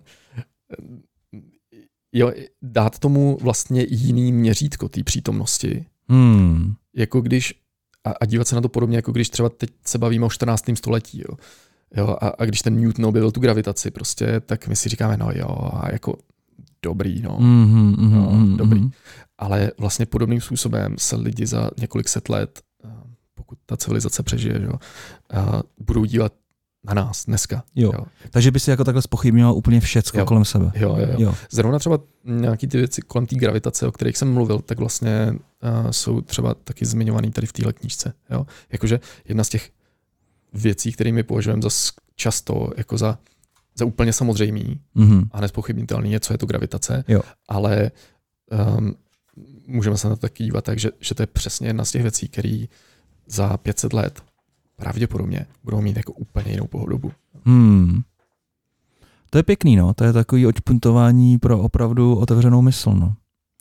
jo, dát tomu vlastně jiný měřítko té přítomnosti. Hmm. Jako když, a, a dívat se na to podobně, jako když třeba teď se bavíme o čtrnáctém století. Jo. Jo, a, a když ten Newton objevil tu gravitaci, prostě, tak my si říkáme, no jo, a jako dobrý, no. Mm, mm, jo, mm, dobrý. Mm. Ale vlastně podobným způsobem se lidi za několik set let, pokud ta civilizace přežije, jo, a budou dívat na nás dneska.
Jo. Jo. Takže by si jako takhle zpochybňoval úplně všecko jo. kolem sebe.
Jo, jo, jo. jo. Zrovna třeba nějaký ty věci kolem té gravitace, o kterých jsem mluvil, tak vlastně uh, jsou třeba taky zmiňovaný tady v téhle knížce. Jo. Jakože jedna z těch věcí, kterými považujeme za často jako za, za úplně samozřejmý mm-hmm. a nezpochybnitelný je, co je to gravitace, jo. ale um, můžeme se na to taky dívat tak, že, že to je přesně jedna z těch věcí, které za pět set let pravděpodobně budou mít jako úplně jinou podobu.
Hmm. To je pěkný, no. To je takový odpuntování pro opravdu otevřenou mysl, no.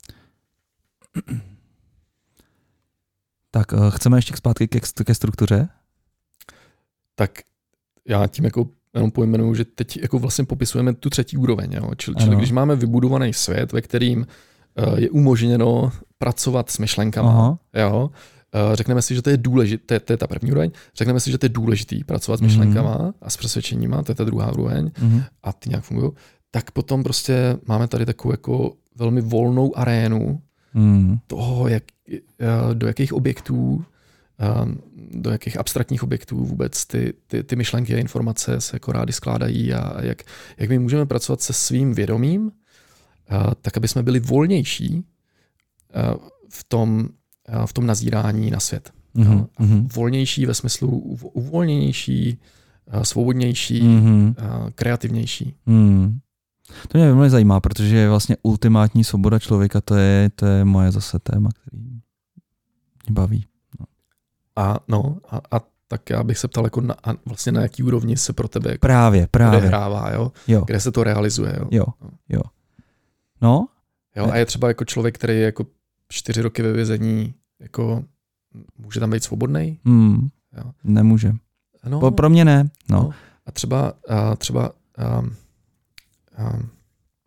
Tak chceme ještě zpátky ke, ke struktuře?
Tak já tím jako jenom pojmenuju, že teď jako vlastně popisujeme tu třetí úroveň. Jo? Čili, čili když máme vybudovaný svět, ve kterým uh, je umožněno pracovat s myšlenkama, jo? Uh, řekneme si, že to je důležité, to je ta první úroveň, řekneme si, že to je důležitý pracovat s myšlenkama mm-hmm. a s přesvědčeníma, to je ta druhá úroveň mm-hmm. a ty nějak fungují, tak potom prostě máme tady takovou jako velmi volnou arénu mm. toho, jak, uh, do jakých objektů do jakých abstraktních objektů vůbec ty, ty, ty myšlenky a informace se jako rády skládají a jak, jak my můžeme pracovat se svým vědomím, tak aby jsme byli volnější v tom, v tom nazírání na svět. Mm-hmm. No, volnější ve smyslu uvolněnější, svobodnější, mm-hmm. kreativnější.
Mm. To mě velmi zajímá, protože vlastně ultimátní svoboda člověka, to je, to je moje zase téma, který mě baví.
A, no, a, a tak já bych se ptal, jako na, vlastně na jaký úrovni se pro tebe
právě, právě.
odehrává, jo?
Jo.
Kde se to realizuje. Jo?
Jo, jo. No?
Jo, a je třeba jako člověk, který je jako čtyři roky ve vězení, jako může tam být svobodnej?
Hmm. Jo. Nemůže.
No,
po, pro mě ne. No.
No. A třeba, a třeba um, um,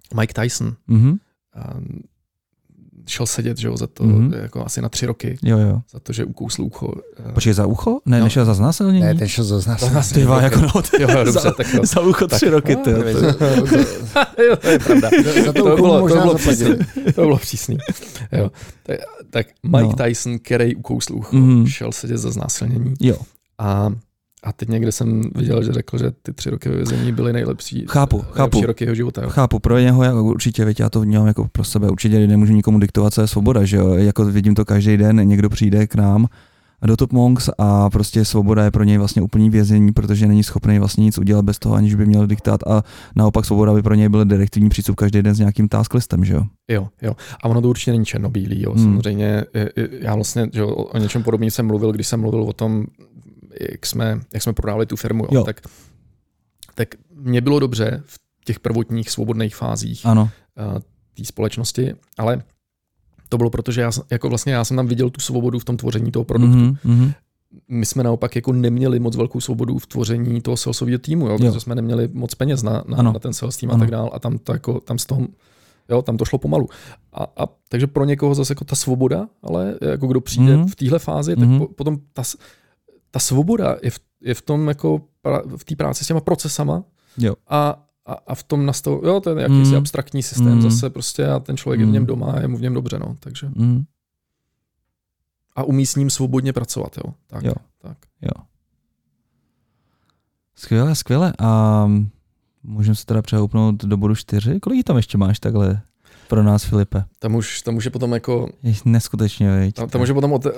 Mike Tyson
Mm-hmm.
um, šel sedět, že jo, za to
mm-hmm.
jako asi na tři roky.
Jo, jo.
Za to, že ukousl ucho.
Počkej, za ucho? Ne, no. Nešel za znásilnění?
Ne, ten šel za znásilnění.
Ty vá, jako no, ty,
jo, dobře,
za,
tak jo.
za ucho tři tak, roky, ty.
Jo, to je pravda.
Za to,
to, bylo, to, bylo
přísný.
to bylo přísný. Jo. Tak, tak Mike no. Tyson, který ukousl ucho, mm. šel sedět za znásilnění.
Jo.
A A teď někde jsem viděl, že řekl, že ty tři roky ve vězení byly nejlepší,
chápu,
nejlepší
chápu.
roky jeho života. Jo.
Chápu, pro něho jako určitě, věď, já to vnímám jako pro sebe, určitě nemůžu nikomu diktovat, co je svoboda, že jo, jako vidím to každý den, někdo přijde k nám do Top Monks a prostě svoboda je pro něj vlastně úplný vězení, protože není schopný vlastně nic udělat bez toho, aniž by měl diktát a naopak svoboda by pro něj byl direktivní přístup každý den s nějakým task listem, že jo.
Jo, jo. A ono to určitě není černobílý, jo. Hmm. Samozřejmě já vlastně, že jo, o něčem podobným jsem mluvil, když jsem mluvil o tom, jak jsme, jak jsme prodávali tu firmu, jo. Jo, tak, tak mně bylo dobře v těch prvotních svobodných fázích té společnosti, ale to bylo proto, že já, jako vlastně já jsem tam viděl tu svobodu v tom tvoření toho produktu. Mm-hmm. My jsme naopak jako neměli moc velkou svobodu v tvoření toho salesového týmu, jo, protože jo. jsme neměli moc peněz na, na, na ten sales tým a tak dál a tam to, jako, tam z toho, jo, tam to šlo pomalu. A, a takže pro někoho zase jako ta svoboda, ale jako kdo přijde mm-hmm. v téhle fázi, tak mm-hmm. po, potom ta, ta svoboda je v, je v tom jako pra, v té práci s těma procesama
jo.
a A, a v tom nastav, jo, to je jakýsi mm. abstraktní systém mm. zase prostě a ten člověk mm. je v něm doma a je mu v něm dobře, no, takže.
Mm.
A umí s ním svobodně pracovat, jo. Tak,
jo.
tak.
Jo. Skvěle, skvěle. A můžeme se teda přehoupnout do bodu čtyři? Kolik tam ještě máš takhle pro nás, Filipe?
Tam už, tam už je potom jako...
Je neskutečně, veď.
Tam, tam už je potom... Ote...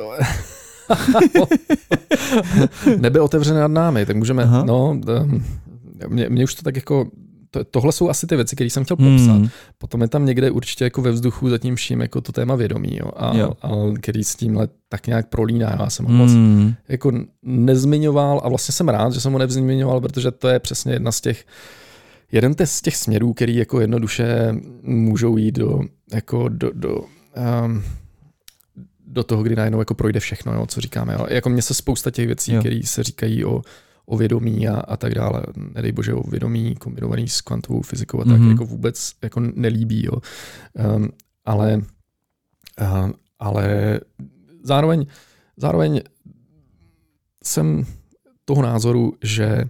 Nebe otevřené nad námi, tak můžeme, Aha. no... Mě, mě už to tak jako, to, tohle jsou asi ty věci, které jsem chtěl popsat. Mm. Potom je tam někde určitě jako ve vzduchu za tím vším jako to téma vědomí, jo, a, jo. a který s tímhle tak nějak prolíná. Já jsem ho moc mm. jako nezmiňoval a vlastně jsem rád, že jsem ho nezmiňoval, protože to je přesně jedna z těch, jeden z těch směrů, který jako jednoduše můžou jít do, jako do, do um, do toho, kdy najednou jako projde všechno, jo, co říkáme. Jo. Jako mně se spousta těch věcí, které se říkají o o vědomí a, a tak dále. Nedej bože o vědomí kombinovaný s kvantovou fyzikou a tak mm-hmm. jako vůbec jako nelíbí. Jo. Um, ale uh, ale zároveň, zároveň jsem toho názoru, že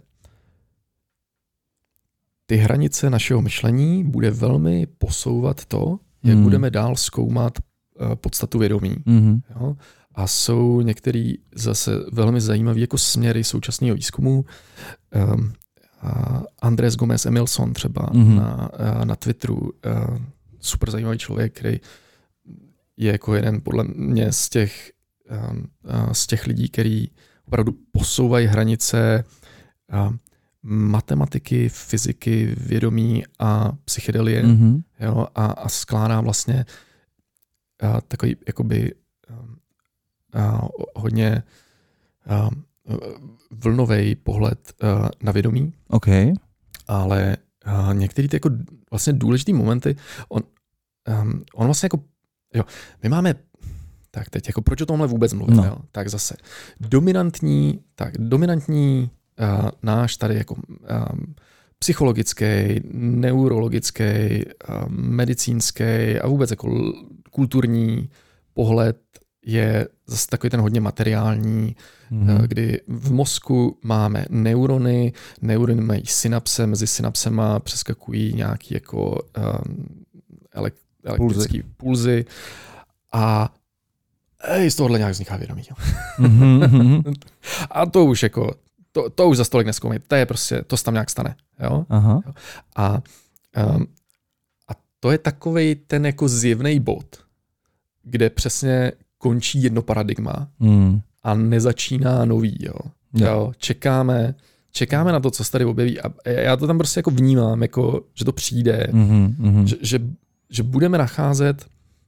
ty hranice našeho myšlení bude velmi posouvat to, jak mm. budeme dál zkoumat uh, podstatu vědomí. Mm-hmm. Jo. A jsou některé zase velmi zajímavé jako směry současného výzkumu. Um, uh, Andrés Gómez Emilson třeba mm-hmm. na, uh, na Twitteru. Uh, super zajímavý člověk, který je jako jeden podle mě z těch, um, uh, z těch lidí, který opravdu posouvají hranice uh, matematiky, fyziky, vědomí a psychedelie. Mm-hmm. Jo, a, a skládá vlastně uh, takový jakoby um, Uh, hodně uh, vlnový pohled uh, na vědomí,
okay.
ale uh, některé ty jako vlastně důležité momenty, on, um, on vlastně jako, jo, my máme, tak teď, jako proč o tomhle vůbec mluvit, no. jo? Tak zase, dominantní, tak dominantní uh, náš tady jako um, psychologický, neurologický, uh, medicínský a vůbec jako kulturní pohled je zase takový ten hodně materiální, mm-hmm. kdy v mozku máme neurony, neurony mají synapse, mezi synapsema přeskakují nějaký jako um, elek- elektrický pulzy. pulzy a ej, z tohohle nějak vzniká vědomí. Mm-hmm. A to už jako, to, to už za stolik nezkoumej, to je prostě, to se tam nějak stane. Jo?
Aha.
A, um, a to je takovej ten jako zjevný bod, kde přesně končí jedno paradigma mm. a nezačíná nový. Jo. Jo. Jo, čekáme, čekáme na to, co se tady objeví a já to tam prostě jako vnímám, jako, že to přijde, mm-hmm, mm-hmm. Že, že, že budeme nacházet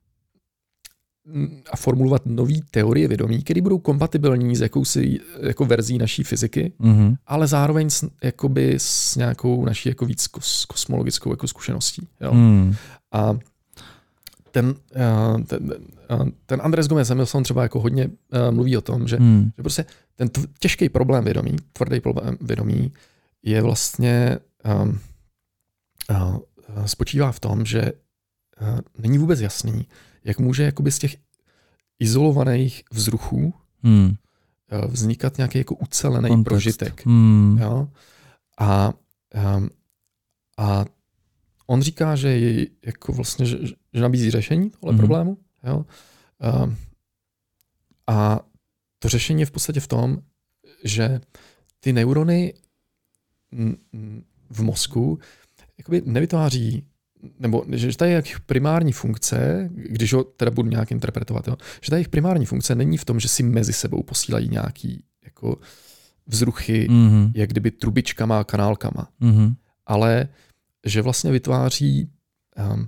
a formulovat nové teorie vědomí, které budou kompatibilní s jakousi jako verzí naší fyziky, mm-hmm. ale zároveň s, jakoby, s nějakou naší jako víc kos, kosmologickou jako zkušeností. Jo. Mm. A ten, ten, ten Andrés Gómez Emilson třeba jako hodně mluví o tom, že, hmm. že prostě ten těžký problém vědomí, tvrdý problém vědomí je vlastně um, uh, spočívá v tom, že není vůbec jasný, jak může jakoby z těch izolovaných vzruchů hmm. vznikat nějaký jako ucelený Kontext. prožitek. Hmm. Jo? A, a on říká, že je jako vlastně, že, že nabízí řešení tohle hmm. problému. Jo? A to řešení je v podstatě v tom, že ty neurony v mozku jakoby nevytváří, nebo že ta jejich primární funkce, když ho teda budu nějak interpretovat, jo, že ta jejich primární funkce není v tom, že si mezi sebou posílají nějaký jako vzruchy, mm-hmm. jak kdyby trubičkama a kanálkama, mm-hmm. ale že vlastně vytváří um,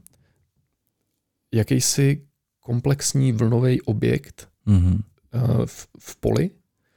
jakýsi komplexní vlnový objekt mm-hmm. uh, v, v poli,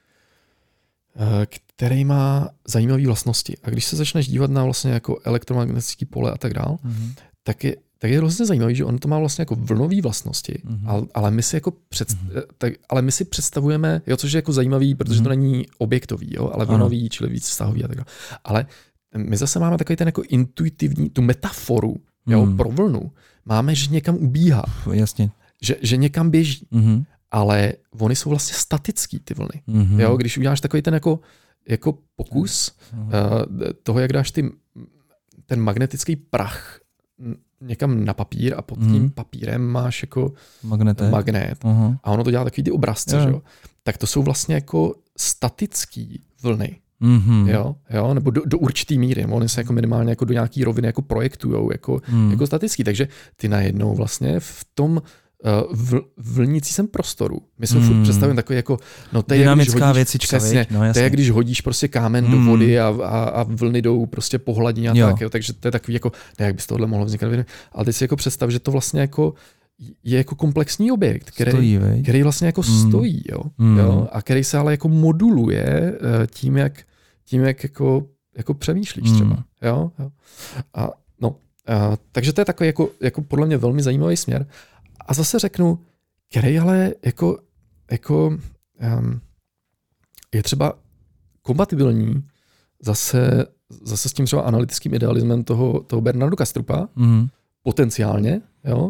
uh, který má zajímavé vlastnosti. A když se začneš dívat na vlastně jako elektromagnetické pole a tak dál, mm-hmm. tak, je, tak je vlastně zajímavý, že on to má vlastně jako vlnové vlastnosti, mm-hmm. ale, ale, my si jako před, mm-hmm. tak, ale my si představujeme, jo, což je jako zajímavý, protože mm-hmm. to není objektový, jo, ale vlnový, ano. čili víc vztahový a tak dále. Ale my zase máme takový ten jako intuitivní, tu metaforu, jo, mm. pro vlnu. Máme, že někam ubíhá.
Jasně.
Že, že někam běží. Mm-hmm. Ale oni jsou vlastně statický, ty vlny. Mm-hmm. Jo, když uděláš takový ten jako, jako pokus mm-hmm. uh, toho, jak dáš ty, ten magnetický prach někam na papír a pod mm. tím papírem máš jako
Magnetek.
magnet uh-huh. a ono to dělá takový ty obrazce, yeah. že jo? Tak to jsou vlastně jako statický vlny. Mm-hmm. Jo, jo, nebo do, do určitý míry. Oni se jako minimálně jako do nějaký roviny jako projektujou jako, mm. jako statický. Takže ty najednou vlastně v tom v, vlnící sem prostoru. My jsme mm. furt představujeme takový jako, no to je,
dynamická
hodíš,
věcička,
přesně,
no,
to je, když hodíš prostě kámen mm. do vody a, a, a vlny jdou prostě po hladině a jo. tak, jo, takže to je takový jako, ne, jak by z tohohle mohlo vznikat, ale teď si jako představ, že to vlastně jako je jako komplexní objekt, který, stojí, který vlastně jako mm. stojí, jo, mm. jo, a který se ale jako moduluje tím, jak, tím, jak jako, jako přemýšlíš mm. třeba, jo, jo. A no, a, takže to je takový jako, jako podle mě velmi zajímavý směr. A zase řeknu, který ale jako, jako um, je třeba kompatibilní zase, zase s tím třeba analytickým idealismem toho, toho Bernarda Kastrupa, mm. potenciálně, jo,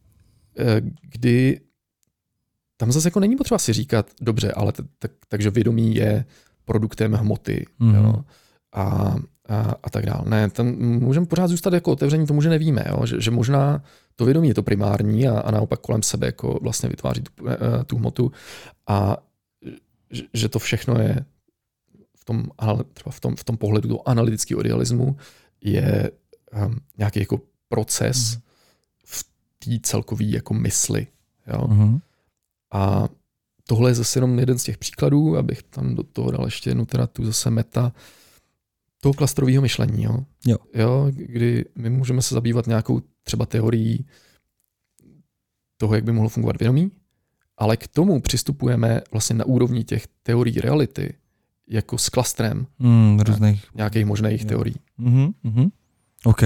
kdy tam zase jako není potřeba si říkat, dobře, ale t- t- takže vědomí je produktem hmoty, mm. jo, a A, a tak dále. Ne, ten, můžeme pořád zůstat jako otevření tomu, že nevíme, jo? Že, že možná to vědomí je to primární a, a naopak kolem sebe jako vlastně vytváří tu, tu hmotu a že, že to všechno je v tom, třeba v tom, v tom pohledu toho analytického idealismu je um, nějaký jako proces mm. v té celkové jako mysli. Jo? Mm. A tohle je zase jenom jeden z těch příkladů, abych tam do toho dal ještě jednu teda tu zase meta toho klastrového myšlení, jo?
Jo.
Jo, kdy my můžeme se zabývat nějakou třeba teorií toho, jak by mohlo fungovat vědomí, ale k tomu přistupujeme vlastně na úrovni těch teorií reality jako s klastrem
mm, různých
nějakých možných
jo.
teorií.
Mm-hmm, mm-hmm. OK.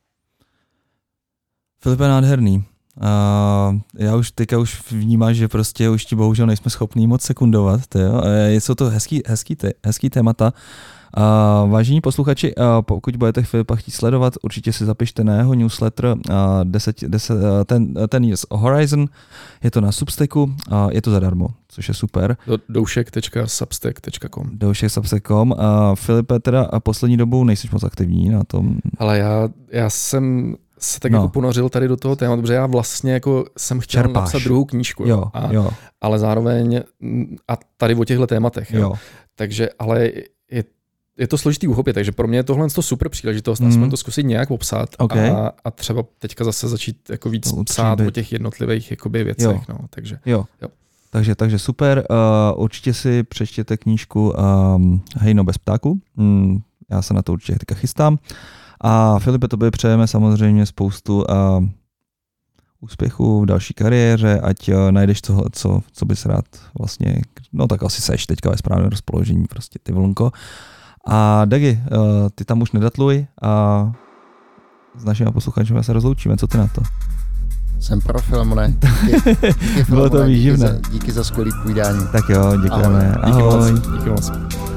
Filipe, nádherný. Uh, já už teďka už vnímám, že prostě už ti bohužel nejsme schopní moc sekundovat. Jo? Jsou to hezký, hezký, té, hezký témata. Uh, vážení posluchači, uh, pokud budete Filipa chtít sledovat, určitě si zapište na jeho newsletter uh, deset, deset, uh, ten, ten Years Horizon, je to na Substacku, uh, je to zadarmo, což je super.
doušek tečka substack tečka com
doušek tečka substack tečka com. Uh, Filipe, teda a poslední dobou nejsi moc aktivní na tom.
Ale já, já jsem se tak no. jako ponořil tady do toho tématu, protože já vlastně jako jsem chtěl
Čerpáš.
napsat druhou knížku,
jo,
a,
jo.
ale zároveň a tady o těchto tématech. Jo. Jo. Takže, ale je Je to složitý uchopit, takže pro mě je tohle to super příležitost, mm. aspoň to zkusit nějak popsat
okay.
a, a třeba teďka zase začít jako víc no, psát být. o těch jednotlivých jakoby věcech. Jo. No, takže,
jo.
Jo.
Takže, takže super, uh, určitě si přečtěte knížku um, Hejno bez ptáku, mm, já se na to určitě teďka chystám. A Filipe, tobě přejeme samozřejmě spoustu uh, úspěchů v další kariéře, ať uh, najdeš toho, co, co bys rád vlastně, no tak asi seš teďka ve správném rozpoložení, prostě ty vlnko. A Dagi, ty tam už nedatluj a s našimi posluchači se rozloučíme. Co ty na to?
Jsem pro, Filemone. Díky, díky,
Bylo to výživné.
Díky za, díky za skvělý povídání.
Tak jo, děkujeme.
Ahoj.
Ahoj.
Díky moc. Díky moc.